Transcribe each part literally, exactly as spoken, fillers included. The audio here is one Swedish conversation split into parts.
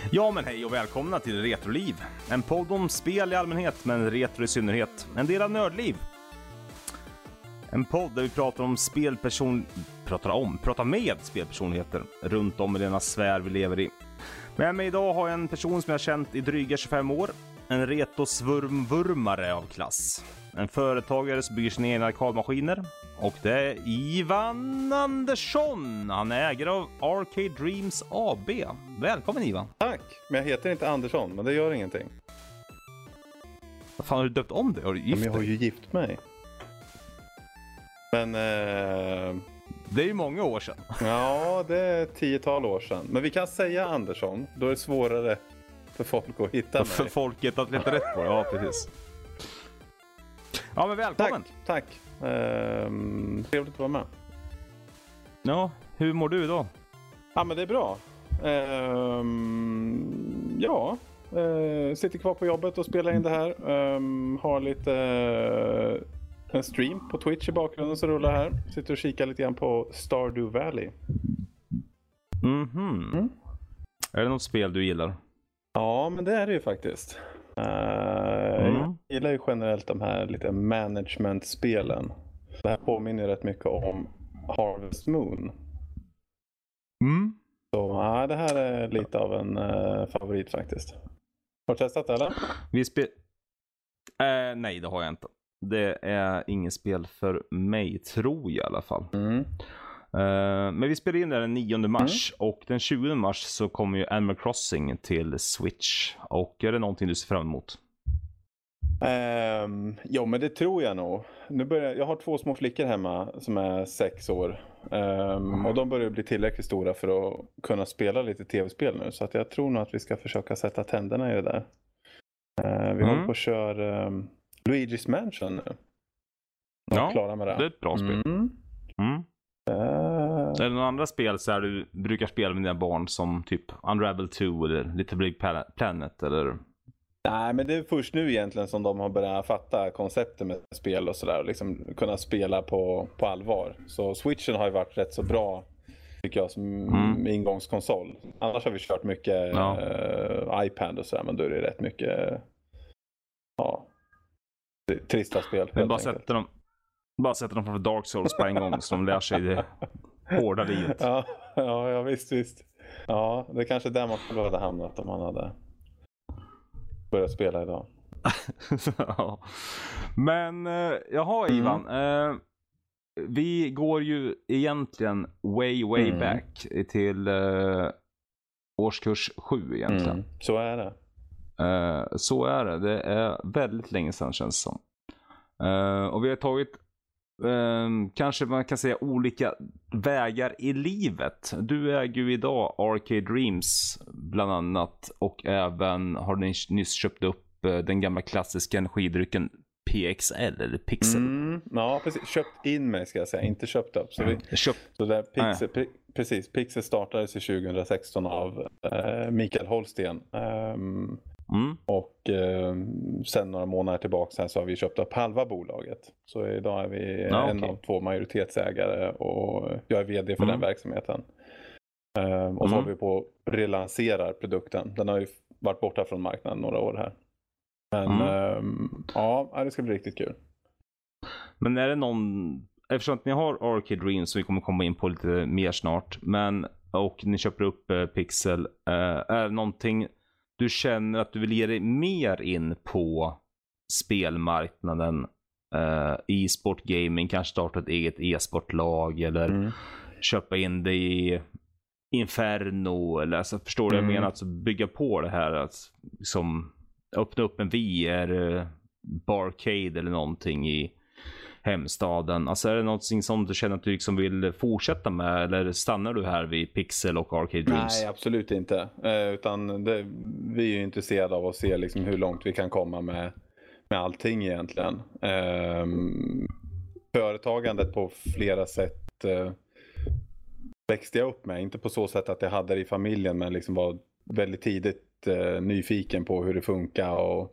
Ja men hej och välkomna till Retroliv. En podd om spel i allmänhet men retro i synnerhet. En del av nördliv. En podd där vi pratar om spelperson... Pratar om? Pratar med spelpersonligheter runt om i denna sfär vi lever i. Med mig idag har jag en person som jag känt i dryga tjugofem år. En retosvurmvurmare av klass. En företagare som bygger sina egna arkadmaskiner. Och det är Ivan Andersson. Han är ägare av Arcade Dreams A B. Välkommen Ivan. Tack, men jag heter inte Andersson, men det gör ingenting. Vad fan har du döpt om det? Har du gift men jag har dig? ju gift mig. Men... Eh... Det är ju många år sedan. Ja, det är tiotal år sedan. Men vi kan säga Andersson, då är det svårare för folk att hitta mig. För folket att leta rätt på det, ja precis. Ja men välkommen. Tack, tack. Ehm, trevligt att vara med. Ja, hur mår du idag? Ja men det är bra. Ehm, ja, ehm, sitter kvar på jobbet och spelar in det här. Ehm, har lite... Eh, en stream på Twitch i bakgrunden som rullar här. Sitter och kikar lite grann på Stardew Valley. Mhm. Mm. Är det något spel du gillar? Ja, men det är det ju faktiskt. Uh, mm. Jag gillar ju generellt de här lite management-spelen. Det här påminner rätt mycket om Harvest Moon. Mm. Så ja, det här är lite av en uh, favorit faktiskt. Har du testat det eller? Vi spel... Uh, nej, det har jag inte. Det är inget spel för mig, tror jag i alla fall. Mm. Uh, men vi spelar in det den nionde mars. Mm. Och den tjugonde mars så kommer ju Animal Crossing till Switch. Och är det någonting du ser fram emot? Um, ja, men det tror jag nog. Nu börjar, jag har två små flickor hemma som är sex år. Um, mm. Och de börjar bli tillräckligt stora för att kunna spela lite tv-spel nu. Så att jag tror nog att vi ska försöka sätta tänderna i det där. Uh, vi mm. håller på att köra... Um, Luigi's Mansion nu. Ja, klara med det. Det är ett bra spel. Mm. Mm. Uh... Är det några andra spel så här du brukar spela med dina barn som typ Unravel två eller Little Big Planet eller? Nej, men det är först nu egentligen som de har börjat fatta konceptet med spel och sådär och liksom kunna spela på, på allvar. Så Switchen har ju varit rätt så bra tycker jag som mm. ingångskonsol. Annars har vi kört mycket ja. uh, iPad och sådär, men då är det rätt mycket ja trista spel. Men bara sätter dem bara sätter dem framför Dark Souls på en gång så de lär sig det hårda livet. Ja, ja, ja visst, visst. Ja, det är kanske där man skulle ha hamnat om man hade börjat spela idag. Ja. Men eh, jaha Ivan, mm. eh, vi går ju egentligen way way mm. back till eh, årskurs sju egentligen. Mm. Så är det. Uh, så är det. Det är väldigt länge sedan känns det som. Uh, och vi har tagit uh, kanske man kan säga olika vägar i livet. Du äger ju idag Arcade Dreams bland annat. Och även har ni nyss köpt upp uh, den gamla klassiska energidrycken P X L eller Pixel. Mm, ja, precis. Köpt in mig ska jag säga. Inte köpt upp. Så, vi, Köp... så där Pixel, ah, ja. Precis. Pixel startades i tjugohundrasexton av uh, Mikael Holsten. Um, Mm. Och eh, sen några månader tillbaka här så har vi köpt upp halva bolaget. Så idag är vi ja, en okay. av två majoritetsägare och jag är vd för mm. den verksamheten. Eh, och så mm. håller vi på att relansera produkten. Den har ju varit borta från marknaden några år här. Men mm. eh, ja, det ska bli riktigt kul. Men är det någon, eftersom att ni har Arcade Dreams så vi kommer komma in på lite mer snart. Men, och ni köper upp eh, Pixel, eh, är det någonting du känner att du vill ge dig mer in på spelmarknaden, uh, e-sport gaming, kanske starta ett eget e-sportlag eller mm. köpa in dig i Inferno eller alltså, förstår du mm. jag menar, alltså bygga på det här att liksom öppna upp en V R uh, barcade eller någonting i hemstaden. Alltså är det någonting som du känner att du liksom vill fortsätta med eller stannar du här vid Pixel och Arcade Dreams? Nej, absolut inte. Eh, utan det, vi är ju intresserade av att se liksom hur långt vi kan komma med, med allting egentligen. Eh, företagandet på flera sätt eh, växte jag upp med. Inte på så sätt att jag hade det i familjen men liksom var väldigt tidigt eh, nyfiken på hur det funkar och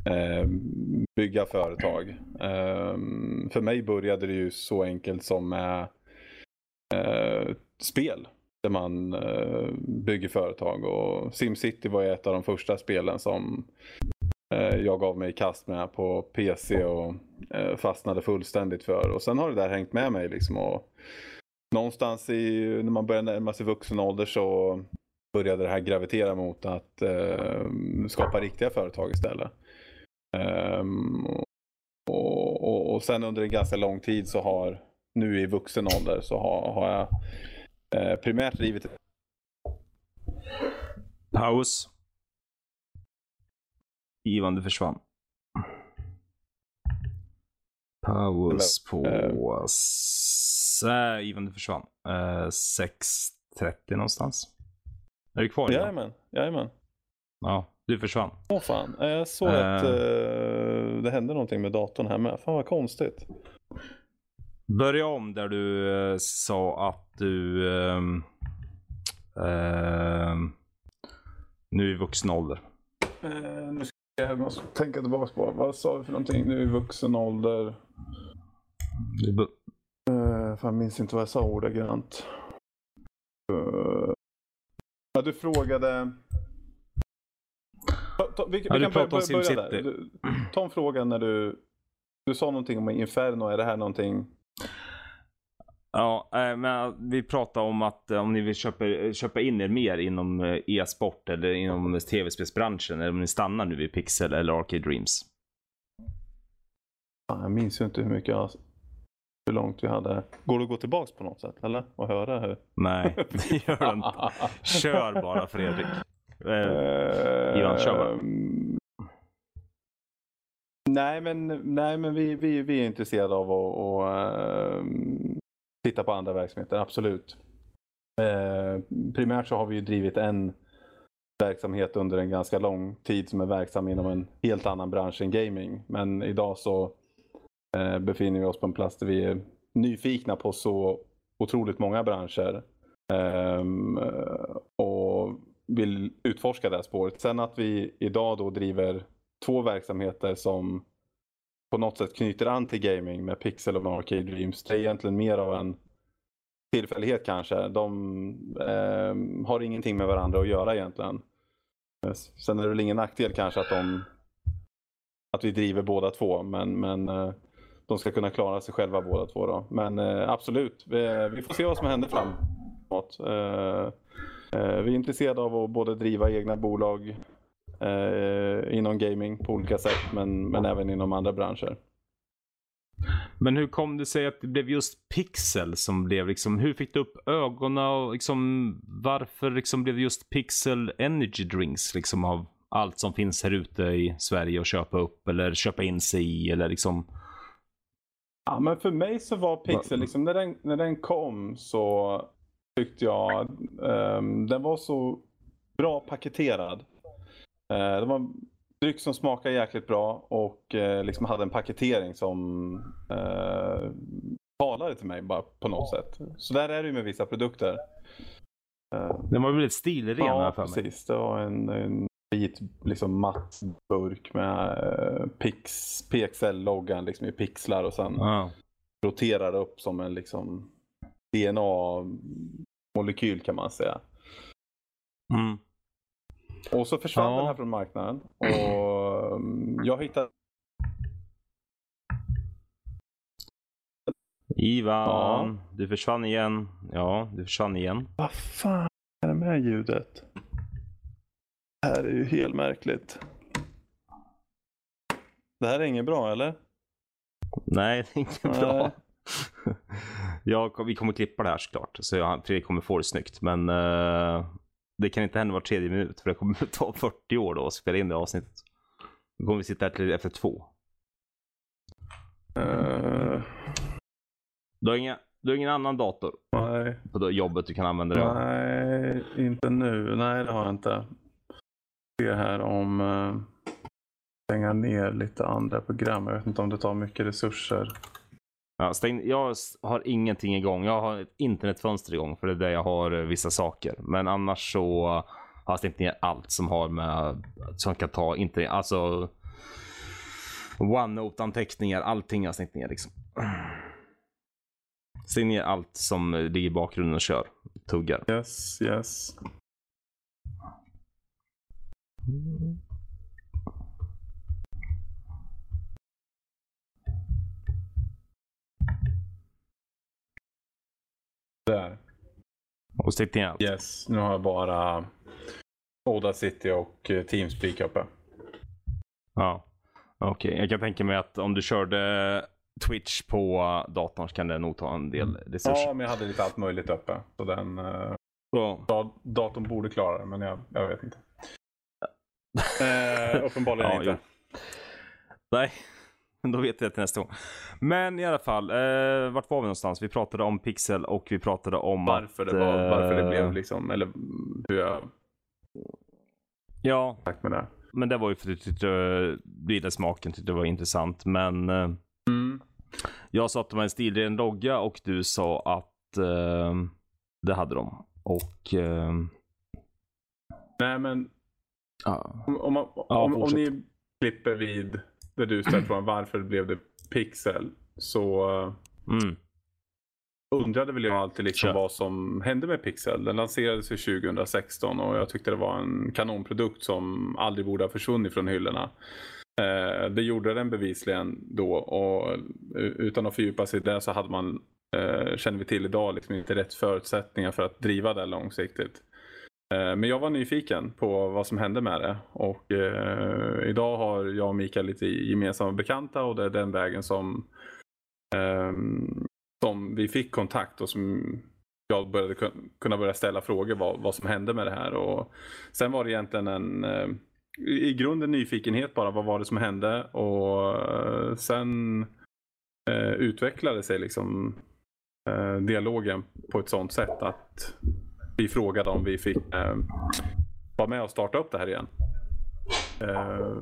bygga företag. Um, för mig började det ju så enkelt som med uh, spel. där man uh, bygger företag. Och SimCity var ju ett av de första spelen som uh, jag gav mig i kast med på P C och uh, fastnade fullständigt för. Och sen har det där hängt med mig liksom. Och någonstans i, när man börjar närma sig vuxen ålder så började det här gravitera mot att uh, skapa riktiga företag istället. Um, och, och, och sen under en ganska lång tid så har, nu i vuxen ålder så har, har jag eh, primärt drivit. Paus. Ivan, du försvann. Paus på äh, Ivan, du försvann. Uh, sex trettio någonstans. Är du kvar? Jajamän, jajamän. Ja, du försvann. Åh fan, jag såg uh, att uh, det hände någonting med datorn här med. Fan vad konstigt. Börja om där du uh, sa att du uh, uh, nu är vuxen ålder. Uh, nu ska jag måste tänka tillbaka på. Vad sa vi för någonting? Nu är vuxen ålder. Bu- uh, fan, jag minns inte vad jag sa ordagrant. Uh, ja, du frågade... Ta, ta, vi, ja, vi du kan börja, börja börja där. Du, ta en fråga när du... Du sa någonting om Inferno. Är det här någonting... Ja, men vi pratar om att om ni vill köpa, köpa in er mer inom e-sport eller inom tv-spelsbranschen, eller om ni stannar nu vid Pixel eller Arcade Dreams. Jag minns ju inte hur mycket jag, hur långt vi hade. Går det att gå tillbaka på något sätt eller? Och höra hur? Nej, det gör det inte. Kör bara, Fredrik. Uh, Ivan, kör bara. Nej men, nej, men vi, vi, vi är intresserade av att och, uh, titta på andra verksamheter, absolut. Uh, primärt så har vi ju drivit en verksamhet under en ganska lång tid som är verksam inom en helt annan bransch än gaming. Men idag så uh, befinner vi oss på en plats där vi är nyfikna på så otroligt många branscher. Um, och vill utforska det här spåret. Sen att vi idag då driver två verksamheter som på något sätt knyter an till gaming med Pixel och Arcade Dreams. Det är egentligen mer av en tillfällighet kanske. De eh, har ingenting med varandra att göra egentligen. Sen är det väl ingen nackdel kanske att de att vi driver båda två, men, men eh, de ska kunna klara sig själva båda två då. Men eh, absolut, vi, vi får se vad som händer framåt. Eh, eh, vi är intresserade av att både driva egna bolag Eh, inom gaming på olika sätt, men, men även inom andra branscher. Men hur kom det sig att det blev just Pixel som blev liksom, hur fick du upp ögonen och liksom, varför liksom blev det just Pixel Energy Drinks liksom av allt som finns här ute i Sverige att köpa upp eller köpa in sig i eller liksom? Ja, men för mig så var Pixel liksom, när den, när den kom så tyckte jag um, den var så bra paketerad. Det var en dryck som smakade jäkligt bra och eh, liksom hade en paketering som eh, talade till mig bara på något sätt. Så där är det ju med vissa produkter. Eh, Den var väldigt stilren ja, här för mig. Precis. Det var en, en vit liksom matt burk med eh, Pix, P X L-loggan liksom i pixlar och sen ah. roterar upp som en liksom D N A-molekyl kan man säga. Mm. Och så försvann ja. den här från marknaden. Och um, jag hittade... Ivan, ja. Du försvann igen. Ja, du försvann igen. Vad fan är det med ljudet? Det här är ju helt märkligt. Det här är inget bra, eller? Nej, det är inget Nej. bra. Jag, vi kommer klippa det här såklart. Så jag, Fredrik kommer få det snyggt. Men... Uh... Det kan inte hända var tredje minut, för det kommer att ta fyrtio år då att spela in det avsnittet. Då kommer vi sitta här till efter två. Uh... Du, har inga, du har ingen annan dator? Nej. På jobbet du kan använda det? Nej, inte nu. Nej, det har jag inte. Jag ser här om uh, stänga ner lite andra program. Jag vet inte om det tar mycket resurser. Ja, stäng, jag har ingenting igång. Jag har ett internetfönster igång för det är där jag har vissa saker. Men annars så har jag stängt ner allt som har med som kan ta internet, alltså OneNote-anteckningar, allting jag har stängt ner liksom. Stäng ner allt som ligger i bakgrunden och kör. tuggar. Yes, yes. Mm. Där. Och sitter igen. Yes, nu har jag bara Audacity och Teamspeak uppe. Ja, okej. Okay. Jag kan tänka mig att om du körde Twitch på datorn så kan det nog ta en del resurser. Ja, men jag hade lite allt möjligt uppe. Så den ja. dat- datorn borde klara det, men jag, jag vet inte. eh, uppenbarligen ja, inte. Jo. Nej, då vet jag till nästa gång. Men i alla fall, eh, vart var vi någonstans? Vi pratade om Pixel och vi pratade om varför att, det var, varför det blev liksom, eller hur jag ja, sagt med det. Men det var ju för att du tyckte bilsmaken tyckte det var intressant. Men eh, mm. jag sa att det var en stilren logga och du sa att eh, det hade de. Och eh, nej men ja. om, om, om, ja, om, om ni klipper vid det du ställt från varför blev det Pixel, så mm. undrade väl jag alltid liksom vad som hände med Pixel. Den lanserades ju tjugo sexton och jag tyckte det var en kanonprodukt som aldrig borde ha försvunnit från hyllorna. Eh, det gjorde den bevisligen då, och utan att fördjupa sig i det så hade man, eh, känner vi till idag, liksom inte rätt förutsättningar för att driva det långsiktigt. Eh, men jag var nyfiken på vad som hände med det, och eh, idag har jag och Mikael lite gemensamma bekanta, och det är den vägen som eh, som vi fick kontakt och som jag började kunna börja ställa frågor vad, vad som hände med det här. Och sen var det egentligen en eh, i grunden nyfikenhet bara, vad var det som hände, och eh, sen eh, utvecklade sig liksom eh, dialogen på ett sånt sätt att vi frågade om vi fick eh, vara med och starta upp det här igen. Eh,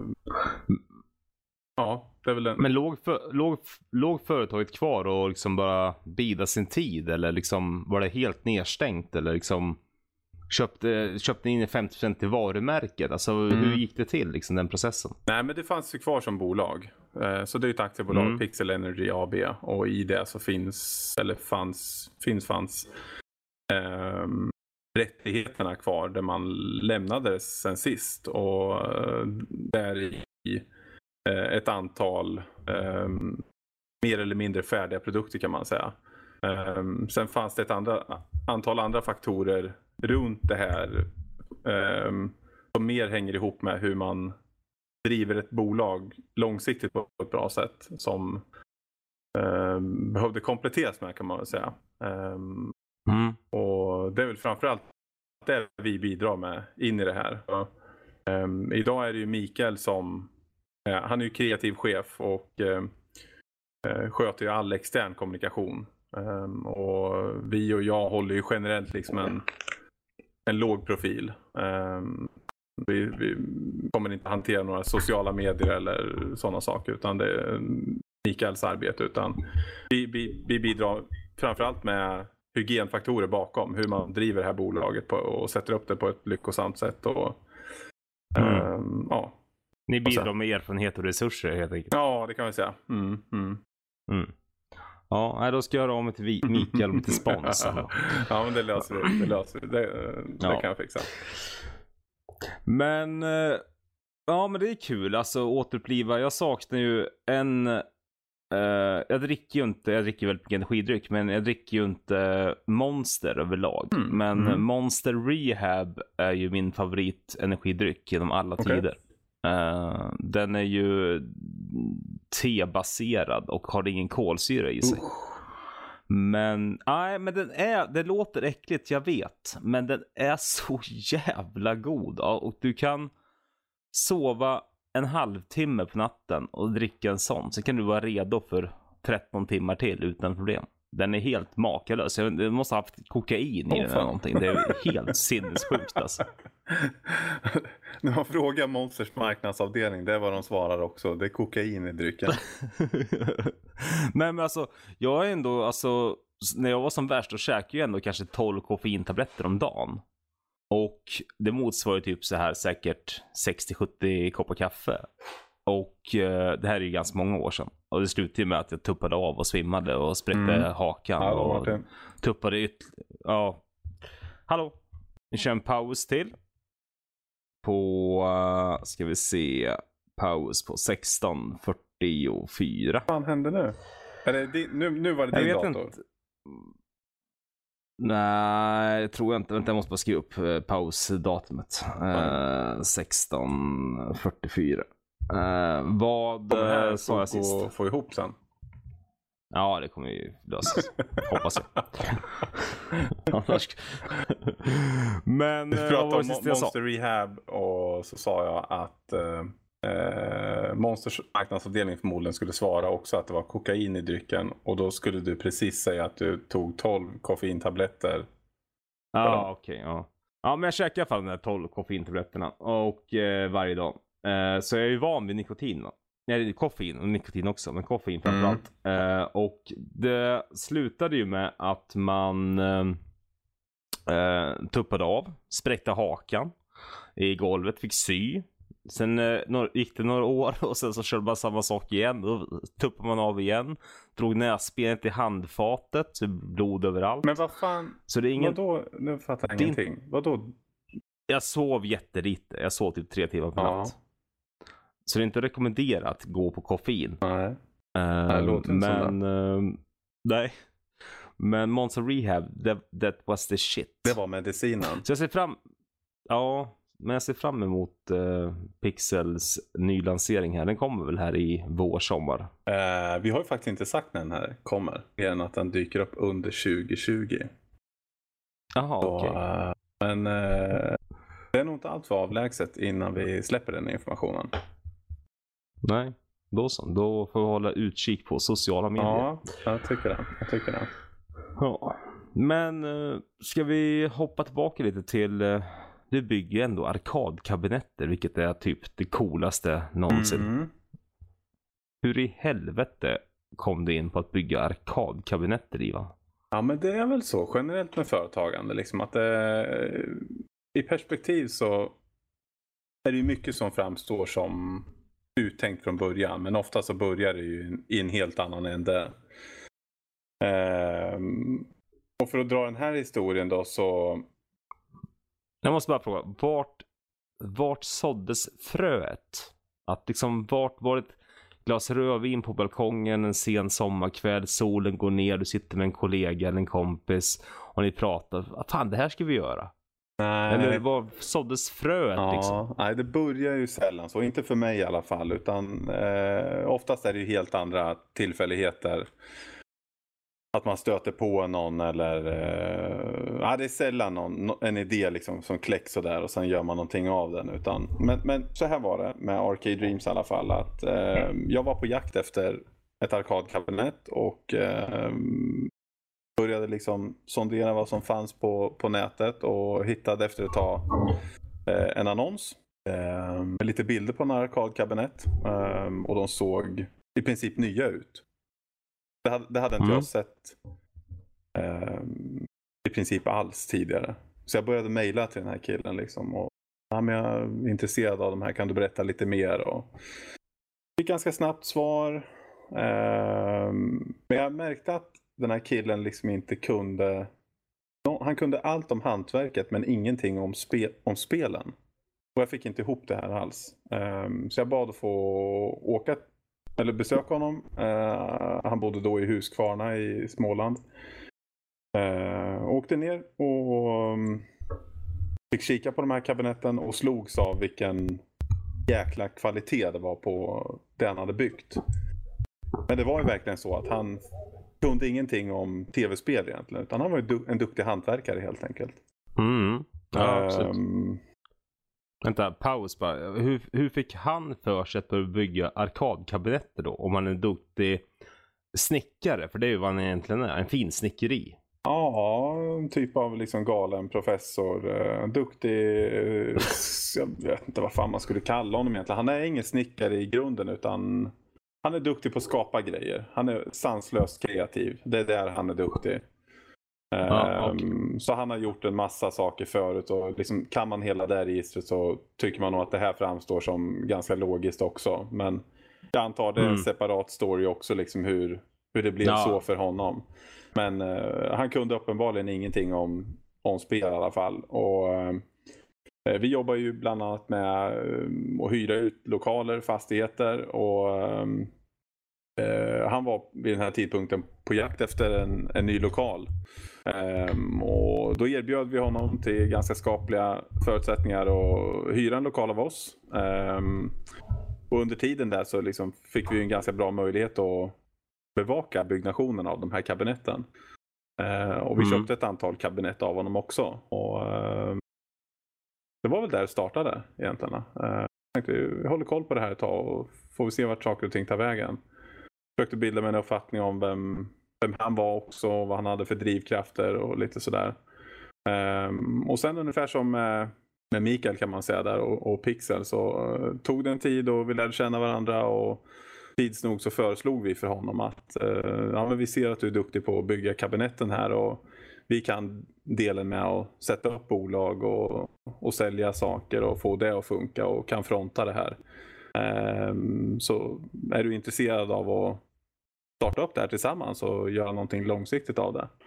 ja, det är väl en... Men låg, för, låg, låg företaget kvar och liksom bara bida sin tid, eller liksom var det helt nedstängt, eller liksom köpte, köpte in femtio procent i varumärket? Alltså mm. hur gick det till liksom, den processen? Nej, men det fanns ju kvar som bolag. Så det är ett aktiebolag, mm. Pixel Energy A B, och i det så finns, eller fanns, finns fanns eh, rättigheterna kvar där man lämnade sen sist, och där i ett antal eh, mer eller mindre färdiga produkter kan man säga. Eh, sen fanns det ett andra, antal andra faktorer runt det här eh, som mer hänger ihop med hur man driver ett bolag långsiktigt på ett bra sätt, som eh, behövde kompletteras med, kan man väl säga. Eh, mm. Och det är väl framförallt det vi bidrar med in i det här. Så, eh, idag är det ju Mikael som han är ju kreativ chef och eh, sköter ju all extern kommunikation. Um, och vi och jag håller ju generellt liksom en, en låg profil. Um, vi, vi kommer inte hantera några sociala medier eller sådana saker, utan det är Mikaels arbete. Utan vi, vi, vi bidrar framförallt med hygienfaktorer bakom, hur man driver det här bolaget på, och sätter upp det på ett lyckosamt sätt. Och, mm. um, ja. Ni bidrar med erfarenhet och resurser helt enkelt. Ja, det kan vi säga. Mm, mm. Mm. Ja, då ska jag göra om till Mikael till spons. Ja, men det löser vi. Det, löser vi. det, det ja. kan jag fixa. Men ja, men det är kul. Alltså återuppliva. Jag saknar ju en... Uh, jag dricker ju inte, jag dricker väldigt mycket energidryck, men jag dricker ju inte Monster överlag. Mm. Men mm. Monster Rehab är ju min favorit energidryck genom alla okay. tider. Uh, den är ju tebaserad och har ingen kolsyra i sig. Uh. Men nej, men den är, det låter äckligt, jag vet, men den är så jävla god. Ja, och du kan sova en halvtimme på natten och dricka en sån, så kan du vara redo för tretton timmar till utan problem. Den är helt makalös. Jag måste ha haft kokain i oh, den eller någonting. Det är helt sinnessjukt alltså. När man frågar Monsters marknadsavdelning, det är vad de svarar också. Det är kokain i drycken. Nej, men alltså, jag är ändå, alltså, när jag var som värst då käkade jag ändå kanske tolv koffeintabletter om dagen. Och det motsvarar typ så här säkert sextio sjuttio koppar kaffe. Och eh, det här är ju ganska många år sedan. Och det slutade ju med att jag tuppade av och svimmade och spräckte mm. hakan. Ja, och tuppade yt- ja. Hallå. Vi kör en paus till. På, uh, ska vi se, paus på sexton fyrtiofyra. Vad fan hände nu? Eller det, nu, nu var det din jag vet dator? Inte. Nej, jag tror jag inte. Vänta, jag måste bara skriva upp uh, pausdatumet. Uh, sexton fyrtiofyra. Uh, vad uh, sa jag sist? Få, få ihop sen. Ja, det kommer ju lösas. Hoppas jag. Men du pratade vad var det om sista jag sa? Monster Rehab och så sa jag att eh, Monsters marknadsavdelning förmodligen skulle svara också att det var kokain i drycken. Och då skulle du precis säga att du tog tolv koffeintabletter. Ja, okej. Okay, ja. ja, men jag käkar i alla fall de där tolv koffeintabletterna och, eh, varje dag. Eh, så jag är ju van vid nikotin då. Nej, koffein och nikotin också, men koffein framförallt. Mm. Eh, och det slutade ju med att man eh, tuppade av, spräckte hakan i golvet, fick sy. Sen eh, några, gick det några år och sen så körde man samma sak igen. Då tuppade man av igen, drog näsbenet i handfatet, så blod överallt. Men vad fan, så det är ingen... vadå? Nu fattar jag ingenting. Vadå? Jag sov jättelite, jag sov typ tre timmar per ja. natt. Så det är inte rekommenderat att gå på koffein. Nej. Uh, det låter inte men uh, nej. Men Monster Rehab, that, that was the shit. Det var medicinen. Så jag ser fram Ja, men jag ser fram emot uh, Pixels nylansering här. Den kommer väl här i vår sommar. Uh, vi har ju faktiskt inte sagt när den här kommer. Mer än att den dyker upp under tjugo tjugo. Jaha, okej. Okay. Uh, men uh, det är nog inte allt för avlägset innan vi släpper den informationen. Nej, då så. Då får vi hålla utkik på sociala medier. Ja, jag tycker det. Jag tycker det. Ja. Men uh, ska vi hoppa tillbaka lite till... Uh, du bygger ändå arkadkabinetter, vilket är typ det coolaste någonsin. Mm. Hur i helvete kom du in på att bygga arkadkabinetter, Ivan? Ja, men det är väl så generellt med företagande. Liksom att det, i perspektiv så är det ju mycket som framstår som uttänkt från början. Men ofta så börjar det ju i en helt annan ände. Ehm, och för att dra den här historien då så... Jag måste bara fråga, vart, vart såddes fröet? Att liksom, vart var ett glas rödvin på balkongen en sen sommarkväll, solen går ner, du sitter med en kollega eller en kompis och ni pratar, att fan, det här ska vi göra. Nej. Eller var såddes fröet ja, liksom? Nej, det börjar ju sällan så, inte för mig i alla fall, utan eh, oftast är det ju helt andra tillfälligheter. Att man stöter på någon eller eh, ja, det är sällan någon, en idé liksom som kläcks så där och sen gör man någonting av den. Utan, men, men så här var det med Arcade Dreams i alla fall, att eh, jag var på jakt efter ett arkadkabinett och eh, började liksom sondera vad som fanns på, på nätet och hittade efter ett tag eh, en annons eh, med lite bilder på en arkadkabinett eh, och de såg i princip nya ut. Det hade, det hade inte mm. jag sett eh, i princip alls tidigare. Så jag började mejla till den här killen liksom. Och, ja, men jag är intresserad av de här, kan du berätta lite mer? Och fick ganska snabbt svar. Eh, men jag märkte att den här killen liksom inte kunde... Han kunde allt om hantverket men ingenting om, spe, om spelen. Och jag fick inte ihop det här alls. Eh, så jag bad att få åka eller besöka honom. Uh, han bodde då i Huskvarna i Småland. Uh, åkte ner och um, fick kika på de här kabinetten och slogs av vilken jäkla kvalitet det var på det han hade byggt. Men det var ju verkligen så att han kunde ingenting om tv-spel egentligen, utan han var ju en duktig hantverkare helt enkelt. Mm. Ja, absolut. Um, Vänta, paus bara. Hur, hur fick han för sig att bygga arkadkabinetter då? Om han är en duktig snickare, för det är ju vad han egentligen är. En fin snickeri. Ja, en typ av liksom galen professor. Uh, duktig, uh, jag vet inte vad fan man skulle kalla honom egentligen. Han är ingen snickare i grunden, utan han är duktig på att skapa grejer. Han är sanslöst kreativ. Det är där han är duktig. Ah, okay. um, så han har gjort en massa saker förut och liksom, kan man hela det här registret så tycker man nog att det här framstår som ganska logiskt också, men jag antar det är en mm. separat story också liksom hur, hur det blev ja. så för honom, men uh, han kunde uppenbarligen ingenting om, om spel i alla fall. Och eh, vi jobbar ju bland annat med eh, att hyra ut lokaler, fastigheter och eh, han var vid den här tidpunkten på jakt efter en, en ny lokal. Um, och då erbjöd vi honom till ganska skapliga förutsättningar att hyra en lokal av oss. Um, och under tiden där så liksom fick vi en ganska bra möjlighet att bevaka byggnationen av de här kabinetten. Uh, och vi mm. köpte ett antal kabinett av honom också. Och uh, det var väl där det startade egentligen. Uh, jag tänkte, vi håller koll på det här ett tag och får vi se vart saker och ting tar vägen. Jag försökte bilda mig en uppfattning om vem vem han var också, vad han hade för drivkrafter och lite sådär. Um, och sen ungefär som med, med Mikael kan man säga där och, och Pixel så uh, tog det en tid och vi lärde känna varandra och tids nog så föreslog vi för honom att uh, ja, men vi ser att du är duktig på att bygga kabinetten här och vi kan delen med att sätta upp bolag och, och sälja saker och få det att funka och kan fronta det här. Um, så är du intresserad av att starta upp det här tillsammans och göra någonting långsiktigt av det.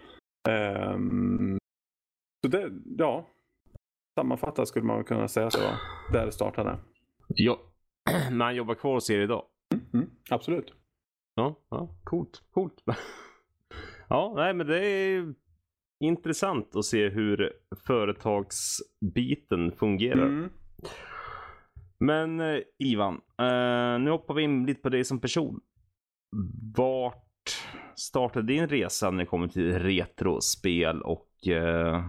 Um, så det, ja, sammanfattat skulle man kunna säga så. Där det startade. Ja, man jobbar kvar hos er idag. Mm, mm, absolut. Ja, ja, coolt, coolt. Ja, nej men det är intressant att se hur företagsbiten fungerar. Mm. Men eh, Ivan, eh, nu hoppar vi in lite på dig som person. Vart startade din resa när det kommer till retrospel och eh,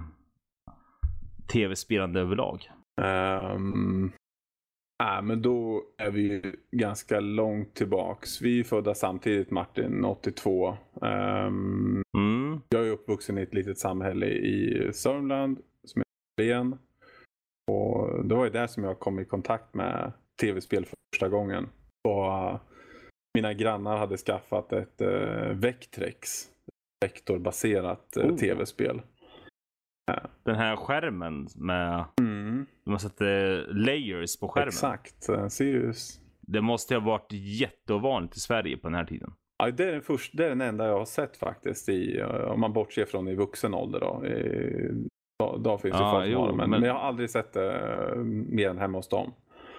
tv-spelande överlag? Um, äh, men då är vi ganska långt tillbaks. Vi är födda samtidigt, Martin, åttiotvå. Um, mm. Jag är uppvuxen i ett litet samhälle i Sörmland som heter Ben. Och det var ju där som jag kom i kontakt med tv-spel för första gången. Och mina grannar hade skaffat ett uh, Vectrex, vektorbaserat uh, oh. tv-spel. Den här skärmen med mm. man sätter layers på skärmen. Exakt, uh, Sirius. Det måste ha varit jätteovanligt i Sverige på den här tiden. Ja, det är den, första, det är den enda jag har sett faktiskt i, om man bortser från i vuxen ålder då. I, då, då finns det ja, folk som har det, men, men jag har aldrig sett det mer än hemma hos dem.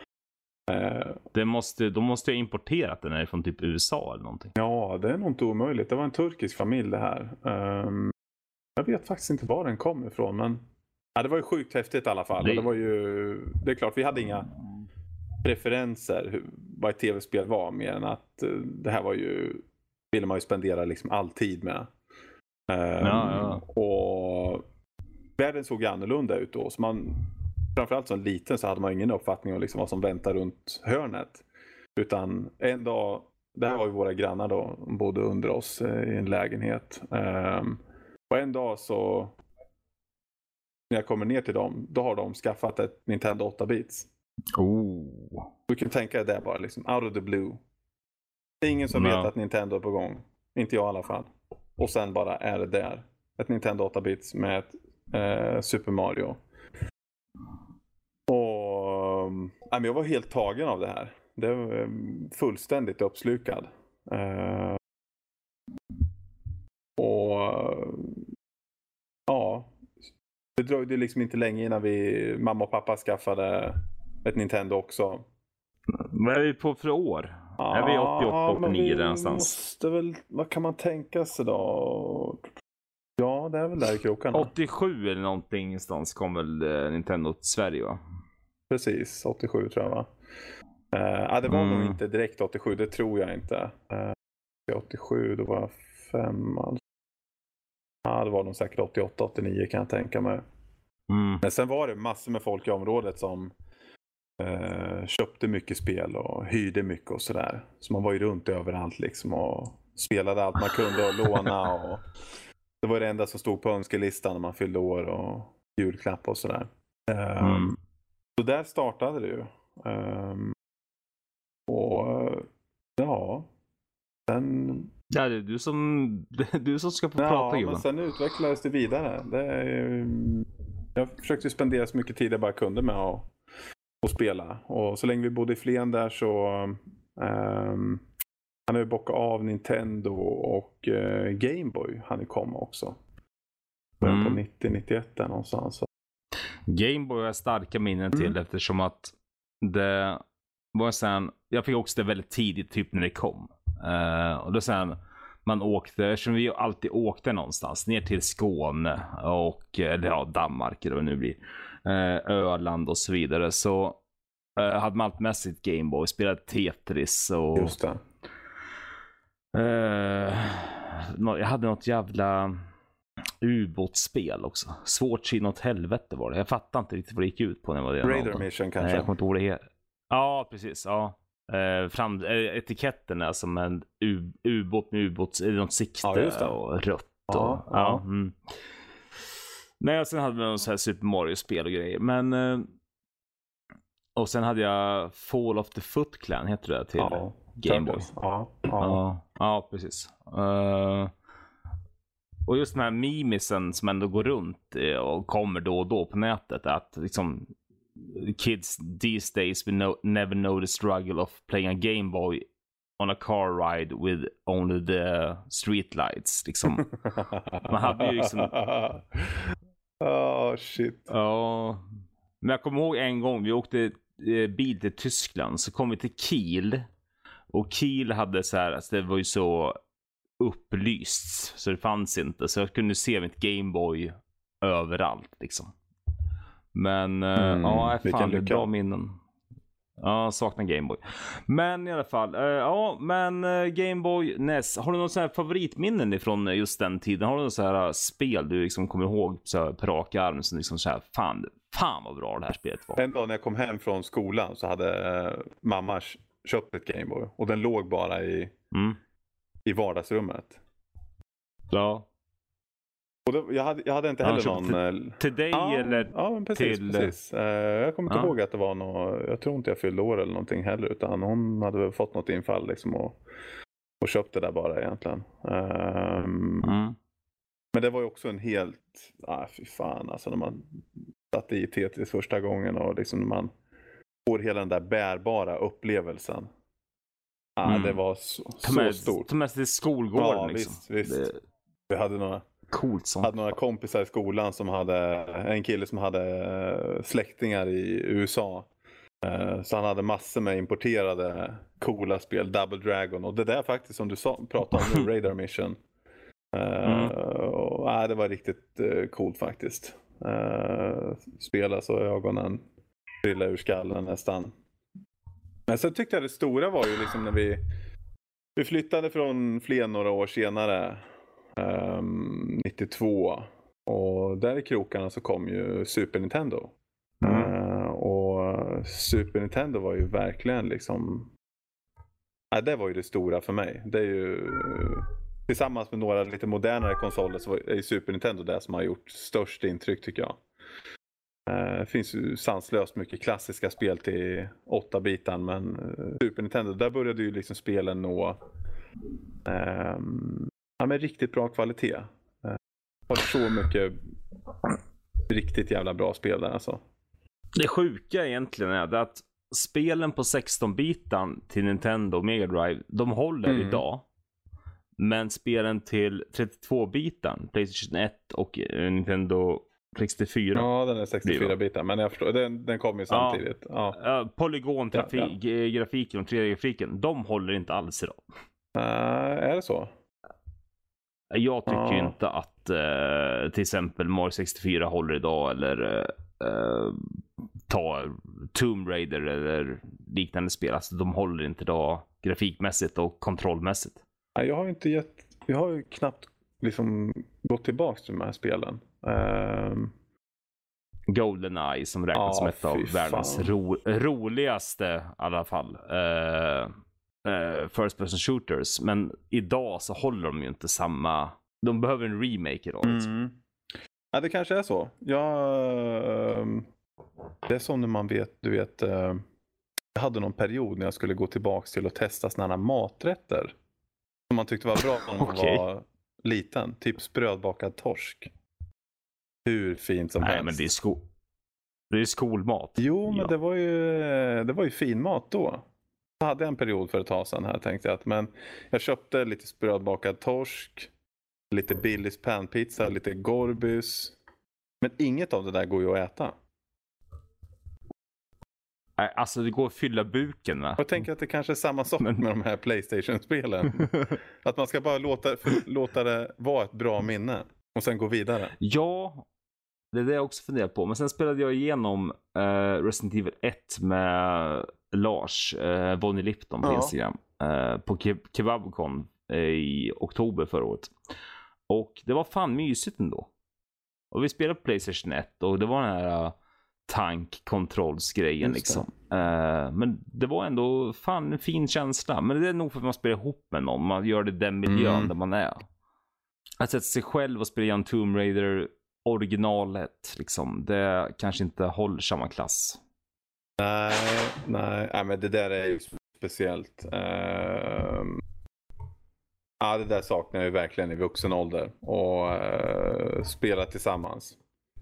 Det måste, de måste ha importerat den här från typ U S A eller någonting. Ja, det är nog inte omöjligt. Det var en turkisk familj det här. Um, jag vet faktiskt inte var den kom ifrån, men ja, det var ju sjukt häftigt i alla fall. Det... Och det var ju, det är klart, vi hade inga preferenser hur, vad ett tv-spel var, mer än att uh, det här var ju, ville man ju spendera liksom all tid med. Um, ja, ja. Och världen såg annorlunda ut då, så man, framförallt som liten så hade man ingen uppfattning om liksom vad som väntar runt hörnet. Utan en dag, det här var ju våra grannar då, de bodde under oss i en lägenhet. Um, och en dag så, när jag kommer ner till dem, då har de skaffat ett Nintendo åtta bits. Oh. Du kan tänka dig det bara liksom, out of the blue. Det är ingen som no. vet att Nintendo är på gång. Inte jag i alla fall. Och sen bara är det där. Ett Nintendo åtta bits med ett eh, Super Mario. Och äh, jag var helt tagen av det här. Det var fullständigt uppslukad. Uh, och ja, det dröjde liksom inte länge innan vi, mamma och pappa skaffade ett Nintendo också. Vad är vi på för år? Ja, är vi åttioåtta, åttionio där någonstans? Måste väl, vad kan man tänka sig då? Ja, det är väl där i krokarna. åttiosju eller någonting någonstans kom väl eh, Nintendo till Sverige, va? Precis, åttiosju tror jag, va? Uh, ja, det var mm. nog inte direkt åttiosju, det tror jag inte. Uh, åttiosju, då var jag fem. Alltså. Ja, det var nog säkert åttioåtta, åttionio kan jag tänka mig. Mm. Men sen var det massor med folk i området som uh, köpte mycket spel och hyrde mycket och sådär. Så man var ju runt överallt liksom och spelade allt man kunde och låna. Och det var det enda som stod på önskelistan när man fyllde år och julklapp och sådär. Uh, mm. Så där startade det ju. Um, och ja, sen... Ja, det är du som, du som ska få ja, prata, Johan. Men sen utvecklades det vidare. Det är, jag försökte spendera så mycket tid jag bara kunde med att, att spela. Och så länge vi bodde i Flen där så um, han har ju bockat av Nintendo och uh, Game Boy han är komma också. Början på Mm. nittio nittioett där någonstans. Så. Gameboy har jag starka minnen till Mm. eftersom att det var sen, jag fick också det väldigt tidigt typ när det kom. Uh, och då sen man åkte, eftersom vi alltid åkte någonstans ner till Skåne och eller ja, Danmark eller vad det nu blir. Uh, Öland och så vidare, så uh, hade man allt med sitt Gameboy, spelade Tetris och Just det. Uh, jag hade något jävla ubåtsspel också. Svårt så inåt helvete var det. Jag fattar inte riktigt vad det gick ut på när jag var det. Raider Mission kanske? Nej, jag kommer inte ihåg det här. Ja, precis. Ja. Uh, fram, uh, etiketten är som en u- ubåt med ubåts, eller något sikte ja, och rött. Ja, och, ja. Mm. Nej, och sen hade vi någon så här Super Mario-spel och grejer. Men uh, och sen hade jag Fall of the Foot Clan, heter det, till ja. Gameboy. Ja, ja. Ja, ja, precis. Uh, och just den här mimisen som ändå går runt och kommer då och då på nätet, att liksom kids these days will no, never know the struggle of playing a Game Boy on a car ride with only the street lights. Liksom. Man hade ju liksom... Oh shit. Ja. Men jag kommer ihåg en gång, vi åkte bil till Tyskland, så kom vi till Kiel. Och Kiel hade så här, alltså det var ju så upplyst så det fanns inte, så jag kunde se mitt Gameboy överallt liksom. Men mm, ja, fan, det är bra minnen. Ja, jag saknar Gameboy. Men i alla fall, uh, ja, men uh, Gameboy N E S, har du någon sån här favoritminnen ifrån just den tiden? Har du någon sån här uh, spel du liksom kommer ihåg så här, på rak arm, som liksom så här, fan, fan vad bra det här spelet var? En dag när jag kom hem från skolan så hade uh, mamma köpt ett Gameboy och den låg bara i mm. i vardagsrummet. Ja. Och det, jag, hade, jag hade inte heller ja, någon... Till, till dig ja, eller ja, men precis, till... precis. Uh, jag kommer inte ja. ihåg att det var något... Jag tror inte jag fyllde år eller någonting heller, utan hon hade väl fått något infall liksom och, och köpte det där bara egentligen. Um, mm. Men det var ju också en helt... Ah, fy fan, alltså när man satt i Tetris första gången och liksom när man får hela den där bärbara upplevelsen. Ah, mm. Det var så, ta med, så stort. Ta med sig till skolgården ja, liksom. Visst, visst. Det... Vi hade några, coolt som hade några kompisar i skolan som hade, en kille som hade släktingar i U S A. Så han hade massor med importerade coola spel, Double Dragon. Och det där faktiskt som du sa, pratade om nu, Raider Mission. Mm. Och, ja, det var riktigt coolt faktiskt. Spela så ögonen trillade ur skallen nästan. Men sen tyckte jag det stora var ju liksom när vi, vi flyttade från Flen några år senare. Um, nittiotvå, och där i krokarna så kom ju Super Nintendo. Mm. Uh, och Super Nintendo var ju verkligen liksom, ja, det var ju det stora för mig. Det är ju tillsammans med några lite modernare konsoler så är ju Super Nintendo det som har gjort störst intryck tycker jag. Uh, det finns ju sanslöst mycket klassiska spel till åtta bitar, men uh, Super Nintendo, där började ju liksom spelen nå um, ja, men riktigt bra kvalitet. Uh, har så mycket riktigt jävla bra spel där alltså. Det sjuka egentligen är att spelen på sexton-bitan till Nintendo och Mega Drive, de håller mm. idag. Men spelen till trettiotvå-bitan, PlayStation ett och Nintendo sextiofyra. Ja, den är sextiofyra-bitar, men jag förstår, den, den kommer ju samtidigt. Ja. Ja. Uh, Polygon-grafiken ja, ja. och tre D-grafiken, de håller inte alls idag. Uh, är det så? Jag tycker ja. inte att uh, till exempel Mario sextiofyra håller idag, eller uh, ta Tomb Raider eller liknande spel. Alltså de håller inte idag grafikmässigt och kontrollmässigt. Jag har inte gett, jag har ju knappt liksom gått tillbaka till de här spelen. Um... GoldenEye som räknas som ah, ett av världens ro, roligaste i alla fall uh, uh, first person shooters, men idag så håller de ju inte samma, de behöver en remake idag. Mm. Ja, det kanske är så. Jag, uh, det är som när man vet, du vet uh, jag hade någon period när jag skulle gå tillbaka till att testa såna här maträtter som man tyckte var bra när man okay. var liten, typ sprödbakad torsk. Hur fint som Nej, helst. Men det är, sko- det är skolmat. Jo, men ja. det var ju det var ju fin mat då. Jag hade en period för ett tag sedan här, tänkte jag att, men jag köpte lite sprödbakad torsk lite Billys panpizza, lite Gorbys. Men inget av det där går ju att äta. Nej, alltså det går att fylla buken, va? Jag tänker att det kanske är samma sak Men... med de här PlayStation-spelen. Att man ska bara låta, för, låta det vara ett bra minne. Och sen gå vidare. Ja, det är det jag också funderar på. Men sen spelade jag igenom uh, Resident Evil ett med Lars, uh, Bonnie Lipton på ja. Instagram. Uh, på Ke- Kebabcon uh, i oktober förra året. Och det var fan mysigt ändå. Och vi spelade på PlayStation ett och det var den här uh, tankkontrollsgrejen liksom. Uh, men det var ändå fan en fin känsla. Men det är nog för att man spelar ihop med någon. Man gör det i den miljön mm. där man är. Att sätta sig själv och spela igen Tomb Raider originalet liksom, det kanske inte håller samma klass. Nej, nej, nej men det där är ju speciellt. Uh, ja, det där saknar jag verkligen i vuxen ålder. Och uh, spela tillsammans.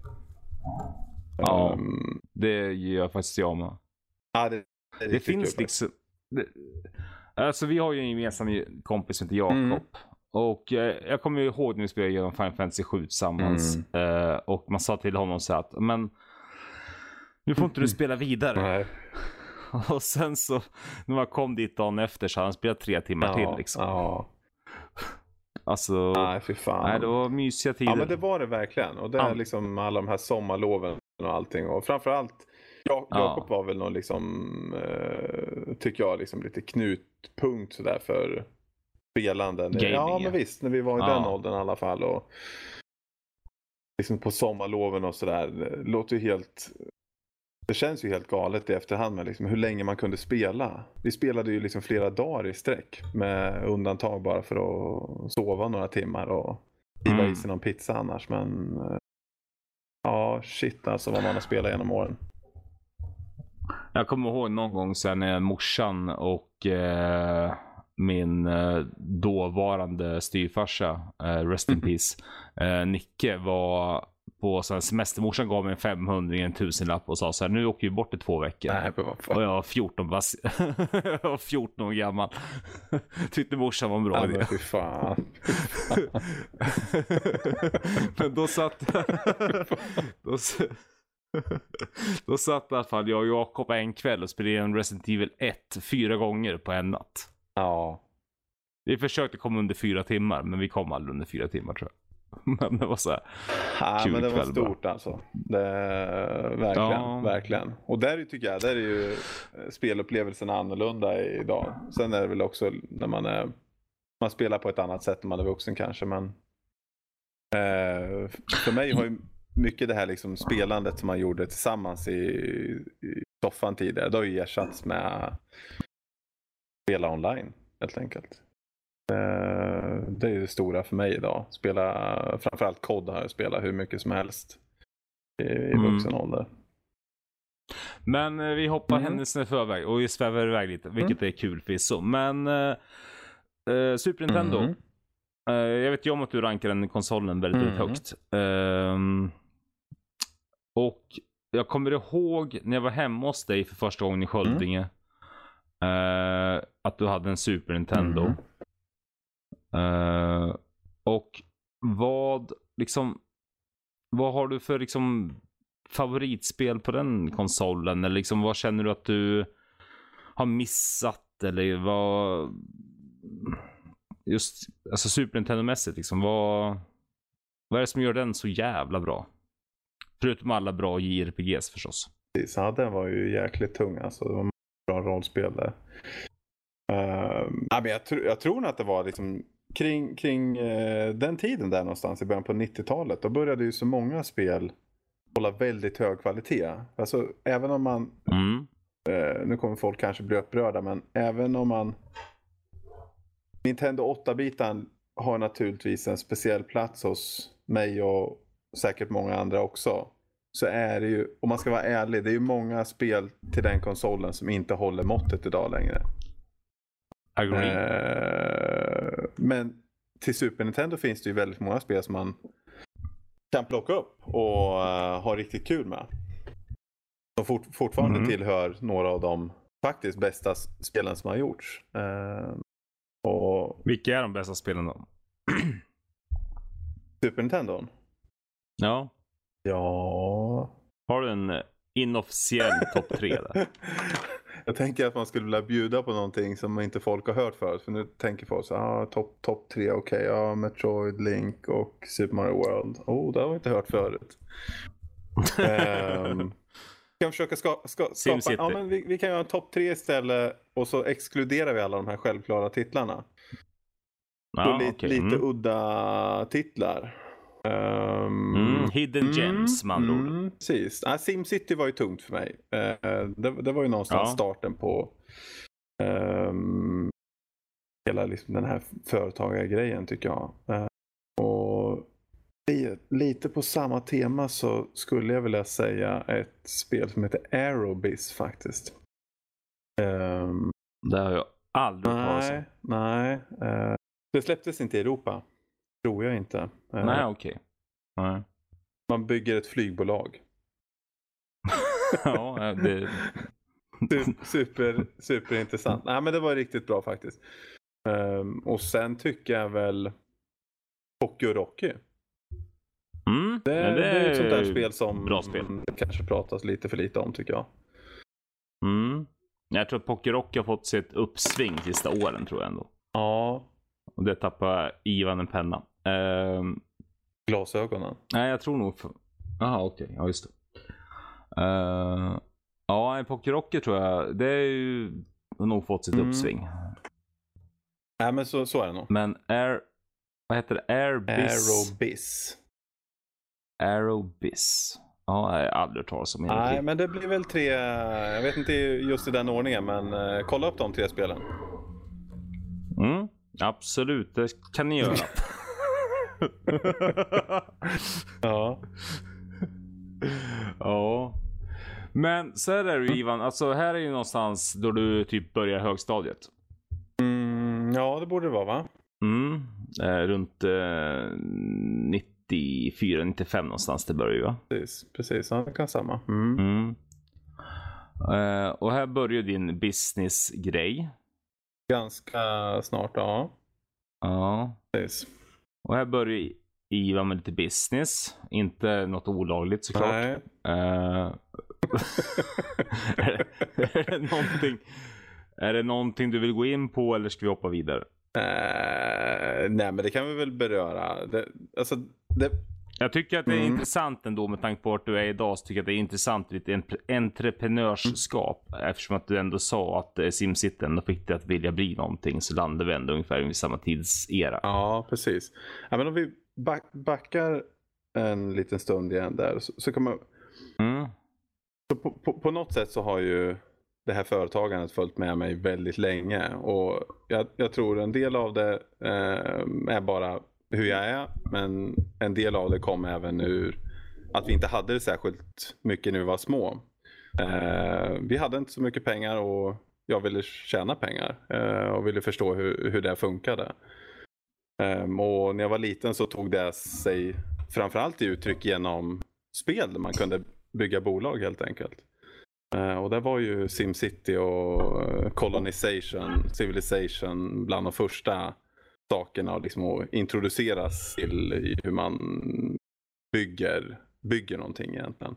Ja, um, det gör faktiskt jag med. Ja, det, det, det finns liksom... Det, alltså vi har ju en gemensam kompis som heter Jakob. Mm. Och eh, jag kommer ju ihåg när vi spelade igenom Final Fantasy sju tillsammans. Mm. Eh, och man sa till honom så att, men nu får inte du spela vidare. Nej. Och sen så, när man kom dit dagen efter så hade han spelat tre timmar ja, till liksom. Ja. Alltså, nej, fy fan. Nej, det var mysiga tider. Ja, men det var det verkligen. Och det är liksom alla de här sommarloven och allting. Och framförallt, jag, ja. Jakob var väl någon liksom, eh, tycker jag, liksom lite knutpunkt sådär för spelanden. Gaming, ja, men visst, när vi var i ja. den åldern i alla fall. Och liksom på sommarloven och sådär. Det låter ju helt... Det känns ju helt galet i efterhand med liksom hur länge man kunde spela. Vi spelade ju liksom flera dagar i sträck med undantag bara för att sova några timmar och hiva mm. i sig någon pizza annars. Men ja, shit alltså vad man har spelat genom åren. Jag kommer ihåg någon gång sen när morsan och eh, min eh, dåvarande styvfarsa, eh, rest in peace, eh, Nicke var... på sån semestermorsan gav mig en femhundra i en tusenlapp och sa så här, nu åker vi bort i två veckor. Nej, och jag var fjorton, bas- jag var fjorton år gammal. Tyckte morsan var en bra idé. Ja, men fy fan. Men då satt då, då satt i alla fall jag och Jakob en kväll och spelade en Resident Evil ett fyra gånger på en natt. Ja. Vi försökte komma under fyra timmar, men vi kom aldrig under fyra timmar tror jag. Men det var så här ja, men det var stort bara. Alltså det, verkligen, ja. verkligen. Och där tycker jag, där är ju spelupplevelsen annorlunda idag. Sen är det väl också när man är man spelar på ett annat sätt när man är vuxen kanske, men eh, för mig har ju mycket det här liksom spelandet som man gjorde tillsammans i, i soffan tidigare, det har ju ersatts med spela online helt enkelt. Det är det stora för mig idag. Spela, framförallt C O D har jag spelat hur mycket som helst i, i vuxen mm. ålder. Men vi hoppar mm. händelserna i förväg och vi svävar iväg lite, vilket mm. är kul för så. Men äh, Super Nintendo. Mm. Äh, jag vet ju om att du rankar den konsolen väldigt, väldigt mm. högt. Äh, och jag kommer ihåg när jag var hemma hos dig för första gången i Sköldinge. Mm. Äh, att du hade en Super Nintendo. Mm. Uh, och vad liksom vad har du för liksom favoritspel på den konsolen, eller liksom vad känner du att du har missat, eller vad just alltså Super Nintendo-mässigt liksom, vad vad är det som gör den så jävla bra, förutom alla bra J R P Gs förstås? Ja, den var ju jäkligt tung alltså, det var bra rollspel där. Uh, ja, men jag, tr- jag tror att det var liksom kring, kring uh, den tiden där någonstans i början på nittiotalet. Då började ju så många spel hålla väldigt hög kvalitet. Alltså även om man mm. uh, nu kommer folk kanske bli upprörda, men även om man Nintendo åtta-bitan har naturligtvis en speciell plats hos mig och säkert många andra också. Så är det ju, om man ska vara ärlig, det är ju många spel till den konsolen som inte håller måttet idag längre. Uh, men till Super Nintendo finns det ju väldigt många spel som man kan plocka upp och uh, ha riktigt kul med. Som fort, fortfarande mm. tillhör några av de faktiskt bästa spelen som har gjorts. Uh, och... Vilka är de bästa spelen då? Super Nintendo? Ja. Ja. Har du en inofficiell topp tre där? Jag tänker att man skulle vilja bjuda på någonting som inte folk har hört förut. För nu tänker folk så ah, topp top tre, okej. Okay, ja, Metroid, Link och Super Mario World. Oh, det har vi inte hört förut. um, kan försöka ska, ska, skapa... Ja, men vi, vi kan göra en topp tre istället. Och så exkluderar vi alla de här självklara titlarna. Ja, li, okay. Lite mm. udda titlar. Um, mm, hidden mm, gems, man mm, mm, precis. Ah, SimCity var ju tungt för mig. Uh, det, det var ju någonstans ja. starten på um, hela liksom den här företagargrejen, tycker jag. Uh, och lite på samma tema så skulle jag vilja säga ett spel som heter Aerobiz faktiskt. Um, det har jag aldrig hört talas om. Nej, uh, det släpptes inte i Europa. Tror jag inte. Uh, nej, okej. Okay. Nej. Man bygger ett flygbolag. ja, det... super, super intressant. Nej, men det var riktigt bra faktiskt. Um, och sen tycker jag väl Poco Rocky. Mm, det, det, det är ett sånt där spel som bra spel. Kanske pratas lite för lite om, tycker jag. Mm. Jag tror att Poco Rocky har fått sitt uppsving sista åren, tror jag ändå. Ja. Och det tappar Ivan en penna. Um... Glasögonen? Nej, jag tror nog... För... Jaha, okej. Okay. Ja, just det. Uh... Ja, Poco Rocky tror jag... Det är ju... har nog fått sitt mm. uppsving. Nej, men så, så är det nog. Men Air... Vad heter det? Airbiz... Aerobiz. Aerobiz. Ja, jag har aldrig hört talas om. Nej, men det blir väl tre... Jag vet inte just i den ordningen, men uh, kolla upp de tre spelen. Mm, absolut. Det kan ni göra. ja. Ja. Men så här är det ju, Ivan. Alltså här är ju någonstans då du typ börjar högstadiet. Mm, ja, det borde det vara, va? Mm. Eh, runt eh, nittiofyra nittiofem någonstans det börjar ju, va? Precis, precis. Ja, det kan samma. Mm. Mm. Eh, och här börjar din business-grej. Ganska snart, ja. Ja. Precis. Och här börjar Ivan med lite business. Inte något olagligt såklart. Nej. Uh, är, det, är, det någonting, är det någonting du vill gå in på eller ska vi hoppa vidare? Uh, nej, men det kan vi väl beröra. Det, alltså, det... Jag tycker att det är mm. intressant ändå med tanke på att du är idag, så tycker jag att det är intressant med ditt entreprenörskap. Mm. Eftersom att du ändå sa att SimCity ändå fick dig att vilja bli någonting, så landar vi ändå ungefär i samma tidsera. Ja, precis. Ja, men om vi back, backar en liten stund igen där så, så kan man... Mm. Så på, på, på något sätt så har ju det här företagandet följt med mig väldigt länge. Och jag, jag tror en del av det eh, är bara hur jag är. Men en del av det kom även ur att vi inte hade det särskilt mycket när vi var små. Eh, vi hade inte så mycket pengar och jag ville tjäna pengar. Eh, och ville förstå hur, hur det funkade. Eh, och när jag var liten så tog det sig framförallt i uttryck genom spel där man kunde bygga bolag helt enkelt. Uh, och det var ju SimCity och uh, Colonization, Civilization bland de första sakerna liksom att introduceras till hur man bygger, bygger någonting egentligen.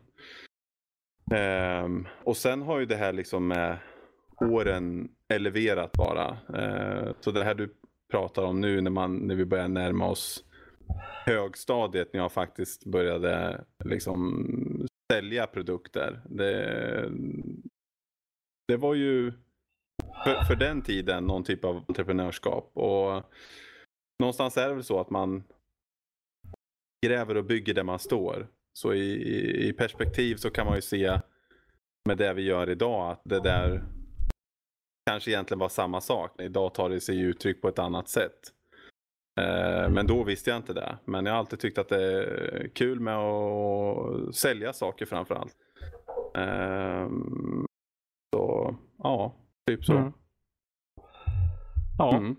Um, och sen har ju det här liksom med åren eleverat bara. Uh, så det här du pratar om nu när, man, när vi börjar närma oss högstadiet, när jag faktiskt började liksom sälja produkter. Det, det var ju för, för den tiden någon typ av entreprenörskap. Och någonstans är det väl så att man gräver och bygger där man står. Så i, i perspektiv så kan man ju se med det vi gör idag att det där kanske egentligen var samma sak. Idag tar det sig uttryck på ett annat sätt. Men då visste jag inte det. Men jag har alltid tyckt att det är kul med att sälja saker framförallt. Så ja, typ så. Mm. Ja. Mm.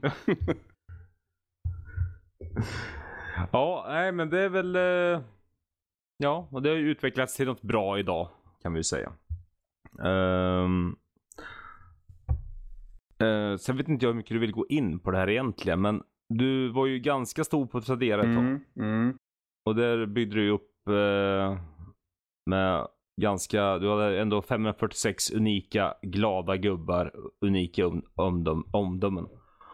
Ja, nej men det är väl... Ja, och det har ju utvecklats till något bra idag, kan vi ju säga. Um... Uh, sen vet inte jag hur mycket du vill gå in på det här egentligen, men du var ju ganska stor på Tradera ett tag. Mm, mm. Och där byggde du upp eh, med ganska, du hade ändå femhundrafyrtiosex unika glada gubbar, unika om, omdöm, omdömen.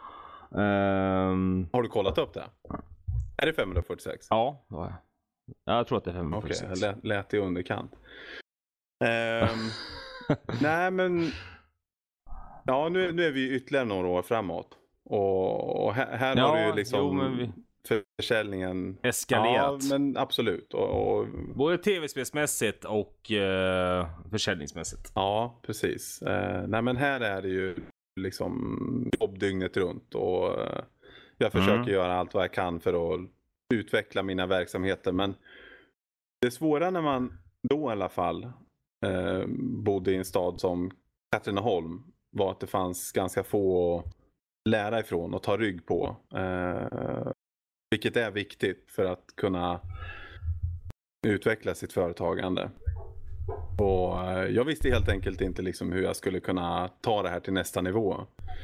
Um, Har du kollat upp det? Är det femhundrafyrtiosex? Ja, det var jag. Jag tror att det är femhundrafyrtiosex. Okej, okay, lät, lät i underkant. Um, nej men, ja nu, nu är vi ytterligare några år framåt. Och, och här, här ja, har du ju liksom jo, men vi... försäljningen eskalerat. Ja, men absolut. Och, och... Både tv-spelsmässigt och uh, försäljningsmässigt. Ja, precis. Uh, nej men här är det ju liksom jobb dygnet runt. Och uh, jag försöker mm. göra allt vad jag kan för att utveckla mina verksamheter. Men det svåra när man då i alla fall uh, bodde i en stad som Katrineholm var att det fanns ganska få att lära ifrån och ta rygg på. Uh, Vilket är viktigt för att kunna utveckla sitt företagande. Och jag visste helt enkelt inte liksom hur jag skulle kunna ta det här till nästa nivå.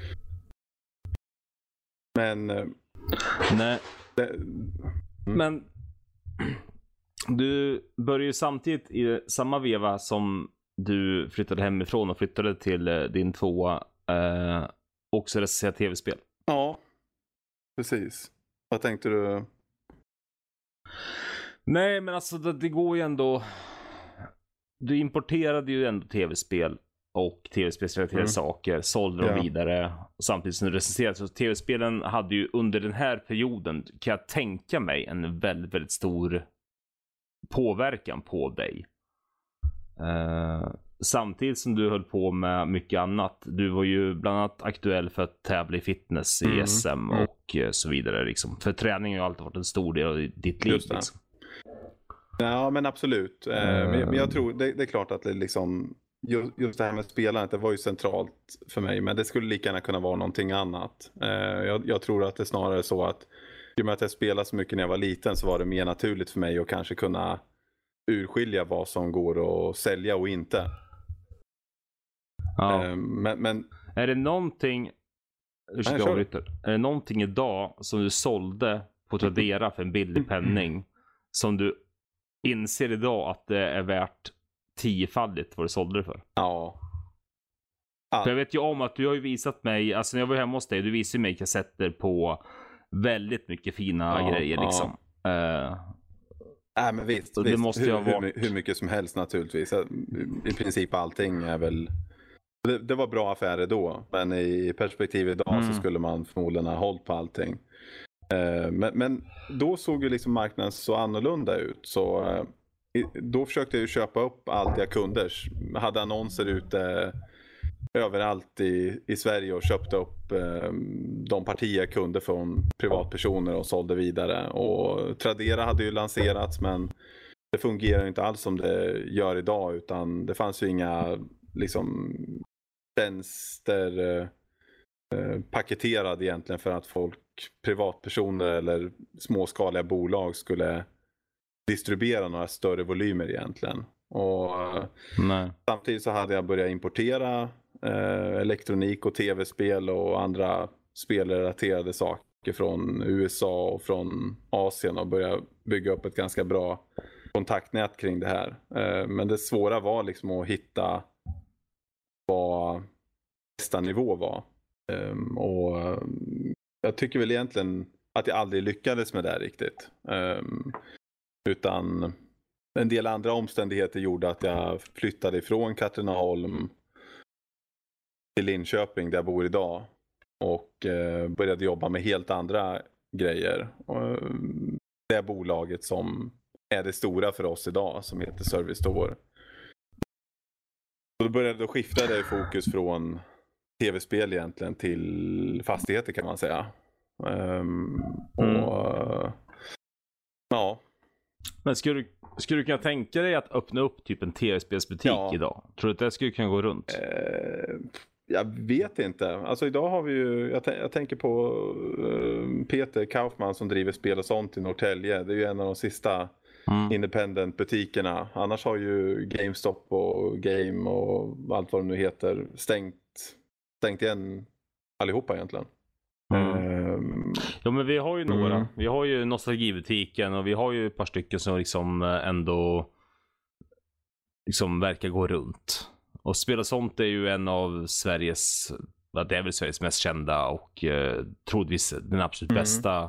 Men... Nej. Det, mm. Men du började ju samtidigt i samma veva som du flyttade hemifrån och flyttade till din tvåa eh, också recensera tv-spel. Ja, precis. Vad tänkte du? Nej, men alltså det, det går ju ändå. Du importerade ju ändå tv-spel och tv-spelsrelaterade mm. saker, sålde dem ja. vidare samtidigt som du recenserade. Så tv-spelen hade ju under den här perioden, kan jag tänka mig, en väldigt, väldigt stor påverkan på dig. Uh, samtidigt som du höll på med mycket annat. Du var ju bland annat aktuell för att tävla i fitness i mm. S M och mm. så vidare liksom. För träning har ju alltid varit en stor del av ditt liv liksom. Ja, men absolut. Uh, uh. Men, men jag tror, det, det är klart att det liksom just det här med spelandet, det var ju centralt för mig, men det skulle lika gärna kunna vara någonting annat. Uh, jag, jag tror att det är snarare så att i och med att jag spelade så mycket när jag var liten så var det mer naturligt för mig att kanske kunna urskilja vad som går att sälja och inte. Ja. Uh, men, men är det någonting ursäkta, jag avbryter. Är det någonting idag som du sålde på Tradera för en billig penning som du inser idag att det är värt tiofaldigt vad du sålde det för? Ja. Ah. För jag vet ju om att du har ju visat mig, alltså när jag var hemma hos dig, du visade mig kassetter på väldigt mycket fina ja, grejer liksom. Ja. Uh, Nej, men visst, det visst. Måste hur, ha varit... hur, hur mycket som helst naturligtvis. I princip allting är väl... Det, det var bra affärer då, men i perspektiv idag mm. så skulle man förmodligen ha hållit på allting. Uh, men, men då såg ju liksom marknaden så annorlunda ut. Så uh, då försökte jag ju köpa upp allt jag kunde. Jag hade annonser ute överallt i, i Sverige och köpte upp uh, de partier jag kunde från privatpersoner och sålde vidare. Och Tradera hade ju lanserats, men det fungerar inte alls som det gör idag, utan det fanns ju inga liksom tjänster uh, paketerade egentligen för att folk, privatpersoner eller småskaliga bolag skulle distribuera några större volymer egentligen. Och Nej. samtidigt så hade jag börjat importera eh, elektronik och tv-spel och andra spelrelaterade saker från U S A och från Asien och börjat bygga upp ett ganska bra kontaktnät kring det här. Eh, men det svåra var liksom att hitta vad nästa nivå var. Eh, och jag tycker väl egentligen att jag aldrig lyckades med det riktigt. Eh, utan en del andra omständigheter gjorde att jag flyttade ifrån Katrineholm till Linköping där jag bor idag. Och eh, började jobba med helt andra grejer. Och det bolaget som är det stora för oss idag, som heter Service Store. Så då började jag skifta det i fokus från tv-spel egentligen till fastigheter kan man säga. Um, mm. Och ja. Men skulle du, skulle du kunna tänka dig att öppna upp typ en tv-spelsbutik ja. idag? Tror du att det skulle kunna gå runt? Eh, jag vet inte. Alltså idag har vi ju, jag, t- jag tänker på uh, Peter Kaufman som driver Spel och sånt i Norrtälje. Det är ju en av de sista mm. independent butikerna. Annars har ju GameStop och Game och allt vad det nu heter stängt, stängt igen allihopa egentligen. Mm. Um, ja, men vi har ju några. Mm. Vi har ju Nostalgibutiken och vi har ju ett par stycken som liksom ändå liksom verkar gå runt. Och Spel och sånt är ju en av Sveriges, det är väl Sveriges mest kända och eh, troligtvis den absolut mm. bästa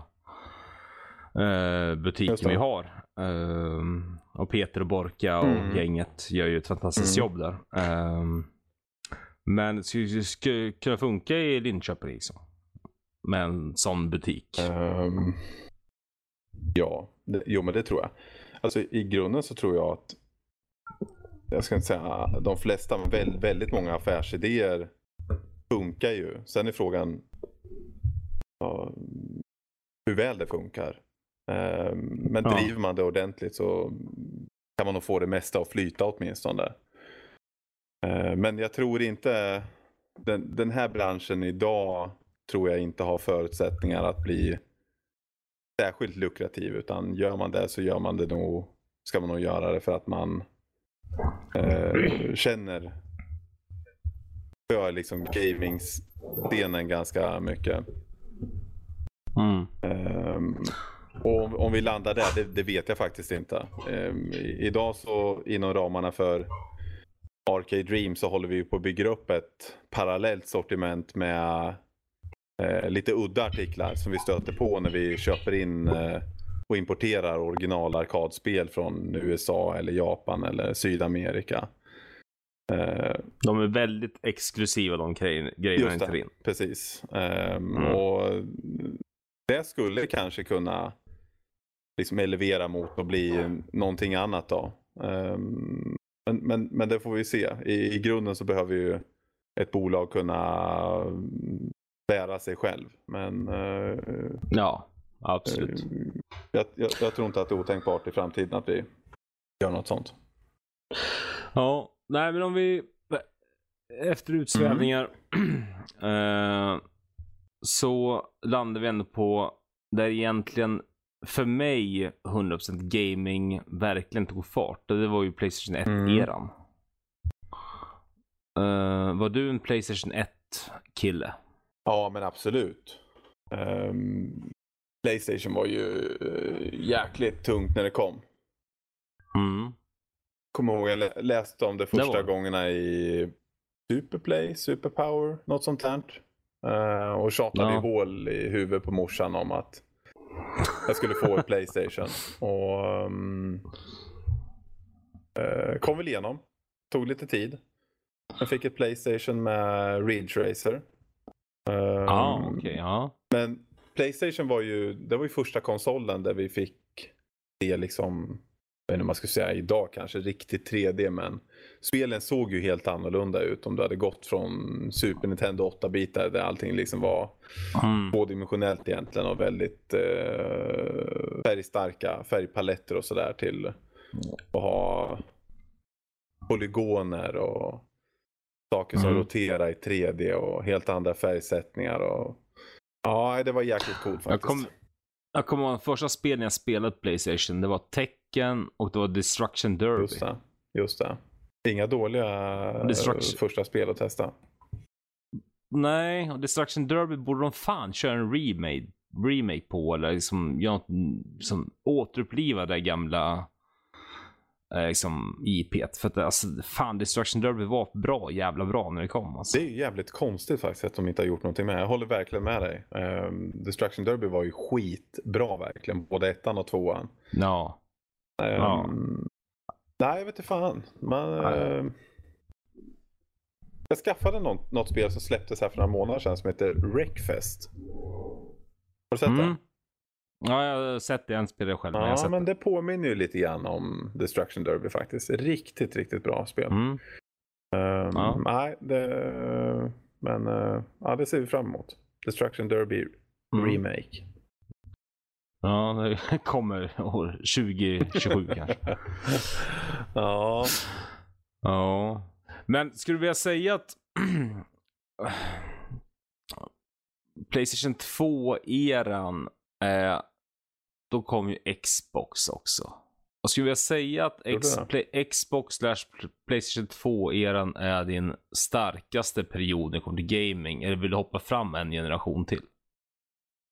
eh, butiken vi har. Eh, och Peter och Borka och mm. gänget gör ju ett fantastiskt mm. jobb där. Eh, men det skulle, skulle kunna funka i Linköping liksom. Med en sån butik. Um, ja, det, jo men det tror jag. Alltså i grunden så tror jag att jag ska inte säga de flesta, men väldigt, väldigt många affärsidéer funkar ju. Sen är frågan ja, hur väl det funkar. Um, men ja. driver man det ordentligt så kan man nog få det mesta att flyta åtminstone. Uh, men jag tror inte den, den här branschen idag tror jag inte har förutsättningar att bli särskilt lukrativ, utan gör man det så gör man det nog, ska man nog göra det för att man eh, känner för liksom gaming-scenen ganska mycket. Mm. Um, och om, om vi landar där, det, det vet jag faktiskt inte. Um, idag så inom ramarna för Arcade Dream så håller vi på att bygga upp ett parallellt sortiment med Eh, lite udda artiklar som vi stöter på när vi köper in eh, och importerar original arkadspel från U S A eller Japan eller Sydamerika. Eh, de är väldigt exklusiva, de grejerna. Just det, in. precis. Eh, mm. Och det skulle kanske kunna liksom elevera mot att bli någonting annat då. Eh, men, men, men det får vi se. I, i grunden så behöver ju ett bolag kunna bära sig själv, men uh, ja, absolut. Uh, jag, jag, jag tror inte att det är otänkbart i framtiden att vi gör något sånt. Ja, nej men om vi efter utsvävningar mm. uh, så landar vi ändå på där egentligen för mig hundra procent gaming verkligen tog fart. Det var ju PlayStation ett-eran. Mm. Uh, var du en PlayStation ett-kille? Ja, men absolut. Um, PlayStation var ju uh, jäkligt tungt när det kom. Mm. Kommer ihåg, jag läste om det första det gångerna i Superplay, Superpower, något sånt här. Uh, och tjatade ja. i hål i huvudet på morsan om att jag skulle få ett PlayStation. Och um, uh, kom väl igenom. Tog lite tid. Jag fick ett PlayStation med Ridge Racer. Um, ah, okay, ja. Men PlayStation var ju, det var ju första konsolen där vi fick se liksom, jag vet inte om man ska säga idag kanske riktigt tre D, men spelen såg ju helt annorlunda ut om du hade gått från Super Nintendo åtta-bitar där allting liksom var mm. tvådimensionellt egentligen och väldigt eh, färgstarka färgpaletter och sådär till att ha polygoner och saker som mm. roterar i tre D och helt andra färgsättningar och ja, det var jäkligt coolt faktiskt. Jag kommer jag kom ihåg första spelen jag spelade på PlayStation, det var Tekken och det var Destruction Derby. Just det, just det. Inga dåliga Destruction... första spel att testa. Nej, och Destruction Derby borde de fan köra en remake, remake på eller liksom, ja, liksom återuppliva det gamla liksom I P. För att alltså, fan, Destruction Derby var bra, jävla bra när det kom alltså. Det är jävligt konstigt faktiskt att de inte har gjort någonting med. Jag håller verkligen med dig. um, Destruction Derby var ju skitbra verkligen, både ettan och tvåan. Ja, um, ja. Nej, jag vet inte fan Man, uh, jag skaffade något, något spel som släpptes här för några månader sedan som heter Wreckfest. Har du sett mm. det? Ja, jag har sett det. Jag spelar själv. Ja, men, men det påminner ju lite grann om Destruction Derby faktiskt. Riktigt, riktigt bra spel. Mm. Um, ja. Nej, det, men uh, ja, det ser vi fram emot. Destruction Derby mm. Remake. Ja, det kommer år tjugo tjugosju kanske. Ja. Ja. Men skulle du vilja säga att PlayStation två-eran Eh, då kom ju Xbox också. Och skulle jag säga att X- play- Xbox slash PlayStation två-eran är din starkaste period när det kommer till gaming, eller vill du hoppa fram en generation till?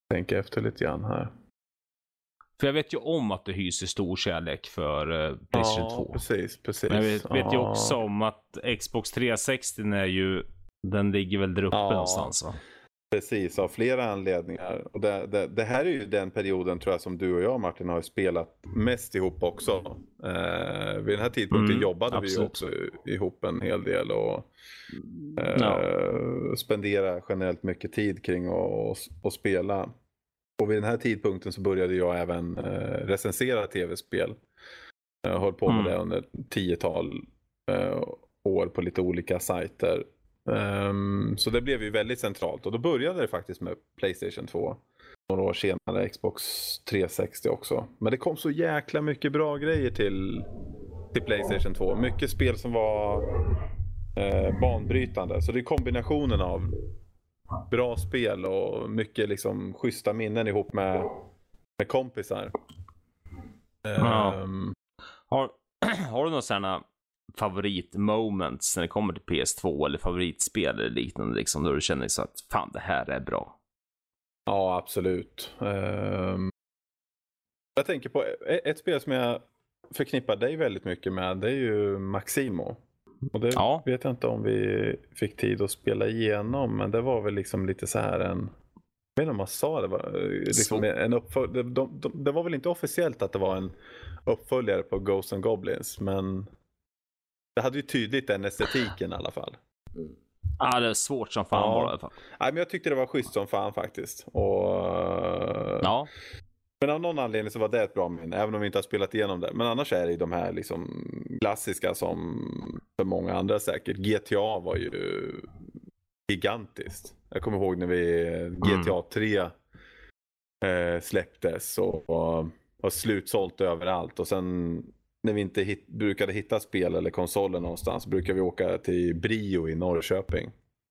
tänka efter lite grann här. För jag vet ju om att du hyser stor kärlek för uh, PlayStation ja, två. Precis, precis. Men jag vet, vet ju ja. också om att Xbox trehundrasextio är ju, den ligger väl där uppe ja, någonstans va? Precis, av flera anledningar. Och det, det, det här är ju den perioden tror jag som du och jag, Martin, har spelat mest ihop också. Eh, vid den här tidpunkten mm, jobbade absolut. vi ju också ihop en hel del och eh, ja. spendera generellt mycket tid kring att och spela. Och vid den här tidpunkten så började jag även eh, recensera tv-spel. Jag har hållit på med mm. det under tiotal eh, år på lite olika sajter. Um, så det blev ju väldigt centralt. Och då började det faktiskt med PlayStation två. Några år senare Xbox trehundrasextio också. Men det kom så jäkla mycket bra grejer till, till PlayStation två. Mycket spel som var eh, banbrytande. Så det är kombinationen av bra spel och mycket liksom schyssta minnen ihop med, med kompisar. Ja. Um, har, har du några sådana favoritmoments när det kommer till P S två eller favoritspel eller liknande liksom, då du känner så att fan, det här är bra? Ja, absolut. Um, jag tänker på ett, ett spel som jag förknippar dig väldigt mycket med, det är ju Maximo. Och det ja. vet jag inte om vi fick tid att spela igenom, men det var väl liksom lite så här en, jag vet inte om man sa det, var liksom en uppfölj- det, de, de, det var väl inte officiellt att det var en uppföljare på Ghosts and Goblins, men det hade ju tydligt den estetiken i alla fall. Ja, det är svårt som fan ja. bara i alla fall. Nej, men jag tyckte det var schysst som fan faktiskt. Och ja. Men av någon anledning så var det ett bra minne, även om vi inte har spelat igenom det. Men annars är det de här liksom klassiska som för många andra säkert. G T A var ju gigantiskt. Jag kommer ihåg när vi G T A tre eh, släpptes och var, var slutsålt överallt. Och sen när vi inte hit, brukade hitta spel eller konsoler någonstans brukade vi åka till Brio i Norrköping.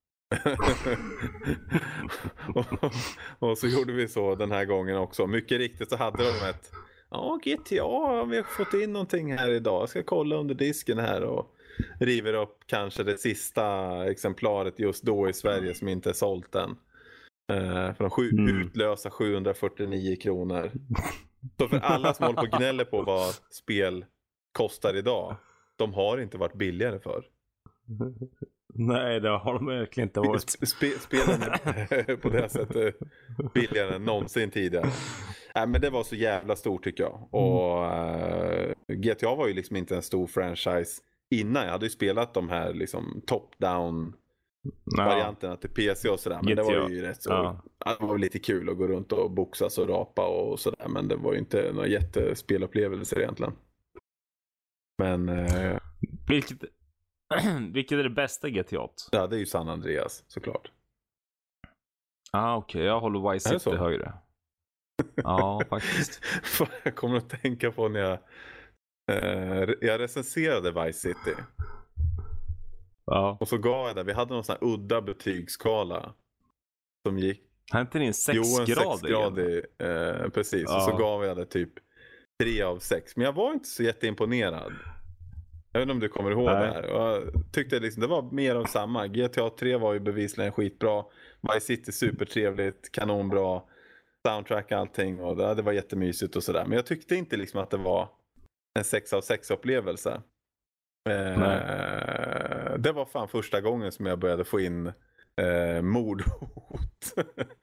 och, och så gjorde vi så den här gången också. Mycket riktigt så hade de ett ja, G T A, vi har fått in någonting här idag. Jag ska kolla under disken här och river upp kanske det sista exemplaret just då i Sverige som inte är sålt än. Uh, för de sju, mm. utlösa sjuhundrafyrtionio kronor. Så för alla som håller på och gnäller på vad spel kostar idag, de har inte varit billigare för. Nej, det har de verkligen inte varit. Sp- spelen är på det sättet billigare än någonsin tidigare. Nej, men det var så jävla stort tycker jag. Och uh, G T A var ju liksom inte en stor franchise innan. Jag hade ju spelat de här liksom top-down ja. varianterna till P C och sådär. Men G T A. Det var ju rätt så. Ja. Det var lite kul att gå runt och boxas och rapa och sådär. Men det var ju inte några jättespelupplevelser egentligen. Men uh, vilket Vilket är det bästa G T A? Ja, det är ju San Andreas, såklart. Ah, okej. Okay. Jag håller Vice City högre. Ja, faktiskt. Jag kommer att tänka på när jag eh, jag recenserade Vice City. Ja. Och så gav jag det. Vi hade någon sån här udda betygsskala som gick. Har inte ni en sexgradig? Jo, en sexgradig. Eh, precis. Ja. Och så gav jag det typ tre av sex. Men jag var inte så jätteimponerad. Jag vet inte om du kommer ihåg Nej. det här. Jag tyckte liksom, det var mer av samma. G T A tre var ju bevisligen skitbra. Vice City supertrevligt, kanonbra. Soundtrack allting. Och det, det var jättemysigt och sådär. Men jag tyckte inte liksom att det var en sex av sex upplevelse. Eh, det var fan första gången som jag började få in eh, mordhot.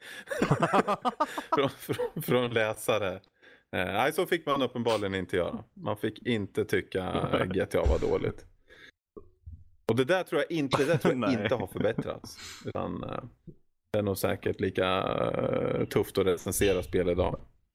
från, från, från läsare. Nej, eh, så fick man uppenbarligen inte göra. Man fick inte tycka G T A var dåligt. Och det där tror jag inte, det där tror jag inte har förbättrats. Utan eh, det är nog säkert lika eh, tufft att recensera spel idag.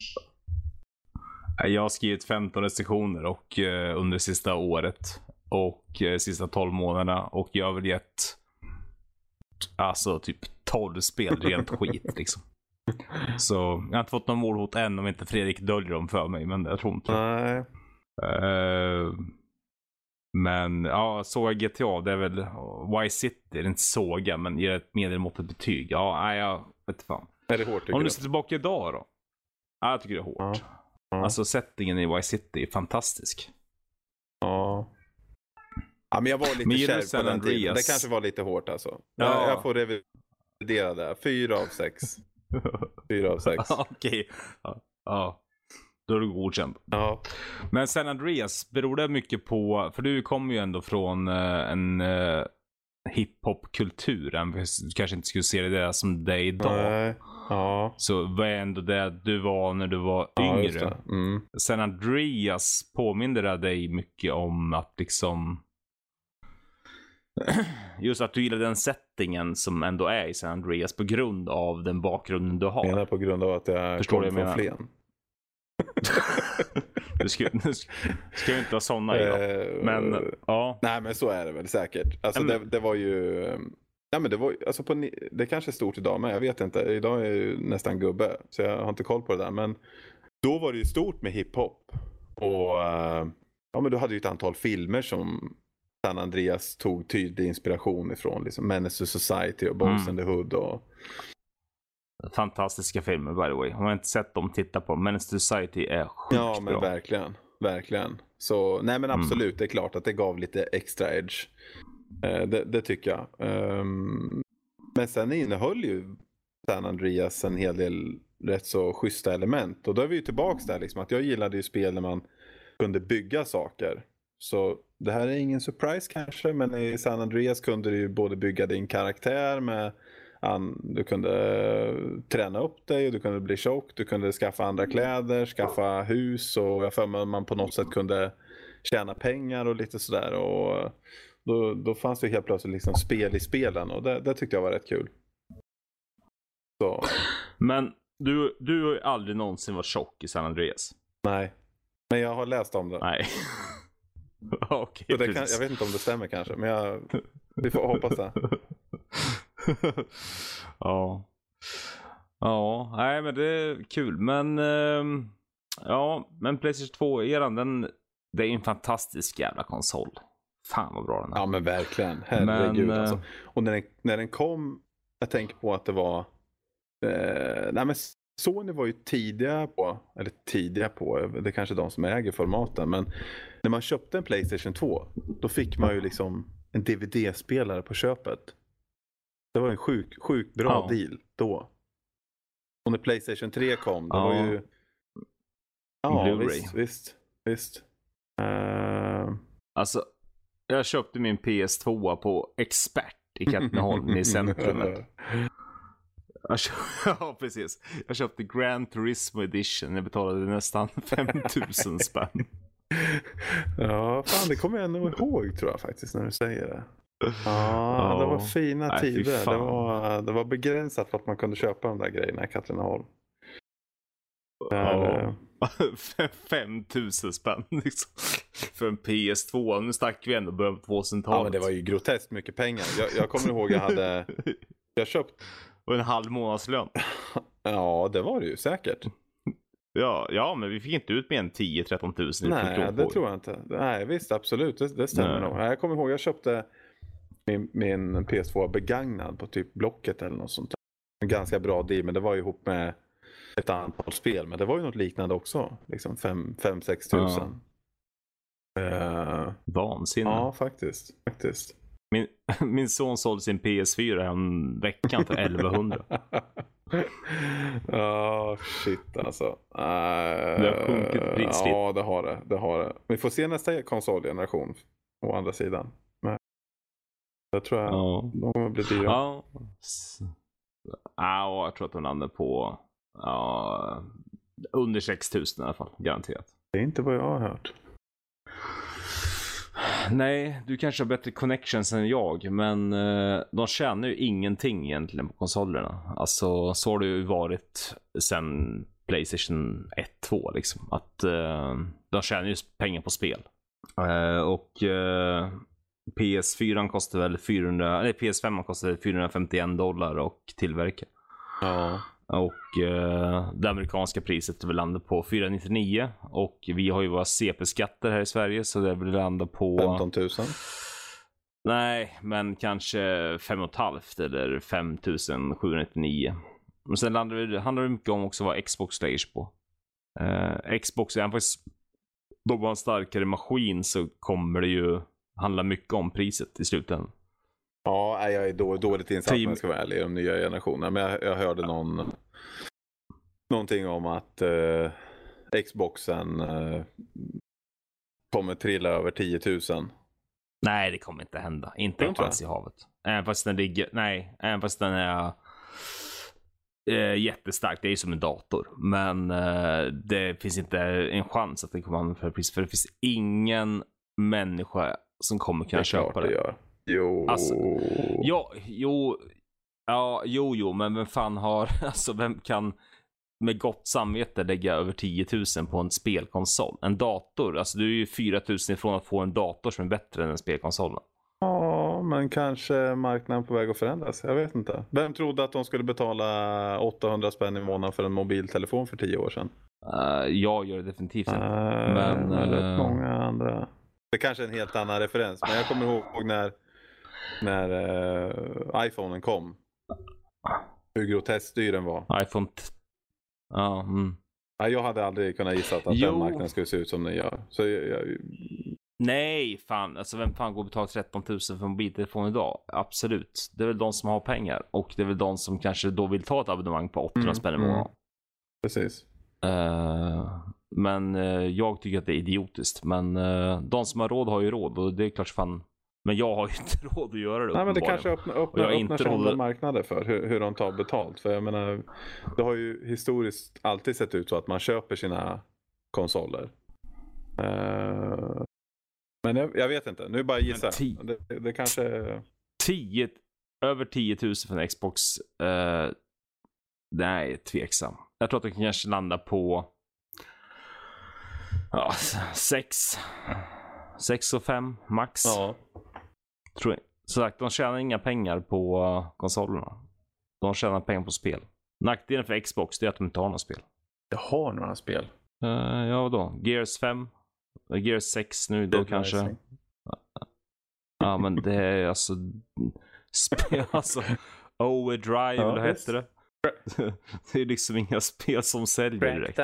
Jag har skrivit femton recensioner och, eh, under det sista året. Och eh, sista tolv månaderna. Och jag har väl gett alltså typ tolv spel rent skit liksom. Så jag har inte fått någon mordhot än om inte Fredrik döljer dem för mig, men jag tror inte. Nej. Uh, men ja, såga G T A, det är väl Vice City, det är inte såga, men ger ett medelmåttigt betyg. Ja, nej, jag vet fan. Är det hårt? Om du ser tillbaka idag då? Ja, jag tycker det är hårt. Ja. Ja. Alltså settingen i Vice City är fantastisk. Ja. Ja, men jag var lite kärv på den tiden. Det kanske var lite hårt alltså. Ja. Jag, jag får revidera det. Fyra av sex. Fyra av sex. Okej. Okay. Ja. ja. Då är du godkänd. Ja. Men San Andreas, beror det mycket på, för du kommer ju ändå från uh, en uh, hiphop-kultur. Du kanske inte skulle se det där som det är idag. Nej. Ja. Så vad är ändå det du var när du var ja, yngre? Just, mm. San Andreas, påminner det dig mycket om att liksom just att du gillar den settingen som ändå är i San Andreas på grund av den bakgrunden du har? Jag menar på grund av att jag Förstår kommer från Flen. Du ska, du ska, ska ju inte ha sådana idag. Men uh, ja. Nej, men så är det väl säkert. Alltså men, det, det var ju ja, men det var alltså på, det kanske är stort idag, men jag vet inte. Idag är jag ju nästan gubbe, så jag har inte koll på det där. Men då var det ju stort med hiphop. Och uh, ja, men du hade ju ett antal filmer som San Andreas tog tydlig inspiration ifrån. Liksom Menace to Society och Boys mm. in the Hood och fantastiska filmer, by the way. Om man inte sett dem, titta på. Menace to Society är sjukt bra. Ja, men bra. verkligen. Verkligen. Så, nej men absolut, mm. det är klart att det gav lite extra edge. Eh, det, det tycker jag. Um, men sen innehöll ju San Andreas en hel del rätt så schyssta element. Och då är vi ju tillbaka där liksom, att jag gillade ju spel när man kunde bygga saker. Så det här är ingen surprise kanske, men i San Andreas kunde du ju både bygga din karaktär med du kunde träna upp dig och du kunde bli tjock, du kunde skaffa andra kläder, skaffa hus och jag för mig att man på något sätt kunde tjäna pengar och lite sådär och då, då fanns det helt plötsligt liksom spel i spelen och det, det tyckte jag var rätt kul. Så. Men du, du har ju aldrig någonsin varit tjock i San Andreas. Nej, men jag har läst om det. Nej. Okay, det kan, jag vet inte om det stämmer kanske, men jag, vi får hoppas det. Ja. Ja, nej men det är kul. Men uh, ja, men PlayStation två-eran, den, det är en fantastisk jävla konsol. Fan vad bra den är. Ja men verkligen, herregud men, alltså. Och när den, när den kom, jag tänker på att det var eh, nej men Sony var ju tidiga på, eller tidiga på, det är kanske de som äger formaten, men när man köpte en PlayStation två, då fick man ju liksom en D V D-spelare på köpet. Det var en sjukt sjuk bra ja. deal då. Och när PlayStation tre kom, det ja. var ju ja, visst, visst, visst. Uh... Alltså, jag köpte min P S två på Expert i Katrineholm i centrumet. Jag köpte, ja, precis. Jag köpte Gran Turismo Edition. Jag betalade nästan fem tusen spänn. Ja, fan, det kommer jag nog ihåg tror jag faktiskt när du säger det. Ja, oh. det var fina Nej, tider. Det var, det var begränsat för att man kunde köpa de där grejerna i Katrineholm. Oh. fem tusen spänn liksom. För en P S två. Nu stack vi ändå början på tvåtusentalet. Ja, men det var ju groteskt mycket pengar. Jag, jag kommer ihåg jag hade jag köpt och en halv månadslön. Ja, det var det ju säkert. Ja, ja, men vi fick inte ut med en tio till tretton tusen. Nej, det tror jag inte. Nej, visst, absolut. Det, det stämmer nog. Jag kommer ihåg jag köpte min, min P S två begagnad på typ Blocket eller något sånt. En ganska bra deal, men det var ju ihop med ett antal spel. Men det var ju något liknande också. Liksom fem sex tusen. Ja. Uh, Vansinne. Ja, faktiskt. faktiskt. Min, min son sålde sin P S fyra en veckan för elvahundra. Ja, oh, shit alltså. Uh, det har sjunkit prisligt. Ja, det har det, det har det. Vi får se nästa konsolgeneration å andra sidan. Men jag tror jag ja. de kommer bli dyra. Ja. Ja, jag tror att de landar på ja, under sex tusen i alla fall, garanterat. Det är inte vad jag har hört. Nej, du kanske har bättre connections än jag, men eh, de tjänar ju ingenting egentligen på konsolerna. Alltså så har det ju varit sen PlayStation ett två liksom. Att eh, de tjänar ju pengar på spel. Eh, och eh, P S fyra kostar väl fyrahundra, nej P S fem kostar fyrahundrafemtioen dollar och tillverka. Ja. Och eh, det amerikanska priset vill landa på fyrahundranittionio. Och vi har ju våra C P-skatter här i Sverige, så det vill landa på femton tusen. Nej, men kanske fem och ett halvt eller fem tusen sjuhundranittionio. Men sen landar det, handlar det mycket om också vad Xbox lägger på. eh, Xbox, även fast de har en starkare maskin, så kommer det ju handla mycket om priset i slutändan. Ja, jag är då, dåligt insatt om jag ska vara ärlig i de nya generationerna. Men jag, jag hörde någon, någonting om att eh, Xboxen eh, kommer trilla över tio tusen. Nej, det kommer inte hända. Inte en chans i havet. Även fast den ligger... Nej, även fast den är äh, jättestark. Det är ju som en dator. Men äh, det finns inte en chans att den kommer använda för pris. För det finns ingen människa som kommer kunna det köpa det. det gör. Jo. Alltså, ja, jo, ja, jo, jo, men vem fan har... Alltså, vem kan med gott samvete lägga över tio tusen på en spelkonsol? En dator, alltså du är ju fyra tusen ifrån att få en dator som är bättre än en spelkonsolen. Ja, men kanske marknaden på väg att förändras. Jag vet inte. Vem trodde att de skulle betala åttahundra spänn i månaden för en mobiltelefon för tio år sedan? Uh, jag gör det definitivt inte. Uh, men uh... många andra. Det kanske är en helt annan referens. Men jag kommer ihåg när, när uh, iPhonen kom. Hur groteskt dyr den var. iPhone t- Ja, mm. Nej, jag hade aldrig kunnat gissa att jo. den marknaden skulle se ut som den gör. Så jag, jag... Nej, fan. Alltså vem fan går och betalar tretton tusen för en mobiltelefon idag? Absolut. Det är väl de som har pengar. Och det är väl de som kanske då vill ta ett abonnemang på åttahundra mm, spänn i månaden. Mm. Precis. Uh, men uh, jag tycker att det är idiotiskt. Men uh, de som har råd har ju råd. Och det är klart fan. Men jag har ju inte råd att göra det. Nej, men det kanske öppnar, öppnar, öppnar sig andra marknader för hur, hur de tar betalt. För jag menar, det har ju historiskt alltid sett ut så att man köper sina konsoler. Uh, men jag, jag vet inte, nu bara gissa. T- det, det kanske... tio, över tio tusen för en Xbox. Uh, nej, tveksam. Jag tror att det kan kanske landa på ja, sex. sex och fem max. Ja. Tror jag. Så sagt, de tjänar inga pengar på konsolerna. De tjänar pengar på spel. Nackdelen för Xbox är att de inte har några spel. Jag har några spel. Uh, ja, då. Gears fem. Gears sex nu då kanske. Ja, ja, men det är alltså spel, alltså Overdrive, ja, eller heter det? Det är liksom inga spel som säljer direkt.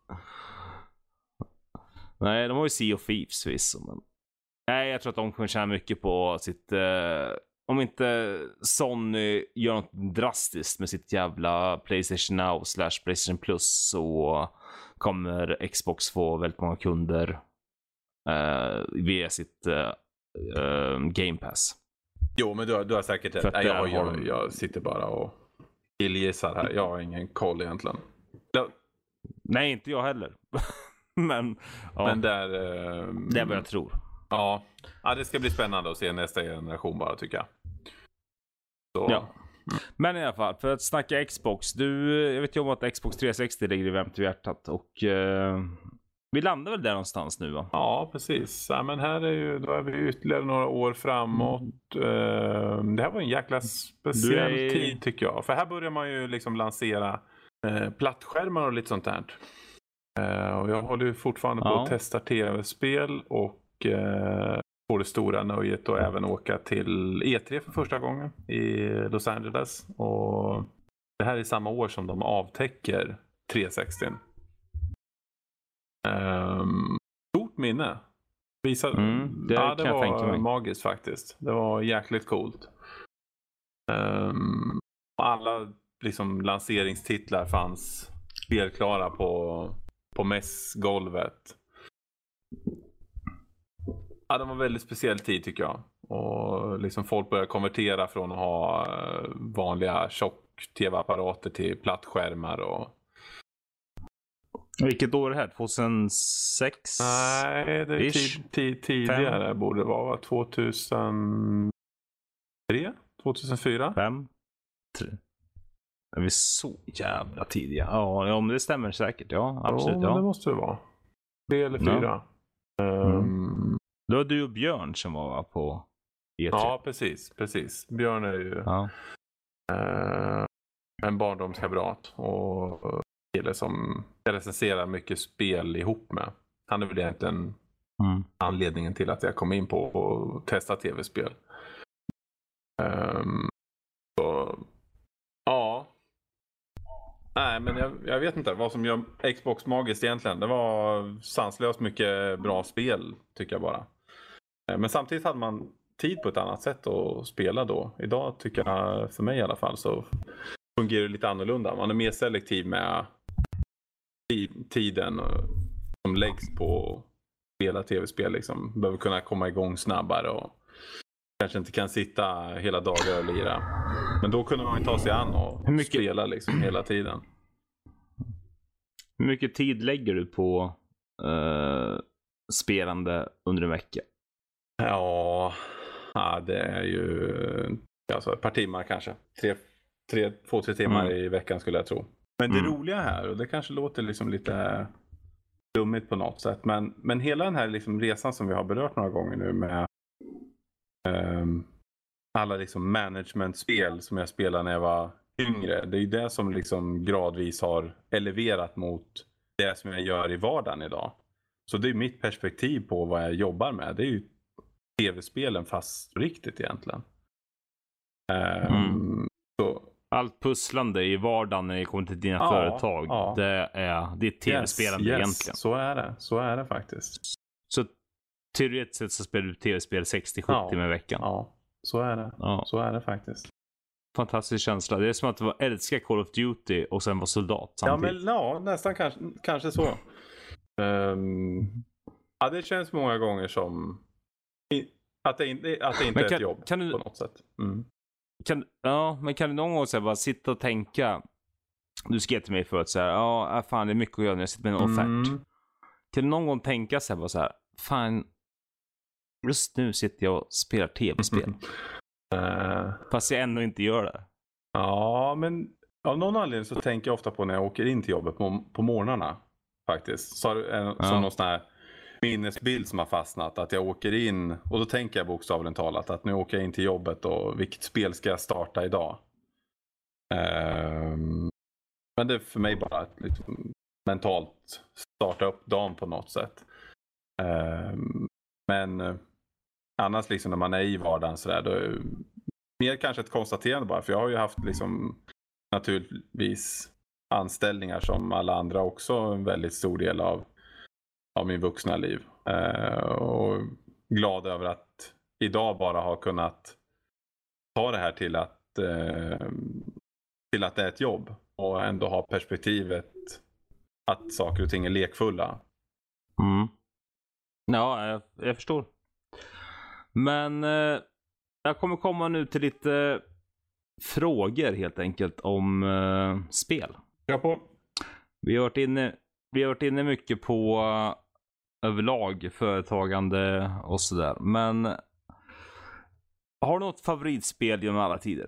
Nej, de har ju Sea of Thieves visst, men nej, jag tror att de kommer tjäna mycket på sitt eh, om inte Sony gör något drastiskt med sitt jävla PlayStation Now slash PlayStation Plus, så kommer Xbox få väldigt många kunder eh, via sitt eh, eh, Game Pass. Jo, men du har, du har säkert rätt. Nej, jag, jag, jag, jag sitter bara och gissar här. Jag har ingen koll egentligen. No. Nej, inte jag heller. men ja. Men där, eh, det är vad jag tror. Ja. ja, det ska bli spännande att se nästa generation bara, tycker jag. Så. Ja. Men i alla fall, för att snacka Xbox. Du, jag vet ju om att Xbox tre sextio ligger i varmt i hjärtat. Och eh, vi landar väl där någonstans nu, va? Ja, precis. Ja, men här är ju, då är vi ytterligare några år framåt. Mm. Det här var en jäkla speciell är... tid, tycker jag. För här börjar man ju liksom lansera eh, plattskärmar och lite sånt där. Eh, och jag håller ju fortfarande ja. på att testa tv-spel och eh, får det stora nöjet att även åka till E tre för första gången i Los Angeles. Och det här är samma år som de avtäcker tre sextio. Um, stort minne. Visade, mm, det ja, det var magiskt faktiskt. Det var jäkligt coolt. Um, alla liksom lanseringstitlar fanns spelklara på, på mässgolvet. Ja, det var en väldigt speciell tid, tycker jag. Och liksom folk började konvertera från att ha vanliga tjock-tv-apparater till plattskärmar och... Vilket år är det här? tjugohundrasex? Nej, det är tid, tid, tidigare. Fem. Borde det vara tjugohundratre? tjugohundrafyra? Fem? Tre. Är vi så jävla tidiga? Ja, ja, men det stämmer säkert. Ja, absolut. Ja, ja. det måste det vara. Tre eller fyra. Ja. Um... Mm. Det var du och Björn som var på E tre. Ja, precis. precis. Björn är ju ja. uh, en barndomskamrat och kille som jag recenserar mycket spel ihop med. Han är väl egentligen mm. anledningen till att jag kom in på att testa tv-spel. Um, så, ja. Nej, men jag, jag vet inte vad som gör Xbox magiskt egentligen. Det var sanslöst mycket bra spel, tycker jag bara. Men samtidigt hade man tid på ett annat sätt att spela då. Idag tycker jag, för mig i alla fall, så fungerar det lite annorlunda. Man är mer selektiv med tiden som läggs på att spela tv-spel. Liksom. Behöver kunna komma igång snabbare och kanske inte kan sitta hela dagar och lira. Men då kunde man ju ta sig an och Hur mycket... spela liksom hela tiden. Hur mycket tid lägger du på uh, spelande under en vecka? Ja, ja det är ju alltså ett par timmar kanske. Tre, tre, två, tre timmar mm. i veckan skulle jag tro. Men det mm. roliga här, och det kanske låter liksom lite dummigt på något sätt. Men, men hela den här liksom resan som vi har berört några gånger nu med um, alla liksom managementspel som jag spelade när jag var yngre. Det är ju det som liksom gradvis har eleverat mot det som jag gör i vardagen idag. Så det är mitt perspektiv på vad jag jobbar med. Det är ju tv-spelen fast riktigt egentligen. Um, mm. så. Allt pusslande i vardagen när det kommer till dina ja, företag, ja. det är ditt tv-spelande yes, yes. egentligen. Så är det, så är det faktiskt. Så teoretiskt sett så spelar du tv-spel sextio sjuttio ja. med veckan. Ja, så är det. Ja. Så är det faktiskt. Fantastisk känsla. Det är som att du älskar Call of Duty och sen var soldat samtidigt. Ja, men ja, nästan kanske, kanske så. Um, ja, det känns många gånger som att det, inte, att det inte kan, är ett jobb kan du, på något sätt. Mm. Kan, ja, men kan du någon gång så här, bara sitta och tänka, du skrev till mig förut så här, ja fan det är mycket att göra när jag sitter med en offert. Mm. Kan du någon gång tänka så här, bara så här, fan just nu sitter jag och spelar tv-spel. Mm. Uh, Fast jag ändå inte gör det. Ja, men av någon anledning så tänker jag ofta på när jag åker in till jobbet på, på morgnarna faktiskt. Så, en, ja. Som någon sån här minnesbild som har fastnat, att jag åker in och då tänker jag bokstavligen talat att nu åker jag in till jobbet och vilket spel ska jag starta idag? Um, men det är för mig bara att liksom mentalt starta upp dagen på något sätt. Um, men uh, annars liksom när man är i vardagen så där, då är det mer kanske ett konstaterande bara, för jag har ju haft liksom naturligtvis anställningar som alla andra också, en väldigt stor del av av min vuxna liv. Uh, och glad över att idag bara ha kunnat ta det här till att uh, till att det är ett jobb och ändå ha perspektivet att saker och ting är lekfulla. Mm. Ja, jag, jag förstår. Men uh, jag kommer komma nu till lite frågor helt enkelt om uh, spel. Ja, på. Vi har varit inne Vi har varit inne mycket på uh, överlag företagande och sådär. Men har du något favoritspel genom alla tider?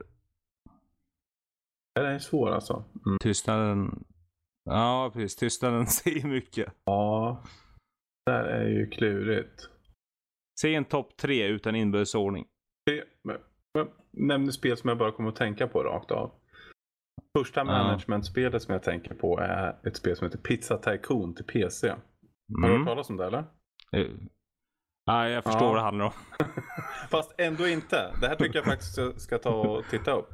Det är svår alltså. Mm. Tystnaden. Ja, precis. Tystnaden säger mycket. Ja, det är ju klurigt. Säg en topp tre utan inbördes-ordning. Nämn spel som jag bara kommer att tänka på rakt av. Första managementspelet som jag tänker på är ett spel som heter Pizza Tycoon till P C. Har du hört talas om det eller? Nej, uh, jag förstår ja. vad det handlar om. Fast ändå inte. Det här tycker jag faktiskt jag ska ta och titta upp.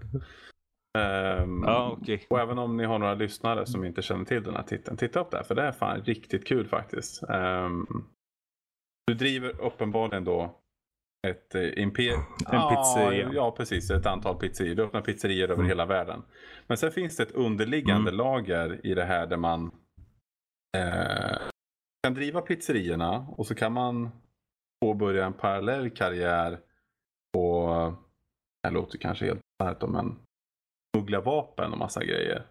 Um, ja, okay. Och även om ni har några lyssnare som inte känner till den här titeln, titta upp det här, för det är fan riktigt kul faktiskt. Um, du driver uppenbarligen då ett imper... en pizzeria. Ja, ja, precis. Ett antal pizzerior. Du öppnar pizzerior över mm. hela världen. Men sen finns det ett underliggande mm. lager i det här där man eh, kan driva pizzerierna och så kan man påbörja en parallell karriär och det låter kanske helt snart om en smuggla vapen och massa grejer.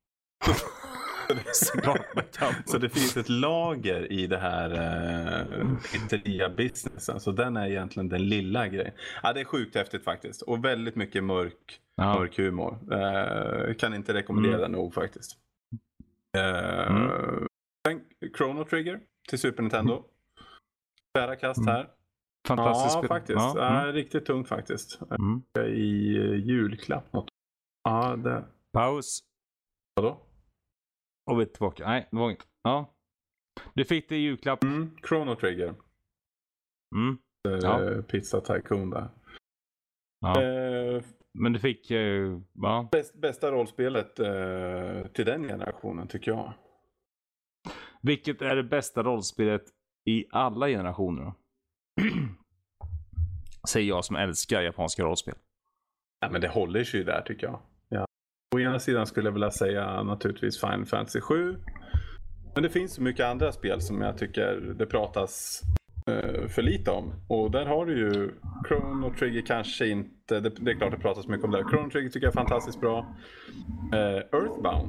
Så det finns ett lager i det här eh, pizzeria-businessen. Så den är egentligen den lilla grejen. Ja, det är sjukt häftigt faktiskt. Och väldigt mycket mörk, ja. mörk humor. Eh, kan inte rekommendera mm. nog faktiskt. Eh, mm. Chrono Trigger till Super Nintendo. Bära kast här. Mm. Fantastiskt. Ja, faktiskt. Ja. Ja, riktigt tungt faktiskt. Mm. I julklapp något. Ja, det. Paus. Vadå? Och vi är tillbaka. Nej, det var inte. Ja. Du fick det i julklapp. Mm, Chrono Trigger. Mm. Ja. Pizza Tycoon där. Ja. Eh, Men du fick... Eh, ja. bäst, bästa rollspelet eh, till den generationen tycker jag. Vilket är det bästa rollspelet i alla generationer? Säger jag som älskar japanska rollspel. Ja, men det håller sig ju där tycker jag. Ja. På ena sidan skulle jag vilja säga naturligtvis Final Fantasy sju. Men det finns så mycket andra spel som jag tycker det pratas uh, för lite om. Och där har du ju Chrono Trigger kanske inte. Det, det är klart det pratas mycket om det. Chrono Trigger tycker jag är fantastiskt bra. Uh, Earthbound.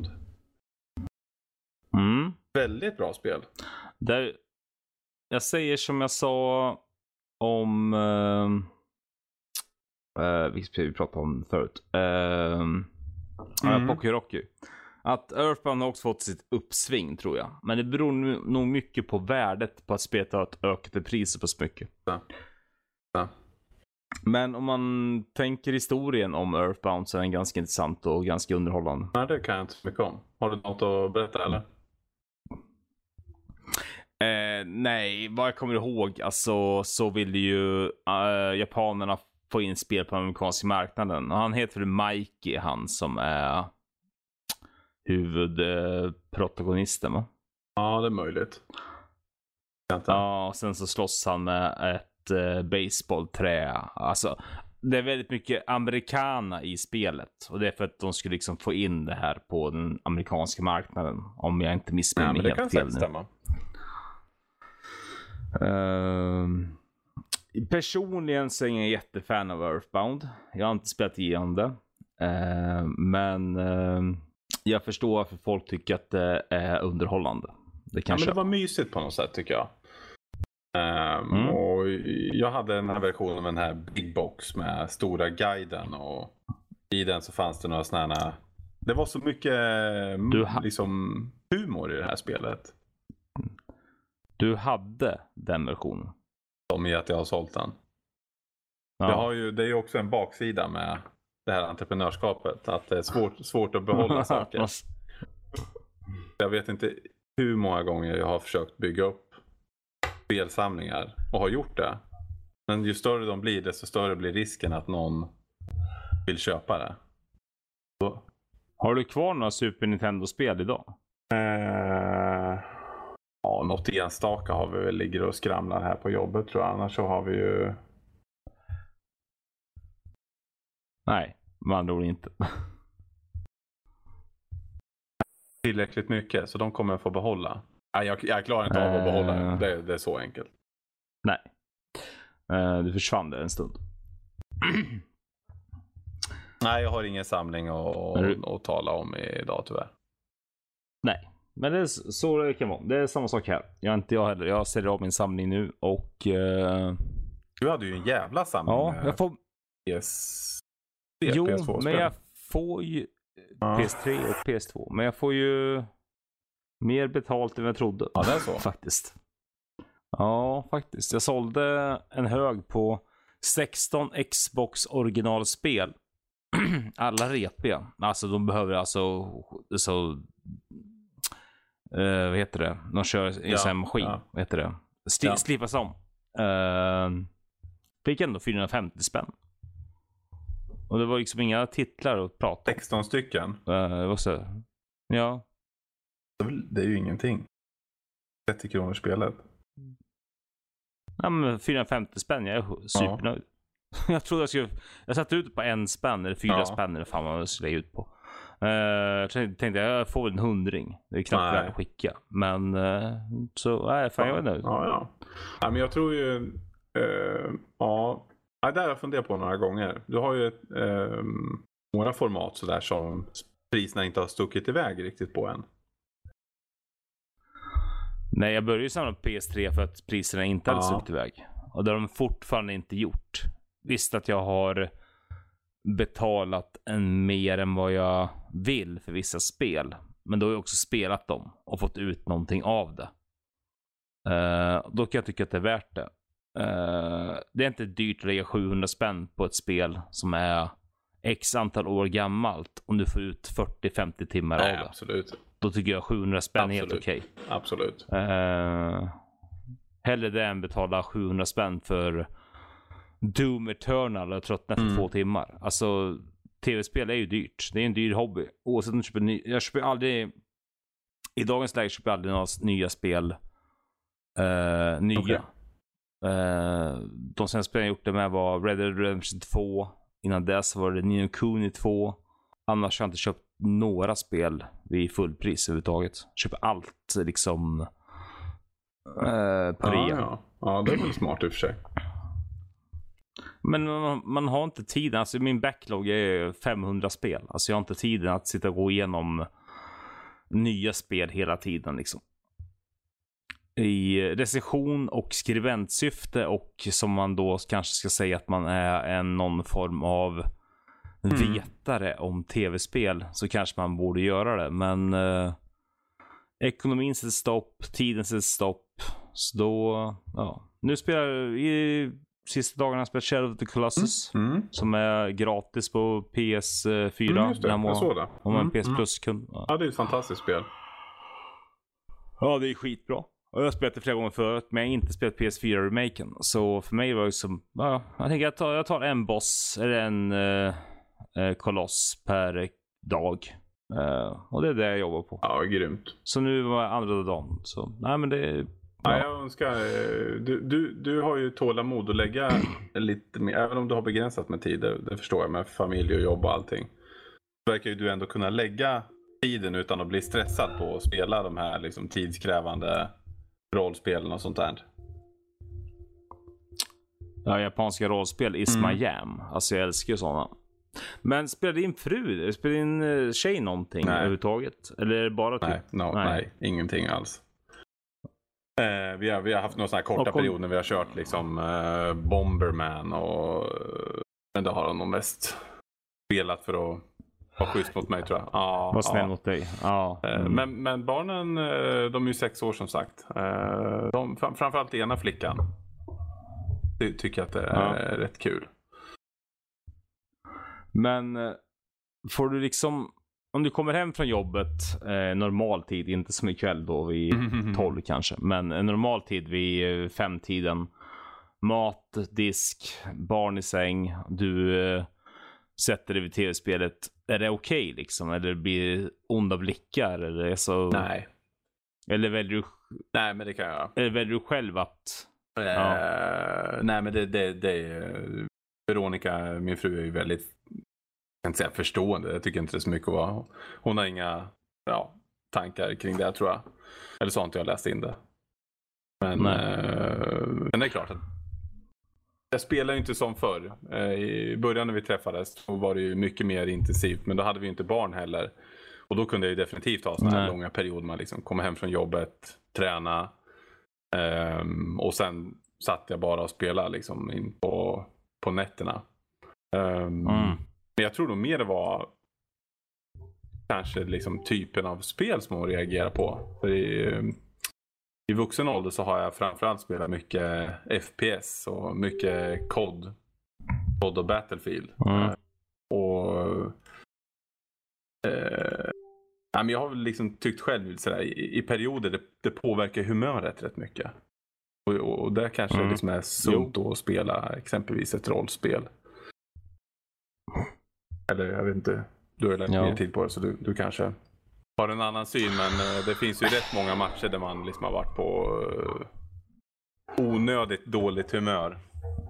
Mm. Väldigt bra spel. Där, jag säger som jag sa om uh, uh, vilket vi pratade om förut. Uh, mm. Poké Rocky. Att Earthbound har också fått sitt uppsving tror jag. Men det beror nog mycket på värdet på att spelet har ett ökat priser på så mycket. Ja. Ja. Men om man tänker historien om Earthbound så är den ganska intressant och ganska underhållande. Nej, det kan jag inte så mycket om. Har du något att berätta eller? Eh, nej, vad jag kommer ihåg alltså, så vill ju uh, japanerna få in spel på den amerikanska marknaden. Och han heter Mikey, han som är huvudprotagonisten va? Ja, det är möjligt. Ja, och sen så slåss han med ett uh, baseballträ. Alltså, det är väldigt mycket americana i spelet. Och det är för att de skulle liksom få in det här på den amerikanska marknaden. Om jag inte missminner mig helt fel nu. Stämma. Uh, personligen så är jag en jättefan av Earthbound. Jag har inte spelat igenom det. Uh, men uh, jag förstår varför folk tycker att det är underhållande. Det, kanske... ja, men det var mysigt på något sätt tycker jag. Um, mm. Och jag hade den här versionen med den här Big Box med stora guiden. Och i den så fanns det några sådana här... Det var så mycket du ha... liksom, humor i det här spelet. Du hade den versionen. Som i att jag har sålt den. Ja. Jag har ju, det är ju också en baksida med det här entreprenörskapet. Att det är svårt, svårt att behålla saker. Jag vet inte hur många gånger jag har försökt bygga upp spelsamlingar. Och har gjort det. Men ju större de blir desto större blir risken att någon vill köpa det. Så. Har du kvar några Super Nintendo-spel idag? Uh... Ja, något enstaka har vi väl ligger och skramlar här på jobbet tror jag. Annars så har vi ju... Nej, man tror inte. Tillräckligt mycket, så de kommer att få behålla. Nej, jag, jag klarar inte av att behålla det. Det, det är så enkelt. Nej. Uh, du försvann där en stund. Nej, jag har ingen samling att, du... att tala om idag tyvärr. Nej. Men det är så det kan vara. Det är samma sak här. Jag är inte jag heller. Jag säljer av min samling nu och... Uh... Du hade ju en jävla samling. Ja, jag får... Yes. Jo, P S två men jag får ju ja. P S tre och P S två. Men jag får ju mer betalt än jag trodde. Ja, det är så. Faktiskt. Ja, faktiskt. Jag sålde en hög på sexton Xbox originalspel. Alla repiga. Alltså de behöver alltså... så Uh, vad heter det? De kör i ja, en maskin. Ja. Vad heter det? Sli- ja. Slipas om. Uh, fick ändå fyrahundrafemtio spänn. Och det var liksom inga titlar att prata om. sexton stycken? Uh, vad så? Ja. Det är ju ingenting. trettio kronor spelet. Ja, men fyrahundrafemtio spänn. Jag är supernöjd. Ja. Jag trodde jag skulle... Jag satt ut på en spänn eller fyra ja. spänn eller fan vad jag skulle lägga ut på. Uh, jag tänkte jag får en hundring. Det är knappt värt att skicka. Men uh, så nej, fan ja. jag är nöjd. Ja, ja. Ja, men jag tror ju uh, ja, det där har jag funderat på några gånger. Du har ju ett, uh, några format sådär som priserna inte har stuckit iväg riktigt på än. Nej, jag började ju samla på P S tre för att priserna inte hade ja. stuckit iväg. Och det har de fortfarande inte gjort. Visst att jag har betalat en mer än vad jag vill för vissa spel. Men då har jag också spelat dem och fått ut någonting av det. Uh, då kan jag tycka att det är värt det. Uh, det är inte dyrt att lägga sjuhundra spänn på ett spel som är x antal år gammalt om du får ut fyrtio till femtio timmar Nej, av det. Absolut. Då tycker jag sjuhundra spänn är helt okej. Okay. Absolut. Uh, hellre det än betala sjuhundra spänn för Doom Eternal och tröttna efter mm. två timmar. Alltså tv-spel är ju dyrt. Det är en dyr hobby. Oavsett om du köper ny... Jag köper aldrig... I dagens läge köper jag aldrig några nya spel. Uh, nya. Okay. Uh, de senaste spelen jag gjort det med var Red Dead Redemption två. Innan dess var det Ni no Kuni två. Annars har jag inte köpt några spel vid fullpris överhuvudtaget. Köper allt liksom uh, på rea. Ja, ja. ja, det är väl smart i och för sig. Men man, man har inte tiden. Alltså min backlog är femhundra spel. Alltså jag har inte tiden att sitta och gå igenom nya spel hela tiden liksom. I recension och skribentsyfte, och som man då kanske ska säga att man är en någon form av mm. vetare om tv-spel, så kanske man borde göra det. Men eh, ekonomin sätter stopp, tiden sätter stopp. Så då, ja. Nu spelar i sista dagarna spelar Shadow of the Colossus mm. Mm. som är gratis på P S fyra. Mm, just det, jag såg det. Om man är en mm. P S Plus-kund. Ja. ja, det är ett fantastiskt spel. Ja, det är skitbra. Och jag har spelat det flera gånger förut, men jag har inte spelat P S fyra-remaken. Så för mig var det som, ja, jag tänker jag tar, jag tar en boss eller en uh, uh, koloss per dag. Uh, och det är det jag jobbar på. Ja, grymt. Så nu var jag andra dagen. Så nej, men det är... Ja, jag önskar, du, du, du har ju tålamod att lägga lite mer, även om du har begränsat med tid, det, det förstår jag, med familj och jobb och allting. Så verkar ju du ändå kunna lägga tiden utan att bli stressad på att spela de här liksom tidskrävande rollspelen och sånt där. Ja, japanska rollspel is mm. my jam. Alltså jag älskar ju sådana. Men spelar din fru, spelar din tjej någonting nej. överhuvudtaget? Eller är det bara typ? Nej, no, nej. nej ingenting alls. Eh, vi, har, vi har haft några sådana här korta kom... perioder när vi har kört liksom eh, Bomberman och men det har de nog mest spelat för att vara schysst mot mig, tror jag. Ja, var snäll ja. mot dig. Ja. Mm. Eh, men, men barnen, de är ju sex år som sagt. Eh, de, framförallt ena flickan ty, tycker att det är ja. rätt kul. Men får du liksom, om du kommer hem från jobbet eh, normal tid, inte som ikväll då vid tolv kanske, men en normal tid vid femtiden, mat, disk, barn i säng, du eh, sätter dig vid tv-spelet, är det okej okay, liksom? Eller blir onda blickar? Eller så... Nej. Eller väljer du... Nej, men det kan jag. Eller väljer du själv att... Uh, ja. Nej, men det, det, det... Veronica, min fru, är ju väldigt... Jag kan inte säga förstående. Jag tycker inte det är så mycket att vara. Hon har inga ja, tankar kring det, tror jag. Eller så har inte jag läst in det. Men, uh, men det är klart att jag spelar ju inte som förr. I början när vi träffades så var det ju mycket mer intensivt. Men då hade vi ju inte barn heller. Och då kunde jag ju definitivt ha såna här Nej. långa perioder. Man liksom kommer hem från jobbet, träna. Um, och sen satt jag bara och spelade liksom in på, på nätterna. Um, mm. Men jag tror nog mer det var kanske liksom typen av spel som man reagerar på. För i, I vuxen ålder så har jag framförallt spelat mycket F P S och mycket C O D. C O D och Battlefield. Mm. Uh, och uh, ja, men jag har liksom tyckt själv sådär, i, i perioder det, det påverkar humöret rätt mycket. Och, och, och där kanske mm. liksom är sunt att spela exempelvis ett rollspel. Eller jag vet inte, du har lagt ja. mer tid på det så du, du kanske har en annan syn, men uh, det finns ju rätt många matcher där man liksom har varit på uh, onödigt dåligt humör.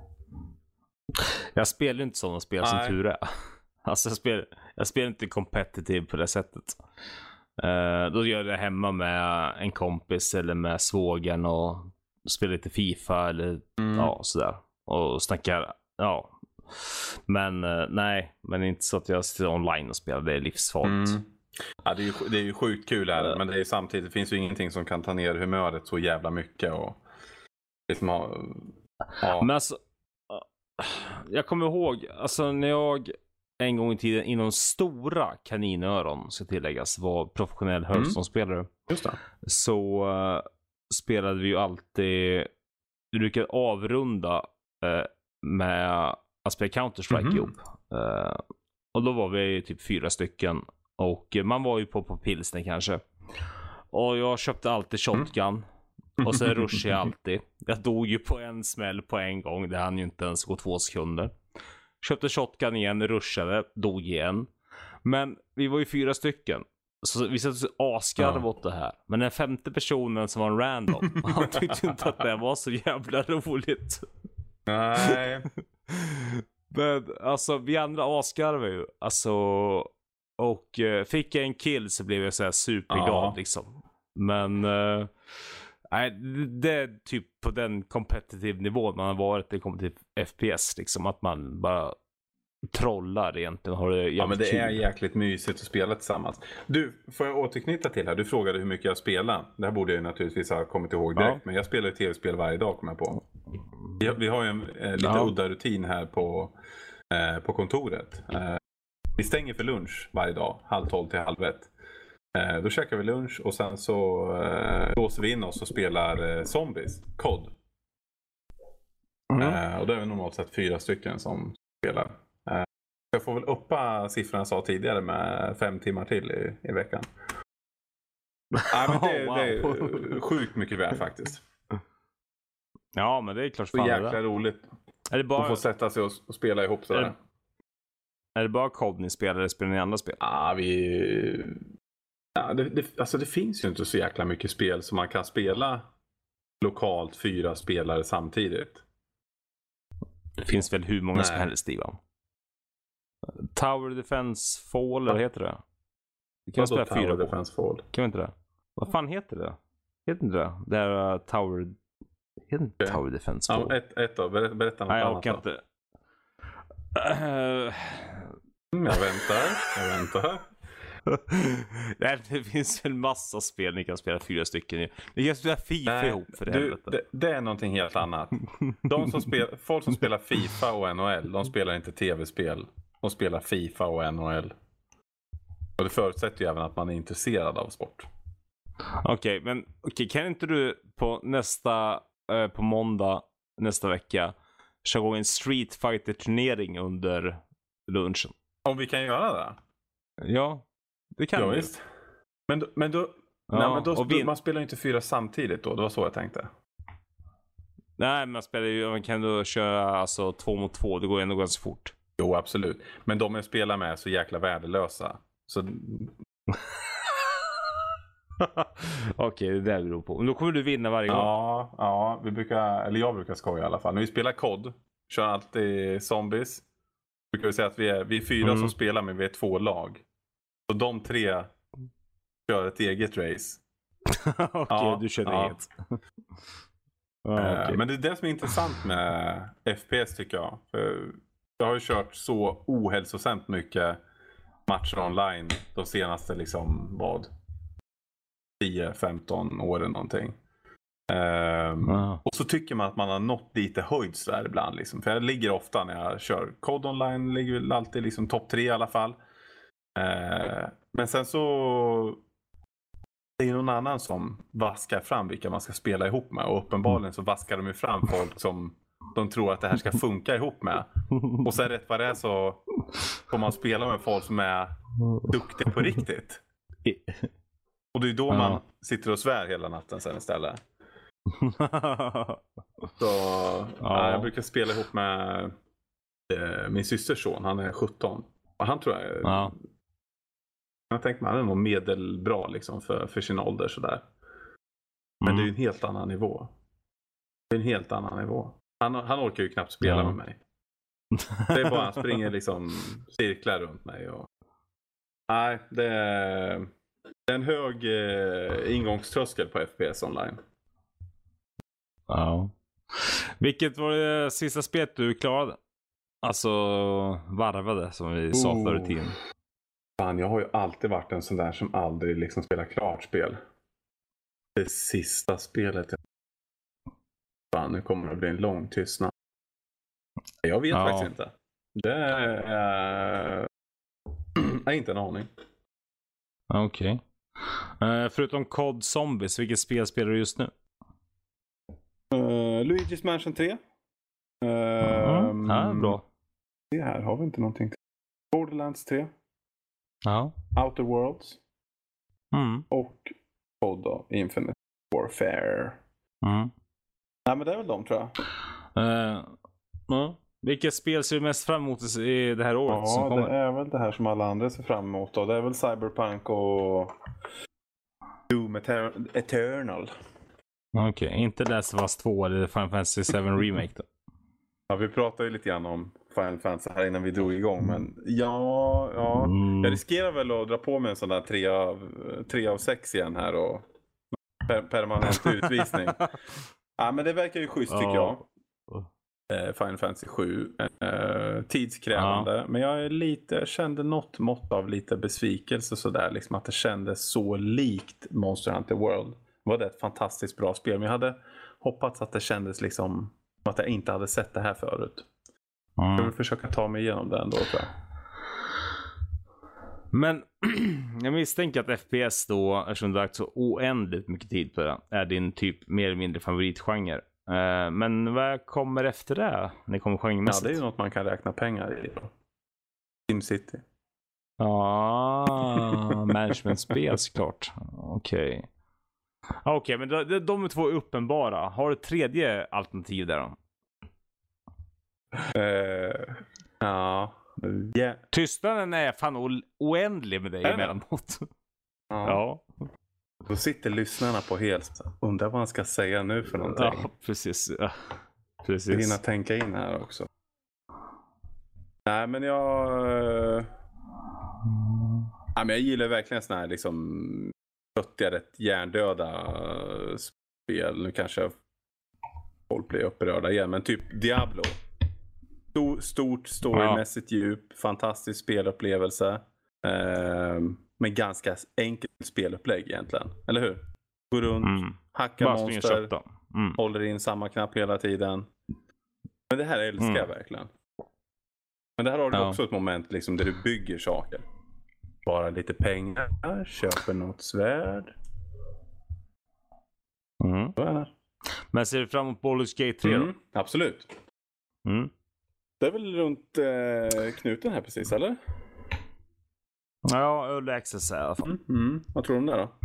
Jag spelar inte sådana spel Nej. som tur är. Alltså jag spelar, jag spelar inte competitive på det sättet. Uh, då gör jag det hemma med en kompis eller med svågen och spelar lite FIFA eller mm. ja, sådär. Och snackar, ja. Men uh, nej, men inte så att jag sitter online och spelar, det är livsfarligt. Mm. Ja, det är ju, det är ju sjukt kul här, uh. men det är samtidigt, det finns ju ingenting som kan ta ner humöret så jävla mycket. Och liksom ha, ja. Men alltså, jag kommer ihåg, alltså när jag en gång i tiden inom stora kaninöron, ska tilläggas, var professionell Hearthstone-spelare. Mm. Just det. Så uh, spelade vi ju alltid, vi brukade avrunda uh, med att spela Counter-Strike mm-hmm. ihop. Uh, och då var vi typ fyra stycken. Och man var ju på, på pilsner kanske. Och jag köpte alltid shotgun. Mm. Och sen rushade jag alltid. Jag dog ju på en smäll på en gång. Det hann ju inte ens gå två sekunder. Köpte shotgun igen, rushade, dog igen. Men vi var ju fyra stycken. Så vi satt och asgarvade Ja. åt det här. Men den femte personen som var en random, han tyckte inte att det var så jävla roligt. Nej. Men alltså vi andra asgarvade ju. Alltså, och uh, fick jag en kill så blev jag så här superglad Ja. liksom. Men uh, nej, det är typ på den competitive nivån man har varit. Det kommer till F P S liksom. Att man bara trollar egentligen. Har det Ja, men det kul. är jäkligt mysigt att spela tillsammans. Du, får jag återknyta till här? Du frågade hur mycket jag spelar. Det här borde jag naturligtvis ha kommit ihåg direkt. Ja. Men jag spelar ju tv-spel varje dag, kommer jag på. Vi, vi har ju en eh, lite ja. udda rutin här på, eh, på kontoret. Eh, vi stänger för lunch varje dag. Halv tolv till halv ett. Eh, då käkar vi lunch och sen så eh, låser vi in oss och spelar eh, Zombies. C O D. Mm. Eh, och det är normalt sett fyra stycken som spelar. Jag får väl uppa siffrorna jag sa tidigare med fem timmar till i, i veckan. Nej, men det, oh, wow. det är sjukt mycket värt faktiskt. Ja, men det är klart. Så jäkla det. roligt. Är det bara... att få sätta sig och, och spela ihop sådär. Är det, är det bara C O D ni spelar eller spelar ni andra spel? Ja, vi... Ja, det, det, alltså det finns ju inte så jäkla mycket spel som man kan spela lokalt fyra spelare samtidigt. Det finns väl hur många Nej. som helst, Ivan? Tower Defense Fall, eller vad heter det? Det kan spela fyra Tower Defense Fall. Kan vi inte det? Vad fan heter det? Heter inte det? Det är uh, Tower... Heter inte okay. Tower Defense Fall? Ja, ett, ett då. Berätta, berätta något Nej, jag annat kan inte. Uh... Jag väntar. Jag väntar. Nej, det finns väl massa spel ni kan spela fyra stycken. Ni kan spela FIFA Nej, ihop för det du, det, det är någonting helt annat. De som spel, folk som spelar FIFA och N H L, de spelar inte tv-spel. De spelar FIFA och N H L. Och det förutsätter ju även att man är intresserad av sport. Okej, okay, men okay, kan inte du på nästa eh, på måndag nästa vecka köra igång en Street Fighter turnering under lunchen? Om vi kan göra det? Ja, det kan ja, vi. Visst. Men då, men då, ja, nej, men då vi... man spelar ju inte fyra samtidigt då. Det var så jag tänkte. Nej, man spelar ju, man kan då köra alltså två mot två. Det går ändå ganska fort. Jo, absolut. Men de jag spelar med är så jäkla värdelösa. Så... Okej, okay, det där beror på. Men då kommer du vinna varje gång. Ja, ja, vi brukar, eller jag brukar skoja i alla fall. När vi spelar C O D, kör alltid zombies. Brukar vi säga att vi är, vi är fyra mm. som spelar, men vi är två lag. Så de tre kör ett eget race. Okej, okay, ja, du kör ja. eget. ah, okay. Men det är det som är intressant med F P S tycker jag. För jag har ju kört så ohälsosamt mycket matcher online de senaste liksom vad tio femton åren någonting. Um, wow. Och så tycker man att man har nått lite höjds där ibland liksom. För jag ligger ofta när jag kör C O D online, ligger alltid liksom topp tre i alla fall. Uh, men sen så det är någon annan som vaskar fram vilka man ska spela ihop med. Och uppenbarligen så vaskar de ju fram folk som de tror att det här ska funka ihop med. Och sen rätt vad det är så får man spela med folk som är duktiga på riktigt. Och det är då man sitter och svär hela natten sen istället. Så ja. Ja, jag brukar spela ihop med eh, min systers son. Han är sjutton. Och han tror jag ja. Jag tänkte man är nog medelbra liksom för, för sin ålder sådär. Men mm. det är ju en helt annan nivå. Det är en helt annan nivå. Han, han orkar ju knappt spela ja. med mig. Det är bara han springer liksom cirklar runt mig. Och... Nej, det är, det är en hög eh, ingångströskel på F P S online. Ja. Vilket var det sista spelet du klarade? Alltså varvade som vi sa oh. förr i tiden. Fan, jag har ju alltid varit en sån där som aldrig liksom spelar klart spel. Det sista spelet. Fan, nu kommer det bli en lång tystnad. Jag vet ja. faktiskt inte. Det är... Jag har inte en aning. Okej. Okay. Uh, förutom C O D Zombies, vilket spel spelar du just nu? Uh, Luigi's Mansion tre. Uh, mm. Ja, bra. Det här har vi inte någonting till. Borderlands tre. Ja. Outer Worlds. Mm. Och C O D då, Infinite Warfare. Mm. Nej, men det är väl de tror jag. Uh, uh, Vilka spel ser du mest fram emot i det här året ja, som kommer? Ja, det är väl det här som alla andra ser fram emot då. Det är väl Cyberpunk och Doom Eter- Eternal. Okej, okay. Inte Last of Us två eller Final Fantasy seven Remake då? Ja, vi pratade ju lite grann om Final Fantasy här innan vi drog igång, men ja, ja. Mm. Jag riskerar väl att dra på mig en sån där tre av, tre av sex igen här och per, permanent utvisning. Ja, men det verkar ju schysst tycker jag. Eh, Final Fantasy sju. Eh, tidskrävande. Ja. Men jag är lite, kände något mått av lite besvikelse sådär. Liksom att det kändes så likt Monster Hunter World. Det var det ett fantastiskt bra spel. Men jag hade hoppats att det kändes liksom att jag inte hade sett det här förut. Mm. Jag vill försöka ta mig igenom det ändå, tror jag. Men jag misstänker att F P S då, eftersom du har lagt så oändligt mycket tid på det, är din typ mer eller mindre favoritgenre. Uh, men vad kommer efter det? Ni kommer genremässigt? Ja, det är ju något man kan räkna pengar i då. SimCity. Ja, management-spel såklart. Okej. Okay. Okej, okay, men de, de två är uppenbara. Har du ett tredje alternativ där då? Uh, ja. Yeah. Tystnaden är fan o- oändlig med dig emellanåt. Ja. Ja. Då sitter lyssnarna på helt. Undrar vad han ska säga nu för någonting. Ja, precis. Ja. Precis. Jag hinner tänka in här också. Nej, men jag... Mm. Ja, men jag gillar verkligen såna här liksom... Tröttiga, rätt hjärndöda spel. Nu kanske folk blir upprörda igen. Men typ Diablo. Stort, storymässigt ja. Djup. Fantastisk spelupplevelse. Eh, men ganska enkelt spelupplägg egentligen. Eller hur? Gå runt, mm. hacka bara monster. Mm. Håller in samma knapp hela tiden. Men det här älskar mm. jag verkligen. Men det här har du ja. också ett moment liksom, där du bygger saker. Bara lite pengar. Köper något svärd. Mm. Men ser du fram emot Baldur's Gate tre mm. då? Absolut. Mm. Det är väl runt eh, knuten här precis, eller? Ja, Early Access i alla fall. Mm. Mm. Vad tror du om det då?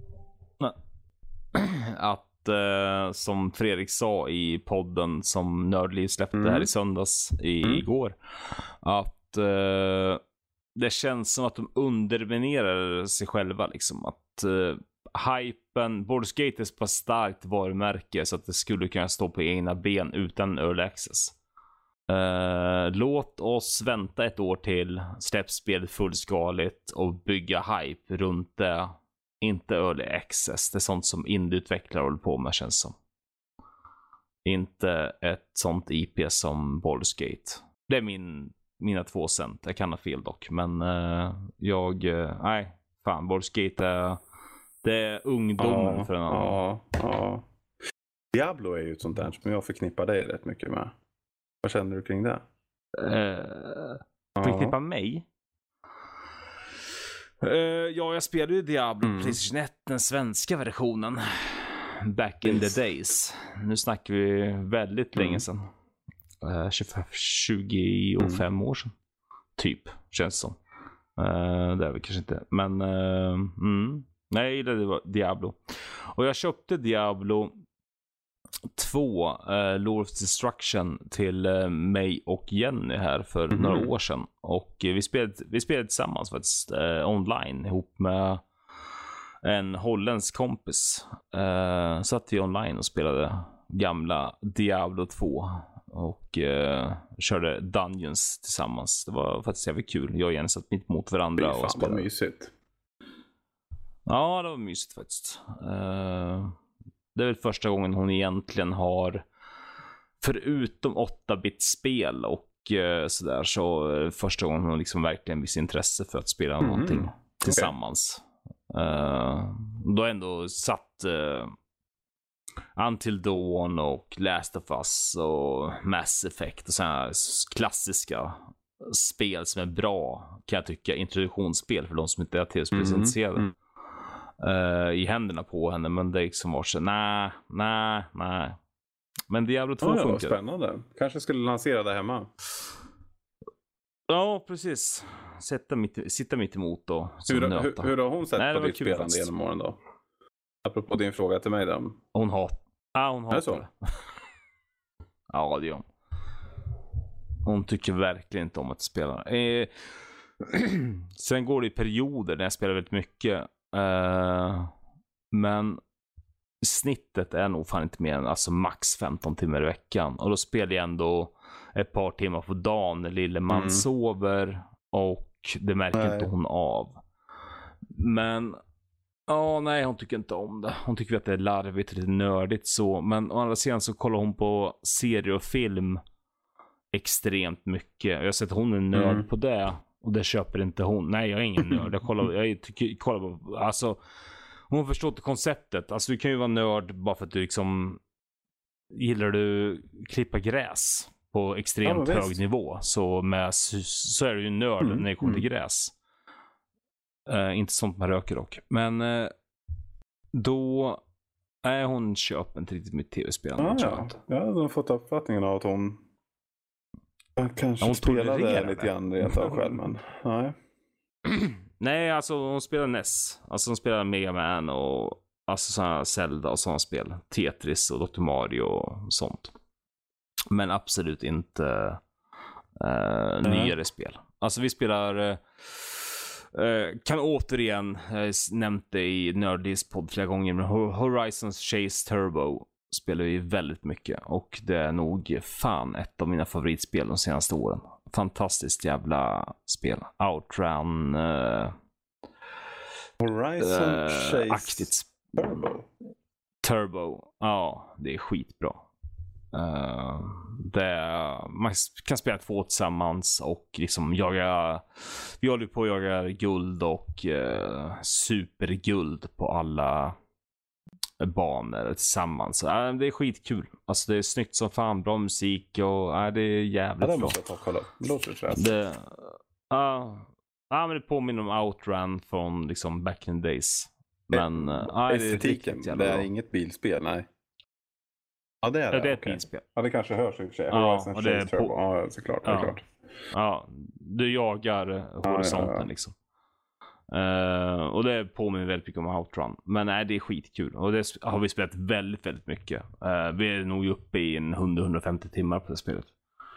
Att eh, som Fredrik sa i podden som Nördliv släppte mm. här i söndags i, mm. igår. Att eh, det känns som att de underminerar sig själva liksom. Att eh, hypen, Baldur's Gate är så pass starkt varumärke så att det skulle kunna stå på egna ben utan Early Access. Uh, låt oss vänta ett år till, släpp spelet fullskaligt och bygga hype runt det. Inte early access. Det är sånt som indieutvecklare håller på med, känns som. Inte ett sånt I P som Baldur's Gate. Det är min, mina två cent. Jag kan ha fel dock. Men uh, jag, uh, nej, fan, Baldur's Gate är, det är ungdomen ja, för en annan. Ja, ja. Diablo är ju ett sånt där som jag förknippar dig rätt mycket med. Vad känner du kring det? Uh, förknippa mig? Uh, ja, jag spelade ju Diablo mm. PlayStation ett, den svenska versionen. Back in the days. Nu snackar vi väldigt mm. länge sedan. Uh, tjugofem mm. år sedan. Typ, känns som. Uh, det är väl kanske inte. Men uh, mm. nej, jag gillade Diablo. Och jag köpte Diablo två uh, Lord of Destruction till uh, mig och Jenny här för mm-hmm. några år sedan. Och uh, vi, spelade, vi spelade tillsammans faktiskt uh, online ihop med en holländsk kompis. Uh, satt vi online och spelade gamla Diablo två och uh, körde Dungeons tillsammans. Det var faktiskt jävligt kul. Jag och Jenny satt mitt mot varandra och spelade. Vad mysigt. Ja, det var mysigt faktiskt. Uh, Det är väl första gången hon egentligen har, förutom åtta-bit-spel och eh, sådär, så är det första gången hon liksom verkligen visar intresse för att spela mm. någonting tillsammans. Okay. Uh, då har ändå satt uh, Until Dawn och Last of Us och Mass Effect och sådana här klassiska spel som är bra, kan jag tycka, introduktionsspel för de som inte är tv-spelsintresserade. Mm. Uh, i händerna på henne, men det liksom var så nej, nej, nej. Men Diablo två oh, funkar. Spännande. Kanske skulle lansera det hemma. Ja, precis. Sätta mitt, sitta mitt emot då. Hur, hur, hur har hon sett nej, på ditt spelande genom åren då? Apropå din fråga till mig då. Hon har. Ja, hon har. Är det så? Ja, det gör hon. Hon tycker verkligen inte om att spela. Eh, sen går det i perioder när jag spelar väldigt mycket. Eh, men snittet är nog fan inte mer än alltså max femton timmar i veckan. Och då spelar jag ändå ett par timmar på dagen när lille man mm. sover. Och det märker nej. inte hon av. Men ja, nej, hon tycker inte om det. Hon tycker att det är larvigt och lite nördigt så. Men å andra sidan så kollar hon på serier och film extremt mycket. Jag har sett att hon är nörd mm. på det. Och det köper inte hon. Nej, jag är ingen nörd. Jag kollar, jag tycker, kollar på, alltså hon förstår inte konceptet. Alltså du kan ju vara nörd bara för att du liksom gillar du klippa gräs på extremt ja, hög visst. nivå. Så, med, så är du ju nörd mm. när det kommer till gräs. Uh, inte sånt man röker dock. Men uh, då är hon köpen till mitt tv-spel. Ah, ja, jag har fått uppfattningen av att hon kanske hon spelade lite grann rent av själv. Men nej. Nej, alltså hon spelar N E S. Alltså hon spelar Mega Man och alltså sådana Zelda och sådana spel. Tetris och Doctor Mario och sånt. Men absolut inte uh, nyare spel. Alltså vi spelar uh, uh, kan återigen uh, nämnt det i Nerdys podd flera gånger, men Horizon Chase Turbo spelar vi väldigt mycket och det är nog fan ett av mina favoritspel de senaste åren. Fantastiskt jävla spel. Outrun uh, Horizon uh, Chase aktigt Turbo. Turbo. Ja, det är skitbra. Uh, det, man kan spela två tillsammans och liksom jaga. Vi håller på att jaga guld och uh, superguld på alla banor tillsammans. Så, uh, det är skitkul. Alltså det är snyggt som fan, bra musik och uh, det är jävligt ja, bra. Jag kolla. Låter det det, uh, uh, men det påminner om Outrun från liksom back in the days. Men uh, estetiken, det är, det är inget bilspel, nej. Ja, det är det. Ja, det är ett okay. bilspel. Ja, det kanske hörs i och för sig. Ja, och det är på... ja, såklart. Ja. Klart. Ja, du jagar horisonten ja, ja, ja. liksom. Uh, och det påminner väldigt mycket om Outrun. Men nej, det är skitkul. Och det har vi spelat väldigt, väldigt mycket. Uh, vi är nog uppe i en hundra till hundrafemtio timmar på det spelet.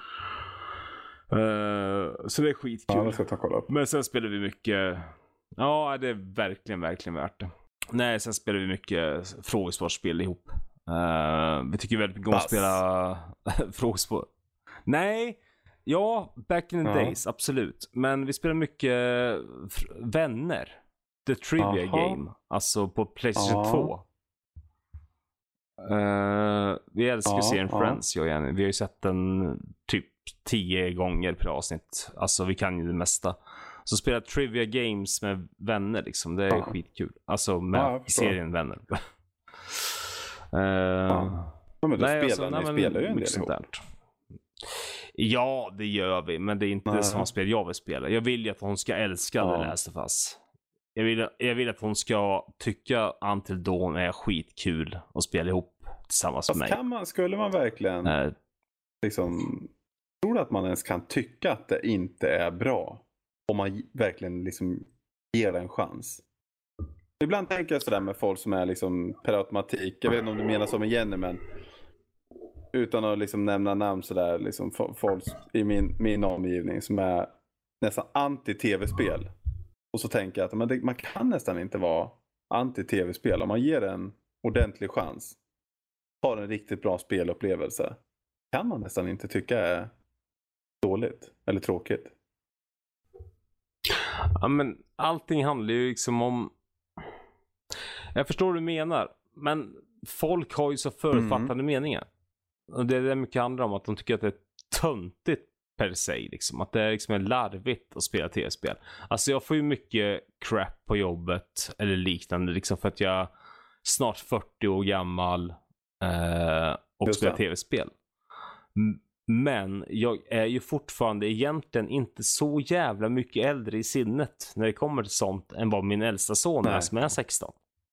Uh, så det är skitkul. Ja, det ska jag ta kolla upp. Men sen spelar vi mycket... Ja, det är verkligen, verkligen värt det. Nej, sen spelar vi mycket frågesportspel ihop. Uh, vi tycker väldigt mycket om att spela frågespår. Nej, ja, back in the ja. days, absolut. Men vi spelar mycket f- vänner. The Trivia Aha. Game. Alltså på PlayStation Aha. två. Uh, vi älskar Aha. serien Friends, jag och Jenny. Vi har ju sett den typ tio gånger per avsnitt. Alltså vi kan ju det mesta. Så spela Trivia Games med vänner liksom. Det är ja. skitkul. Alltså med ja, serien Vänner. Uh, ja. Ja, men nej, spelar, alltså, ni spelar ju en del ihop. Där. Ja, det gör vi. Men det är inte sådana spel jag vill spela. Jag vill ju att hon ska älska ja. The Last of Us. Jag vill, jag vill att hon ska tycka Until Dawn är skitkul och spela ihop tillsammans Fast med mig. Kan man, skulle man verkligen uh, liksom, tror du att man ens kan tycka att det inte är bra om man verkligen liksom ger det en chans? Ibland tänker jag sådär med folk som är liksom per automatik. Jag vet inte om du menar som en Jenny, men utan att liksom nämna namn sådär, liksom folk i min, min omgivning som är nästan anti-tv-spel. Och så tänker jag att men det, man kan nästan inte vara anti-tv-spel. Om man ger en ordentlig chans, har en riktigt bra spelupplevelse, kan man nästan inte tycka är dåligt eller tråkigt. Ja, men allting handlar ju liksom om... Jag förstår vad du menar, men folk har ju så förutfattade mm. meningar. Och det är det mycket handlar om, att de tycker att det är töntigt per se, liksom. Att det är liksom larvigt att spela tv-spel. Alltså jag får ju mycket crap på jobbet eller liknande, liksom, för att jag är snart fyrtio år gammal eh, och spelar tv-spel. Men jag är ju fortfarande egentligen inte så jävla mycket äldre i sinnet när det kommer till sånt än vad min äldsta son är som är sexton.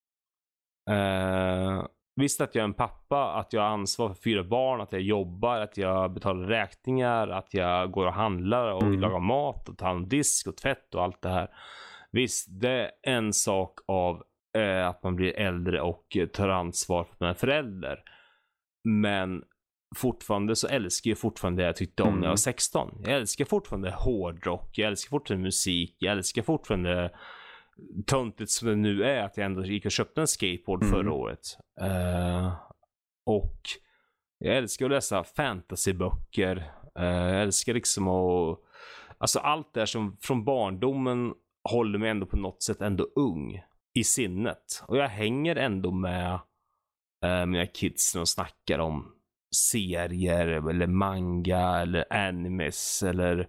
Uh, visst att jag är en pappa, att jag har ansvar för fyra barn, att jag jobbar, att jag betalar räkningar, att jag går och handlar och mm. lagar mat och tar hand om disk och tvätt och allt det här. Visst, det är en sak av uh, att man blir äldre och tar ansvar för en förälder. Men fortfarande så älskar jag fortfarande det jag tyckte om mm. när jag var sexton. Jag älskar fortfarande hårdrock, jag älskar fortfarande musik, jag älskar fortfarande töntigt som det nu är att jag ändå gick och köpte en skateboard mm. förra året. Uh, och jag älskar att läsa fantasyböcker. Uh, jag älskar liksom att, alltså allt det som från barndomen håller mig ändå på något sätt ändå ung i sinnet. Och jag hänger ändå med uh, mina kids och snackar om serier eller manga eller animes eller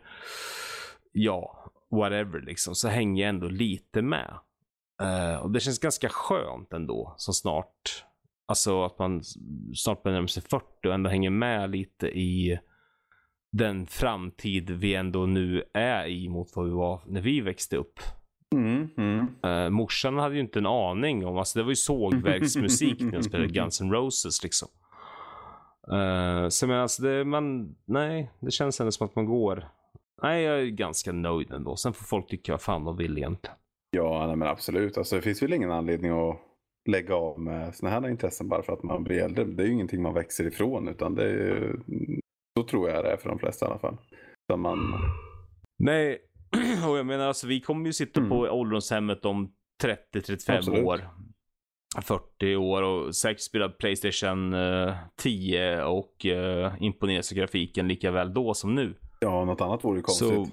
ja, whatever liksom. Så hänger jag ändå lite med. Uh, och det känns ganska skönt ändå som snart, alltså att man snart börjar sig fyrtio och ändå hänger med lite i den framtid vi ändå nu är i mot vad vi var när vi växte upp. Mm, mm. Uh, morsan hade ju inte en aning om, alltså det var ju sågverksmusik när jag spelade Guns N' Roses liksom. Uh, så men alltså det, man, nej, det känns ändå som att man går. Nej, jag är ganska nöjd ändå. Sen får folk tycka vad fan de vill egentligen. Ja, nej, men absolut. Alltså det finns väl ingen anledning att lägga av med såna här intressen bara för att man blir äldre. Det är ju ingenting man växer ifrån, utan det är ju, så tror jag det är för de flesta i alla fall. Så man... Nej, och jag menar alltså vi kommer ju sitta mm. på ålderdomshemmet om trettio till trettiofem absolut. År. fyrtio år och säkert spela PlayStation uh, tio och uh, imponeras av grafiken lika väl då som nu. Ja, något annat vore ju konstigt. Så,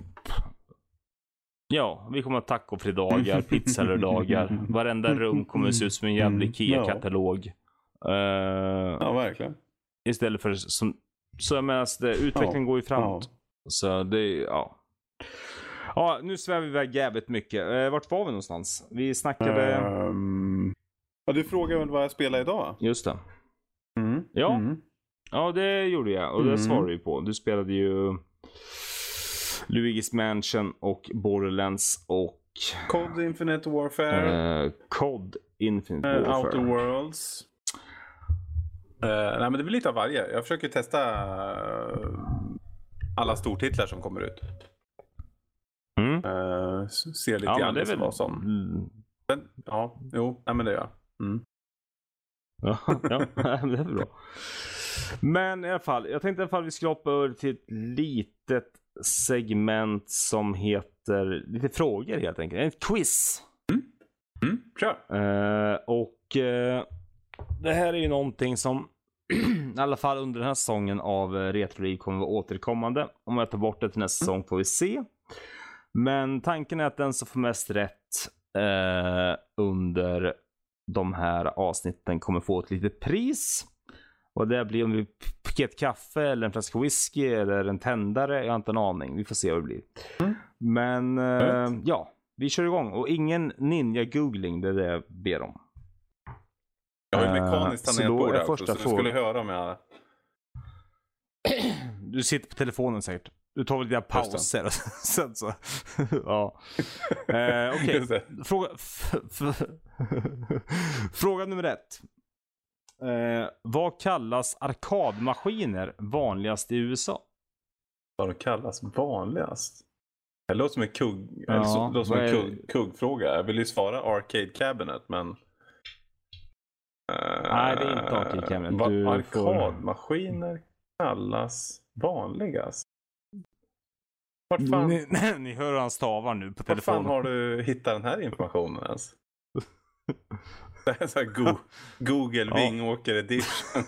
ja, vi kommer att taco-fridagar, pizzalördagar. Varenda rum kommer att se ut som en jävla IKEA-katalog. Uh, ja, verkligen. Istället för som, så jag menar, det, utvecklingen ja. går ju framåt. Ja. Så det, ja. Ja, nu svävar vi iväg jävligt mycket. Uh, vart var vi någonstans? Vi snackade... Um... Ja, du frågade väl vad jag spelar idag? Just det. Mm. Ja. Mm. Ja, det gjorde jag. Och det mm. svarade du på. Du spelade ju Luigi's Mansion och Borderlands och C O D Infinite Warfare. Uh, C O D Infinite uh, Warfare. Outer Worlds. Uh, nej, men det blir lite av varje. Jag försöker testa uh, alla stortitlar som kommer ut. Mm. Uh, ser lite ja, grann det är väl vad som... Mm. Men, ja, jo, nej, men det är jag. Mm. ja, ja, det är bra. Men i alla fall, jag tänkte i alla fall vi skulle hoppa över till ett litet segment som heter lite frågor helt enkelt. Ett quiz. Mm. Mm, sure. Uh, och uh, det här är ju någonting som i alla fall under den här säsongen av uh, Retroliv kommer att vara återkommande. Om jag tar bort det till nästa säsong får vi se. Men tanken är att den som får mest rätt uh, under de här avsnitten kommer få ett litet pris. Och det blir om vi paket kaffe eller en flaska whisky eller en tändare. Jag har inte en aning. Vi får se vad det blir. Mm. Men uh, ja, vi kör igång. Och ingen ninja-googling, det är det jag ber om. Jag har ju mekaniskt uh, ner på det första så du skulle höra om jag... Du sitter på telefonen säkert. Du tar väl dina pauser. Sen så. ja. uh, Okej. Okay. Fråga... Fråga nummer ett. Uh, vad kallas arkadmaskiner vanligast i U S A? Vad det kallas vanligast? Det låter som en kugg, ja, eller så, det låter som en är... kugg, kuggfråga. Jag vill ju svara arcade cabinet, men uh, nej, det är inte arcade cabinet. Vad du arkadmaskiner får... kallas vanligast? Vart fan... ni, ni hör hans stavar nu på telefonen. Var fan har du hittat den här informationen ens? Det är så här go- Google ja. Vingåker edition.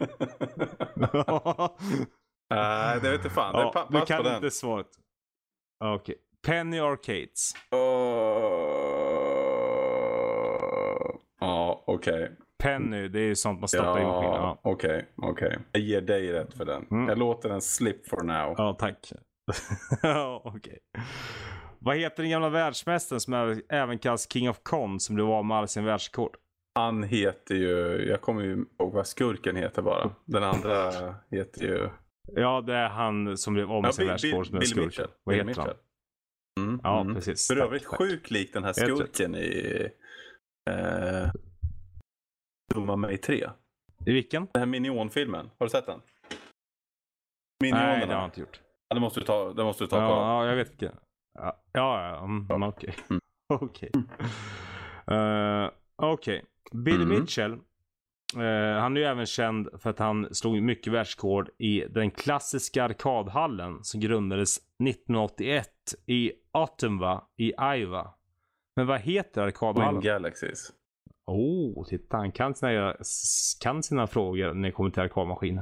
Nej, uh, det vet inte fan. Ja, det pa- du kan på inte den. svaret. Okej. Okay. Penny Arcades. Uh, ja, okej. Okay. Penny, det är sånt man stoppar ja, i maskinen. Ja, okej, okej. Okay. Jag ger dig rätt för den. Mm. Jag låter den slip for now. Ja, tack. ja, okej. Okay. Vad heter den gamla världsmästaren som även kallas King of Con som blev av med all sin världsrekord? Han heter ju, jag kommer ju ihåg vad skurken heter bara. Den andra heter ju... Ja, det är han som blev av med ja, sin världsrekord som är Bill skurken. Mitchell. Vad Bill heter Mitchell. han? Mm, ja, mm. precis. För övrigt sjukt lik den här skurken i eh, Dumma mig tre. I vilken? Den här Minion-filmen. Har du sett den? Minionerna. Nej, det har jag inte gjort. Ja, det måste du ta, det måste du ta ja, på. Ja, jag vet inte. Ja, ja, um, ja. okej. Mm. Okej. Uh, okej. Billy mm. Mitchell Uh, han är ju även känd för att han slog mycket världsrekord i den klassiska arkadhallen som grundades nittonhundraåttioett i Ottumwa i Iowa. Men vad heter arkadhallen? Wing Galaxies. Oh, titta, han kan sina, kan sina frågor när det kommer till arkadmaskiner.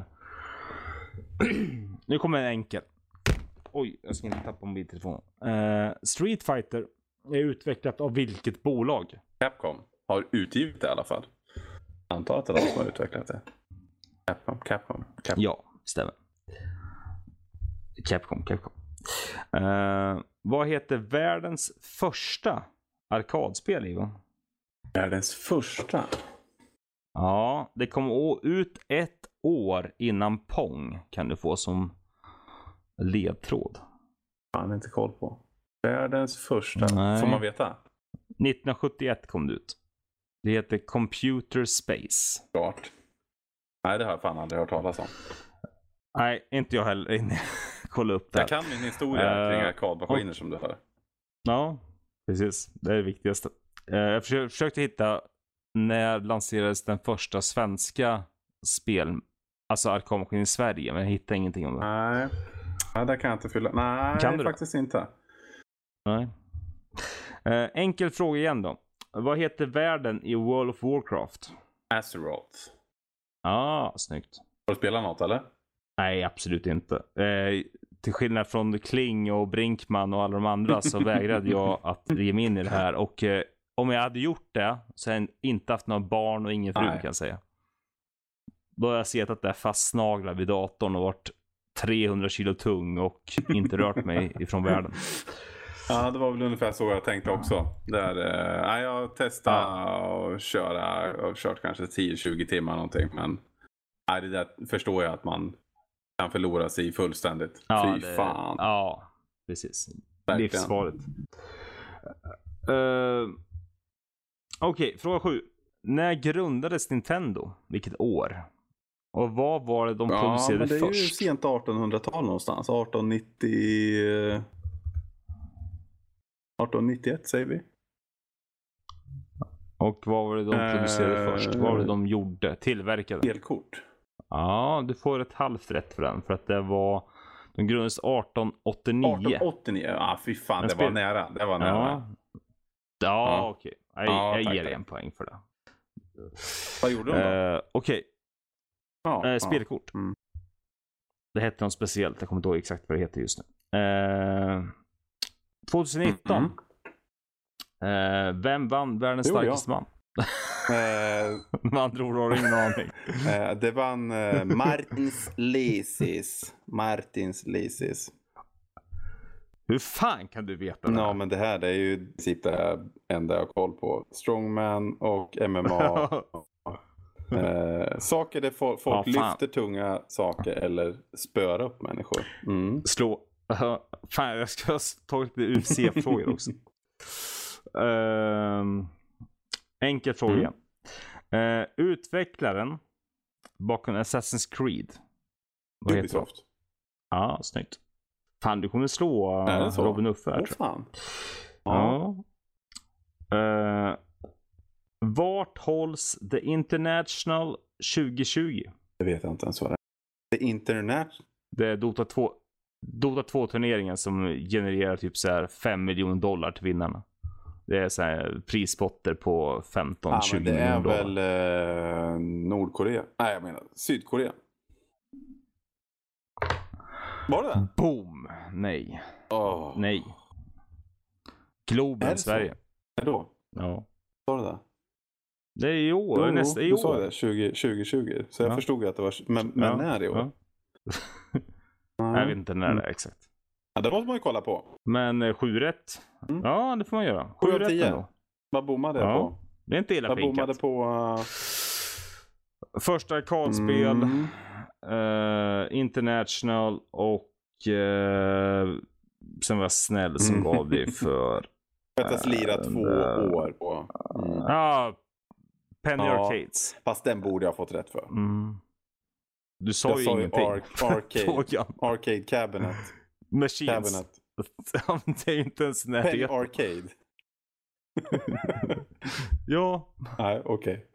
Nu kommer en enkel. Oj, jag ska inte tappa mobiltelefonen. Uh, Street Fighter är utvecklat av vilket bolag? Capcom har utgivit det i alla fall. Jag antar att det är de som har utvecklat det. Capcom, Capcom, Capcom. Ja, stämmer. Capcom, Capcom. Uh, vad heter världens första arkadspel, Ivan? Världens första? Ja, det kom ut ett år innan Pong, kan du få som ledtråd. Jag har inte koll på. Världens första, Nej. Får man veta? nittonhundrasjuttioett kom det ut. Det heter Computer Space. Klart. Nej, det har jag fan aldrig hört talas om. Nej, inte jag heller. Kolla upp det. Jag kan min historia uh, kring arkadmaskiner och... som du hör. Ja, precis. Det är det viktigaste. Uh, jag försökte, försökte hitta när lanserades den första svenska spel, alltså arkadmaskin i Sverige, men jag hittade ingenting om det. Nej, Nej det kan jag inte fylla. Nej, kan du faktiskt då? Inte. Nej. Uh, enkel fråga igen då. Vad heter världen i World of Warcraft? Azeroth. Ja, ah, snyggt. Har du spelat något eller? Nej, absolut inte. Eh, till skillnad från Kling och Brinkman och alla de andra så vägrade jag att ge mig in i det här. Och eh, om jag hade gjort det så hade jag inte haft några barn och ingen fru, kan jag säga. Då har jag sett att det är fastnaglar vid datorn och varit trehundra kilo tung och inte rört mig ifrån världen. Ja, det var väl ungefär så jag tänkte också. Där, eh, jag testade ja. att köra och kört kanske tio till tjugo timmar någonting. Men nej, det där förstår jag att man kan förlora sig fullständigt. Ja, Fy det, fan. Ja, precis. Verkligen. Livsfarligt. Uh, Okej, okay, fråga sju. När grundades Nintendo? Vilket år? Och vad var det de ja, producerade först? Ja, men det är först? Ju sent artonhundratal någonstans. arton nittio... arton nittioett säger vi. Och vad var det de producerade uh, först? Vad var det de gjorde? Tillverkade? Elkort. Ja, du får ett halvt rätt för den. För att det var... De grundades arton åttionio. arton åttionio? Ja, fy fan. Det spel... var nära. Det var nära. Ja, ja, ja. okej. Okay. Jag, ja, jag tack, ger tack. en poäng för det. Vad gjorde de då? Uh, okej. Okay. Ja, uh, spelkort. Ja. Mm. Det hette något speciellt. Jag kommer inte ihåg exakt vad det heter just nu. Uh, tjugonitton. Mm. Uh, vem vann världens jo, starkaste ja. man? uh, Med andra ord har du ingen aning. uh, det vann uh, Martins Lysis. Martins Lysis. Hur fan kan du veta det? Ja, men det här det är ju i princip det enda jag har koll på. Strongman och M M A. uh, saker där folk ja, lyfter tunga saker eller spöar upp människor. Mm. Slå. Uh, fan, jag ska ta lite U F C-frågor också. Uh, enkel fråga. Mm. Uh, utvecklaren bakom Assassin's Creed. Vad Ubisoft. heter det? Ja, snyggt. Fan, du kommer slå uh, Robin Uffe här. Åh, fan. Ja. Uh, vart hålls The International tjugo tjugo? Det vet jag inte ens vad det är. The Internet? Det är Dota två Dota två-turneringen som genererar typ så här fem miljoner dollar till vinnarna. Det är så här prispotter på femton till tjugo miljoner dollar. Det är väl eh, Nordkorea? Nej, jag menar Sydkorea. Var det det? Boom! Nej. Oh. Nej. Globen, Sverige. Är det då? Ja. Var det det? Det är i år. Jo, nästa i du år. sa det, tjugo tjugo. Så jag ja. förstod att det var... Men, men ja. när i år? Ja. Jag vet inte när det är exakt. Ja, det måste man ju kolla på. Men eh, sju rätt. Mm. Ja, det får man göra. Sju av tio. Vad bommade jag ja. på? Det är inte illa Vad pinkat. bommade på... Uh... Första arkadspel. Mm. Uh, International och uh, sen var jag snäll som mm. gav det för... Rättast lira två uh, år på. Mm. Ja, Penny ja, Arcades. Fast den borde jag ha fått rätt för. Mm. Du sa jag ju sa ingenting. Ar- arcade. arcade Cabinet. Machines. Cabinet. Det är ju inte ens närheten. Penny Arcade. Ja. Nej, okej.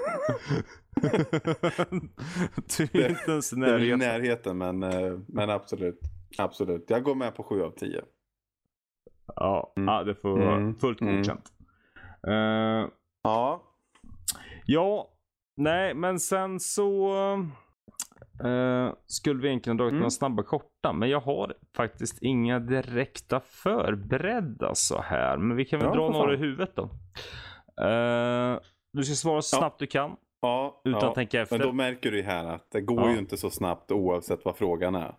Du är inte ens i närheten. i närheten, men, men absolut. Absolut. Jag går med på sju av tio. Ja, mm. ja det får vara mm. fullt godkänt. Mm. Uh, ja. Ja, nej, men sen så uh, skulle vi egentligen dra ut mm. några snabba korta. Men jag har faktiskt inga direkta förberedda så här. Men vi kan väl ja, dra några i huvudet då. Uh, du ska svara så snabbt ja. du kan. Ja, utan ja. att tänka efter. Men då märker du här att det går ja. ju inte så snabbt oavsett vad frågan är.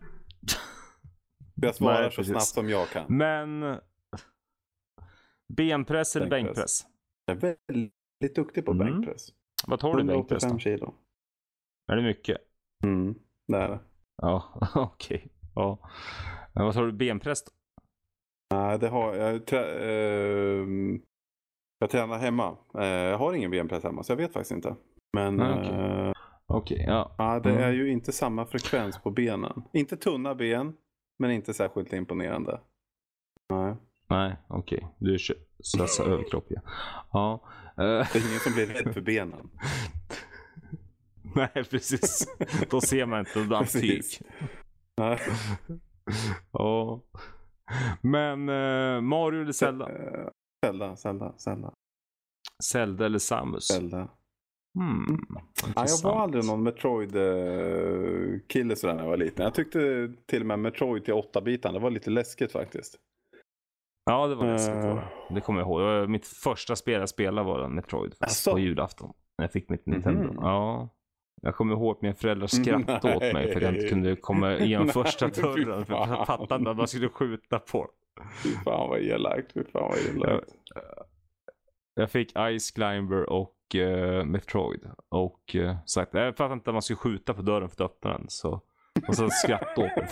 Jag svarar nej, så precis. snabbt som jag kan. Men benpress eller bänkpress? bänkpress? Jag är väldigt duktig på mm. bänkpress. Vad tar du i bänkpress då? Kilo. Är det mycket? Mm, det är det. Ja, okej. Okay. Ja. Men vad tar du benpress då? Nej, det har jag. Trä, eh, jag tränar hemma. Eh, jag har ingen benpress hemma, så jag vet faktiskt inte. Men okej, okay. eh, okay, ja. ja, det mm. är ju inte samma frekvens på benen. Inte tunna ben, men inte särskilt imponerande. Nej. Nej, okej. Okay. Du slösar överkropp, ja. Ja. Det är ingen som blir rädd för benen. Nej, precis. Då ser man inte någon tyg. Nej. Ja. Men uh, Mario eller Zelda? Uh, Zelda, Zelda, Zelda. Zelda eller Samus? Zelda. Hmm. Ja, jag var aldrig någon Metroid-kille sådär när jag var liten. Jag tyckte till och med Metroid till åtta bitar, det var lite läskigt faktiskt. Ja, det var läskigt. Uh, det kommer jag ihåg. Det var mitt första spel jag spelade var Metroid alltså? På julafton. När jag fick mitt Nintendo. Mm-hmm. Ja. Jag kommer ihåg att mina föräldrar skrattade åt mig för att jag inte kunde komma igenom första dörren. För jag fattade inte att man skulle skjuta på. Fy fan vad elakt. Fy fan vad elakt. Jag, jag fick Ice Climber och uh, Metroid. Och uh, sagt, jag fattade inte att man skulle skjuta på dörren för att öppna den. Så, och så skrattade åt mig.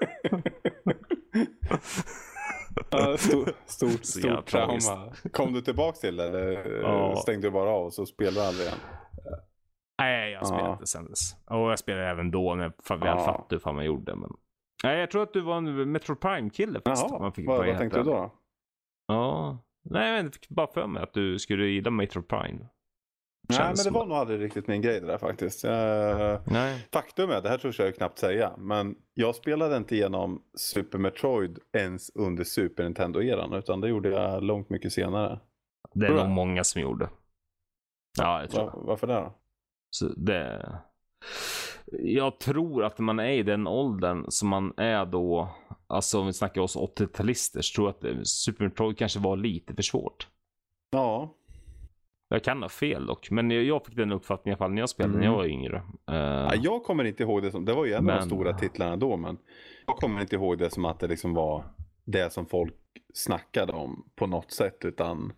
Ja, stort stort, stort trauma. Kom du tillbaka till det eller ja. stängde du bara av och så spelade du aldrig igen? Nej, jag spelade inte sen dess. Och jag spelade även då när jag väl ja. fattade hur fan man gjorde. Men... Nej, jag tror att du var en Metroid Prime-kille. Jaha, man fick vad, vad tänkte du då? Ja, nej jag fick bara för mig att du skulle gilla Metroid Prime. Nej, men det var nog aldrig riktigt min grej det där faktiskt. Uh, Nej. Faktum är, det här tror jag knappt säga, men jag spelade inte igenom Super Metroid ens under Super Nintendo-eran, utan det gjorde jag långt mycket senare. Det är nog många som gjorde. Ja, jag tror Var, Varför det då? Så det... Jag tror att man är i den åldern som man är då, alltså om vi snackar oss åttio-talister, så tror jag att Super Metroid kanske var lite för svårt. Ja. Jag kan ha fel dock, men jag fick den uppfattningen i alla fall när jag spelade mm. när jag var yngre. Uh, ja, jag kommer inte ihåg det som, det var ju en men... av de stora titlarna då, men jag kommer inte ihåg det som att det liksom var det som folk snackade om på något sätt, utan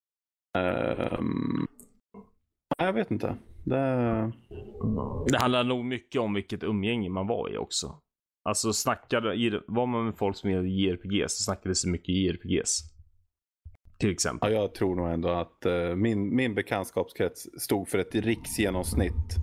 um... jag vet inte. Det... det handlar nog mycket om vilket umgänge man var i också. Alltså snackade, var man med folk som gillade J R P G så snackade så mycket J R P Gs. Till exempel. Ja, jag tror nog ändå att uh, min, min bekantskapskrets stod för ett riksgenomsnitt.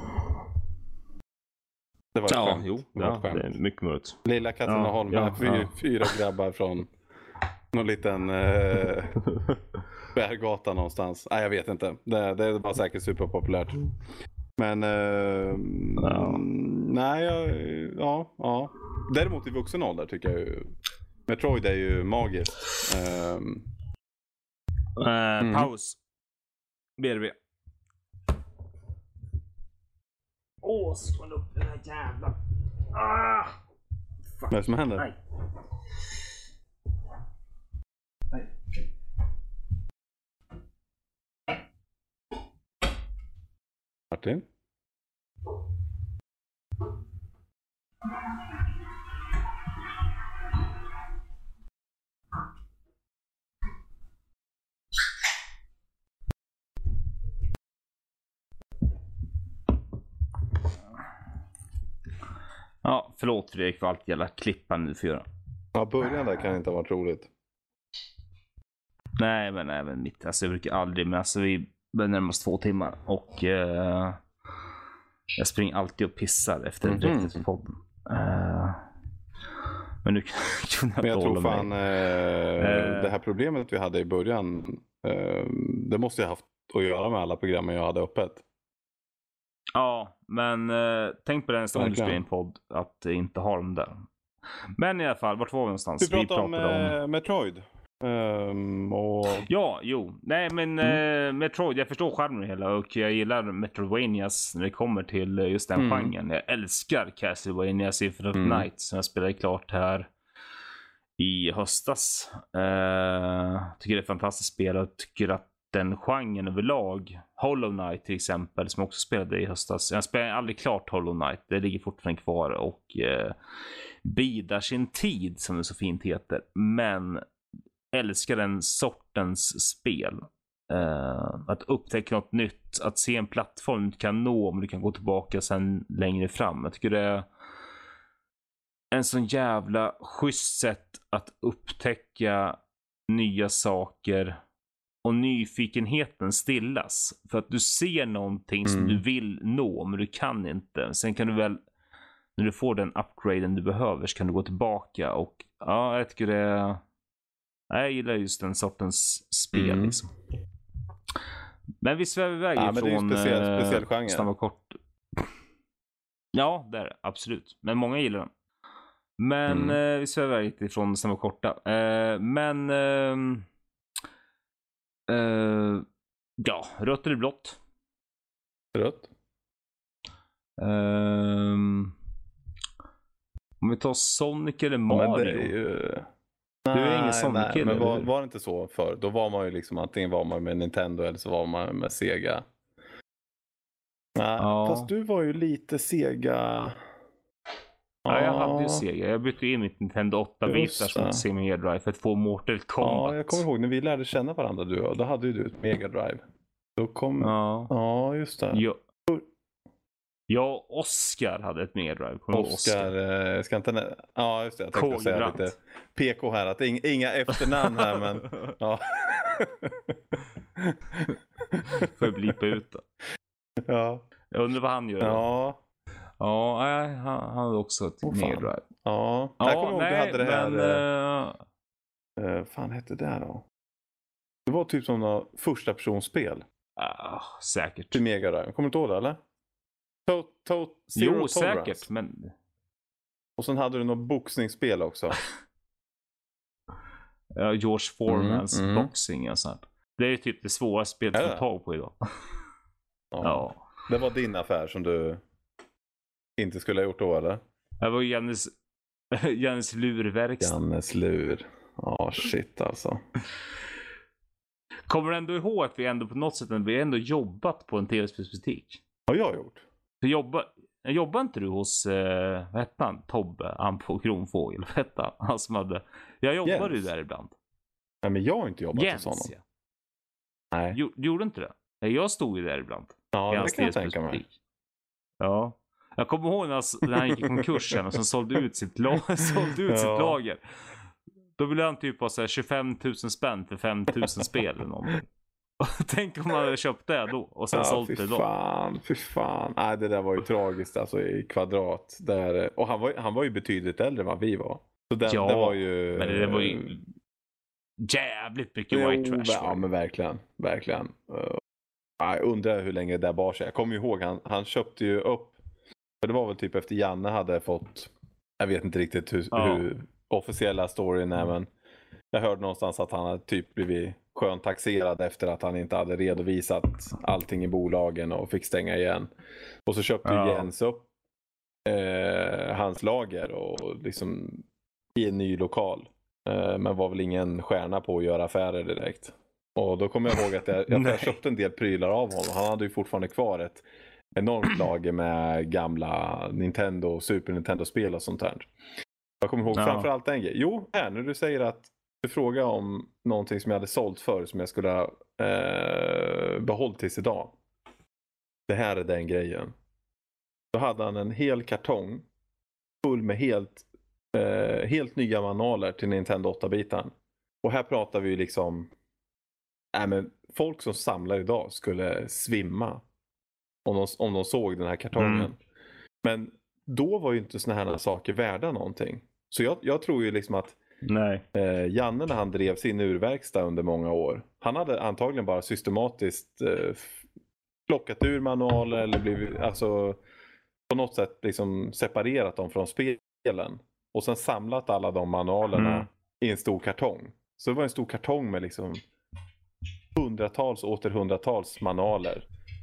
Det var ett ja, skämt. Jo, det, ja, det är mycket möjligt. Lilla Katrineholm, ja, ja, fyra, ja. fyra grabbar från någon liten uh, Berggata någonstans. Nej, jag vet inte. Det, det var säkert superpopulärt. Men uh, ja. nej, jag, ja, ja. Däremot i vuxen ålder tycker jag ju Metroid är ju magiskt. Um, uh, mm. Paus. B R B. Åh, så man upp den här jävla. Ah! Vad är det som händer? Nej. Nej. Martin? Ja, förlåt Fredrik för allt jävla klippan nu för göra. Ja, början där kan inte ha varit roligt. Nej, men även mitt. Alltså jag brukar aldrig, men alltså vi börjar närmast två timmar. Och uh, jag springer alltid och pissar efter mm-hmm. direkt efter podden. Uh, Men nu kunde jag Men jag tror hålla fan mig. eh, det här problemet vi hade i början, eh, det måste jag haft att göra med alla programmen jag hade öppet. Ja, men eh, tänk på den nästa gång du spelar in podd att inte ha dem där. Men i alla fall, vart var vi någonstans? Vi pratade, vi pratade om, om Metroid. Um, och... Ja, jo. Nej, men mm. eh, Metroid, jag förstår skärmen hela och jag gillar Metroidvanias när det kommer till just den mm. genren. Jag älskar Castlevanias Infinite mm. Night som jag spelade klart här i höstas. Eh, tycker det är ett fantastiskt spel och tycker att den genren överlag, Hollow Knight till exempel, som jag också spelade i höstas. Jag spelade aldrig klart Hollow Knight, det ligger fortfarande kvar och eh, bidar sin tid som det så fint heter. Men älskar den sortens spel. Uh, att upptäcka något nytt, att se en plattform du kan nå om du kan gå tillbaka sen längre fram. Jag tycker det är en sån jävla schysst sätt att upptäcka nya saker och nyfikenheten stillas. För att du ser någonting mm. som du vill nå men du kan inte. Sen kan du väl, när du får den upgraden du behöver så kan du gå tillbaka och ja, jag tycker det är jag gillar just den sortens spel mm. liksom. Men vi svävar iväg ja, ifrån men det är speciell, speciell genre. Snabba kort. Ja, det är det, absolut. Men många gillar den. Men mm. eh, vi svävar iväg ifrån Snabba korta. Eh, men eh, eh, ja, rött eller blått? Rött. Eh, om vi tar Sonic eller Mario. Men det är ju... Du är ingen sån nej, kille, men var, var det inte så för? Då var man ju liksom antingen var man med Nintendo eller så var man med Sega. Nej, ja. Fast du var ju lite Sega. Ja, jag hade ju Sega. Jag bytte in mitt Nintendo åtta-bitar som ser Mega Drive för att få Mortal Kombat. Ja, jag kommer ihåg när vi lärde känna varandra du och då hade ju du ett Mega Drive. Då kom... Ja, ja just det. Jag... Jag och Oscar hade ett Mega Drive. Oscar, Oscar. Eh, ska inte... Ja, just det. Jag tänkte säga lite P K här. Att ing, inga efternamn här, men... Ja. Får jag blipa ut det. Ja. Jag undrar vad han gör. Ja. Ja, han, han hade också ett oh, Mega Drive. Ja. Ja, jag kommer ihåg nej, du hade det här... Men, uh... Uh, fan hette det då? Det var typ som några första personspel. Uh, säkert. Till Mega Drive. Kommer du inte ihåg det, eller? To, to, jo, tolerance. Säkert, men... Och sen hade du något boxningsspel också. Ja, George Foremans mm, mm. boxing och sånt. Det är typ det svåraste spelet att få tag på idag. Ja. Ja. Det var din affär som du inte skulle ha gjort då, eller? Det var Jannes, Jannes lurverkstad. Jannes lur. Ja, oh, shit alltså. Kommer du ändå ihåg att vi ändå på något sätt vi ändå jobbat på en tv-spelsbutik? Har jag gjort? För jobba, jobbar inte du hos, eh, vad hette han? Tobbe, han på Kronfågel, vad hette han? Han som hade, jag jobbade ju där ibland. Nej, men jag har inte jobbat Jens, hos honom. Ja. Nej. Jo, du gjorde inte det? Nej, jag stod ju där ibland. Ja, det kan jag tänka mig. Ja. Jag kommer ihåg när, när han gick i konkursen och sen sålde ut sitt, la- sålde ut ja. sitt lager. Då ville han typ ha så här tjugofem tusen spänn för fem tusen spel eller någonting. Tänk om man hade köpt det då och sen ja, sålt det då. Fy fan, fy fan. Nej, det där var ju tragiskt alltså i kvadrat. Där, och han var, han var ju betydligt äldre än vad vi var. Så det, ja, det var ju... men det var ju jävligt mycket jo, white trash. Ja, men verkligen. Verkligen. Uh, jag undrar hur länge det där bar sig. Jag kommer ju ihåg, han, han köpte ju upp. För det var väl typ efter Janne hade fått... Jag vet inte riktigt hur, ja. hur officiella storyn är, men jag hörde någonstans att han hade typ blivit skönt taxerad efter att han inte hade redovisat allting i bolagen och fick stänga igen. Och så köpte ja. Jens upp eh, hans lager och liksom i en ny lokal. Eh, men var väl ingen stjärna på att göra affärer direkt. Och då kommer jag ihåg att jag, jag, jag köpte en del prylar av honom. Han hade ju fortfarande kvar ett enormt lager med gamla Nintendo och Super Nintendo-spel och sånt här. Jag kommer ihåg ja. framförallt en grej. Jo, här när du säger att du frågar om någonting som jag hade sålt för som jag skulle ha eh, behållit tills idag. Det här är den grejen. Då hade han en hel kartong full med helt, eh, helt nya manualer till Nintendo åtta-bitan. Och här pratar vi ju liksom äh, men folk som samlar idag skulle svimma om de, om de såg den här kartongen. Mm. Men då var ju inte såna här saker värda någonting. Så jag, jag tror ju liksom att Nej. eh, Janne när han drev sin urverkstad under många år. Han hade antagligen bara systematiskt eh, plockat ur manualer eller blivit, alltså på något sätt liksom separerat dem från spelen. Och sen samlat alla de manualerna mm. i en stor kartong. Så det var en stor kartong med liksom hundratals och åter hundratals manualer.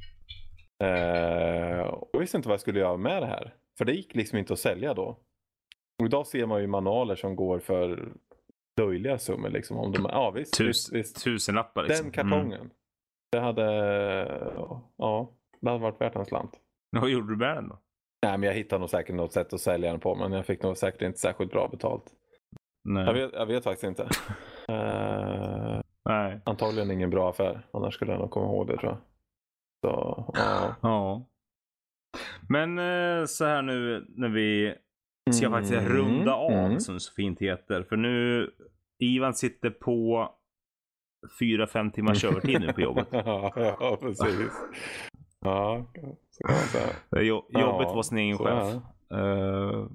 Eh, och jag visste inte vad jag skulle göra med det här. För det gick liksom inte att sälja då. Och idag ser man ju manualer som går för löjliga summor liksom. Om de, ja, visst, Tus, visst, visst. Tusenlappar liksom. Den kartongen. Mm. Det hade, ja, det hade varit värt en slant. Vad gjorde du med den då? Nej, men jag hittade nog säkert något sätt att sälja den på. Men jag fick nog säkert inte särskilt bra betalt. Nej. Jag vet, jag vet faktiskt inte. uh, Nej. Antagligen ingen bra affär. Annars skulle jag nog komma ihåg det, tror jag. Så, ja. ja. Men uh, så här nu när vi ska mm. faktiskt runda av mm. som så fint heter. För nu Ivan sitter på fyra fem timmars körtid nu på jobbet. ja, ja, precis. Ja, så kan man säga. Jo, jobbet ja, var sin egen chef. Uh,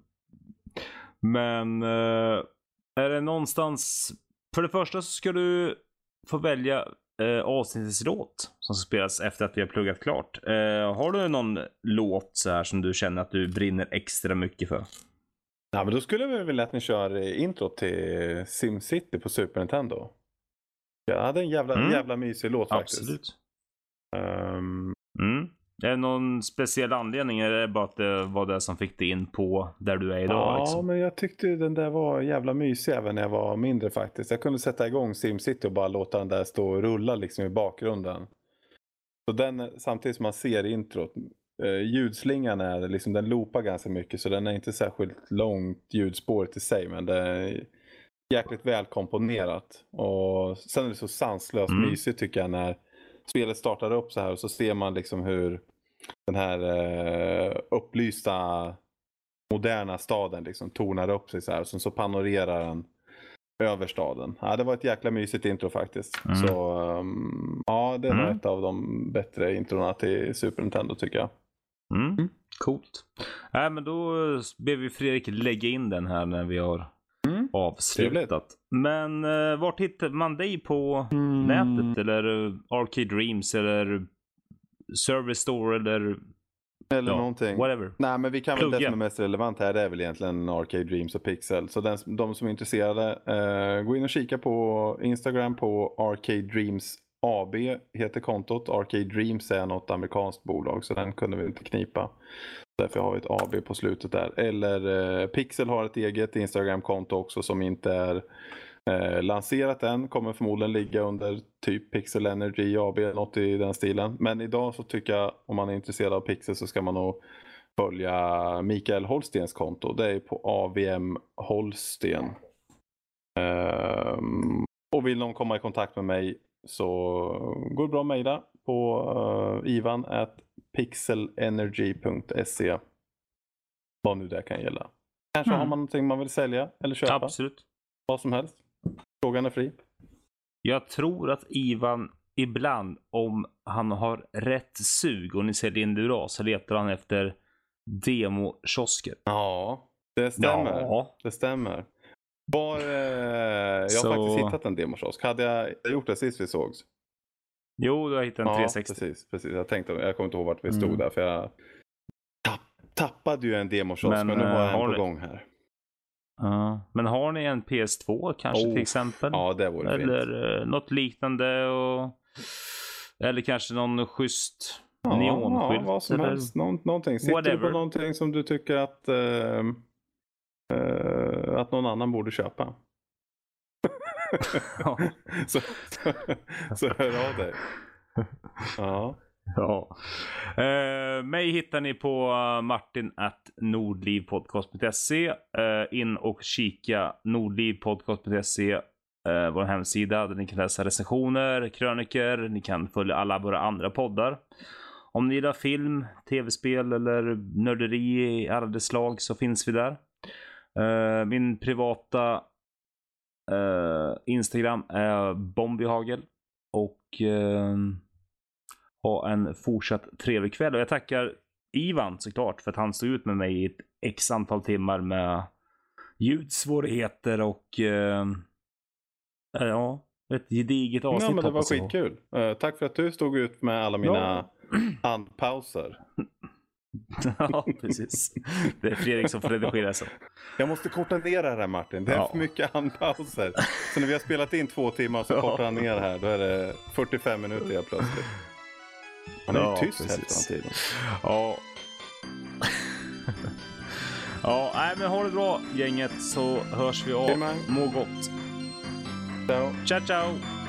men uh, är det någonstans... För det första så ska du få välja uh, avsnittets låt som ska spelas efter att vi har pluggat klart. Uh, har du någon låt så här som du känner att du brinner extra mycket för? Ja, men då skulle vi vilja att ni kör intro till SimCity på Super Nintendo. Jag hade en jävla, mm. jävla mysig låt faktiskt. Absolut. Um... Mm. Är det någon speciell anledning? Eller är det bara att det var det som fick dig in på där du är idag? Ja, liksom? Men jag tyckte den där var jävla mysig även när jag var mindre faktiskt. Jag kunde sätta igång SimCity och bara låta den där stå och rulla liksom i bakgrunden. Så den, samtidigt som man ser introt, eh, ljudslingan är liksom, den loopar ganska mycket, så den är inte särskilt långt ljudspåret i sig, men det är jäkligt välkomponerat. Och sen är det så sanslöst mm. mysigt tycker jag när spelet startar upp så här och så ser man liksom hur den här eh, upplysta moderna staden liksom tornar upp sig så här och så panorerar den över staden. Ja, det var ett jäkla mysigt intro faktiskt. Mm. Så um, ja, det är mm. nog ett av de bättre introna till Super Nintendo tycker jag. Mm. Mm. Coolt. Nej, men då ber vi Fredrik lägga in den här när vi har mm. avslutat. Trevligt. Men uh, vart hittar man dig på mm. nätet? Eller uh, Arcade Dreams eller Service Store eller eller ja, någonting. Whatever. Nej, men vi kan Plugga. väl, det som är mest relevant här, det är väl egentligen Arcade Dreams och Pixel. Så den, de som är intresserade, uh, gå in och kika på Instagram på Arcade Dreams A B heter kontot. Arcade Dreams är något amerikanskt bolag, så den kunde vi inte knipa. Därför har vi ett A B på slutet där. Eller eh, Pixel har ett eget Instagram-konto också som inte är eh, lanserat än. Kommer förmodligen ligga under typ Pixel Energy A B, något i den stilen. Men idag så tycker jag, om man är intresserad av Pixel, så ska man nog följa Mikael Holstens konto. Det är på A V M Holsten. Um, och vill någon komma i kontakt med mig så går det bra att mejla på uh, ivan at pixelenergy punkt se. Vad nu det kan gälla. Kanske mm. har man någonting man vill sälja eller köpa. Absolut. Vad som helst. Frågan är fri. Jag tror att Ivan ibland, om han har rätt sug och ni säljer in det bra, så letar han efter demo-kiosker. Ja, det stämmer. Ja. Det stämmer. Var, eh, jag har så... faktiskt hittat en demokiosk. Hade jag gjort det sist vi sågs? Jo, du har hittat en ja, trehundrasextio. Precis, precis. Jag tänkte, jag kommer inte ihåg vart vi stod mm. där. För jag tapp, tappade ju en demokiosk, men, men nu har jag en på ni... gång här. Uh, men har ni en P S två kanske oh, till exempel? Ja, det vore fint. Eller uh, något liknande. Och... Eller kanske någon schysst ja, neonskylt. Ja, vad som eller... helst. Nå- någonting. Sitter Whatever. Du på någonting som du tycker att... Uh... Uh, att någon annan borde köpa. Ja. så, så, så hör av dig. Ja. Ja. Uh, mig hittar ni på martin at nordlivpodcast punkt se. Uh, in och kika nordlivpodcast punkt se, uh, vår hemsida där ni kan läsa recensioner, kröniker. Ni kan följa alla våra andra poddar. Om ni gillar film, tv-spel eller nörderi i alla slag så finns vi där. Uh, min privata uh, Instagram är Bombyhagel. Och uh, ha en fortsatt trevlig kväll. Och jag tackar Ivan såklart för att han stod ut med mig i ett x antal timmar med ljudsvårigheter och uh, ja, ett gediget avsnitt. Ja, men det var skitkul. Uh, tack för att du stod ut med alla mina ja. andpauser. Ja, precis. Det är Fredrik som får redigera så. Jag måste korta ner det här, Martin. Det är ja. för mycket andpauser. Så när vi har spelat in två timmar så kortar han ner här. Då är det fyrtiofem minuter jag plötsligt. Han är ja, ju tyst hälften tiden. Ja. Ja, nej, men ha det bra gänget, så hörs vi av. Må gott. Ciao. Ciao, ciao.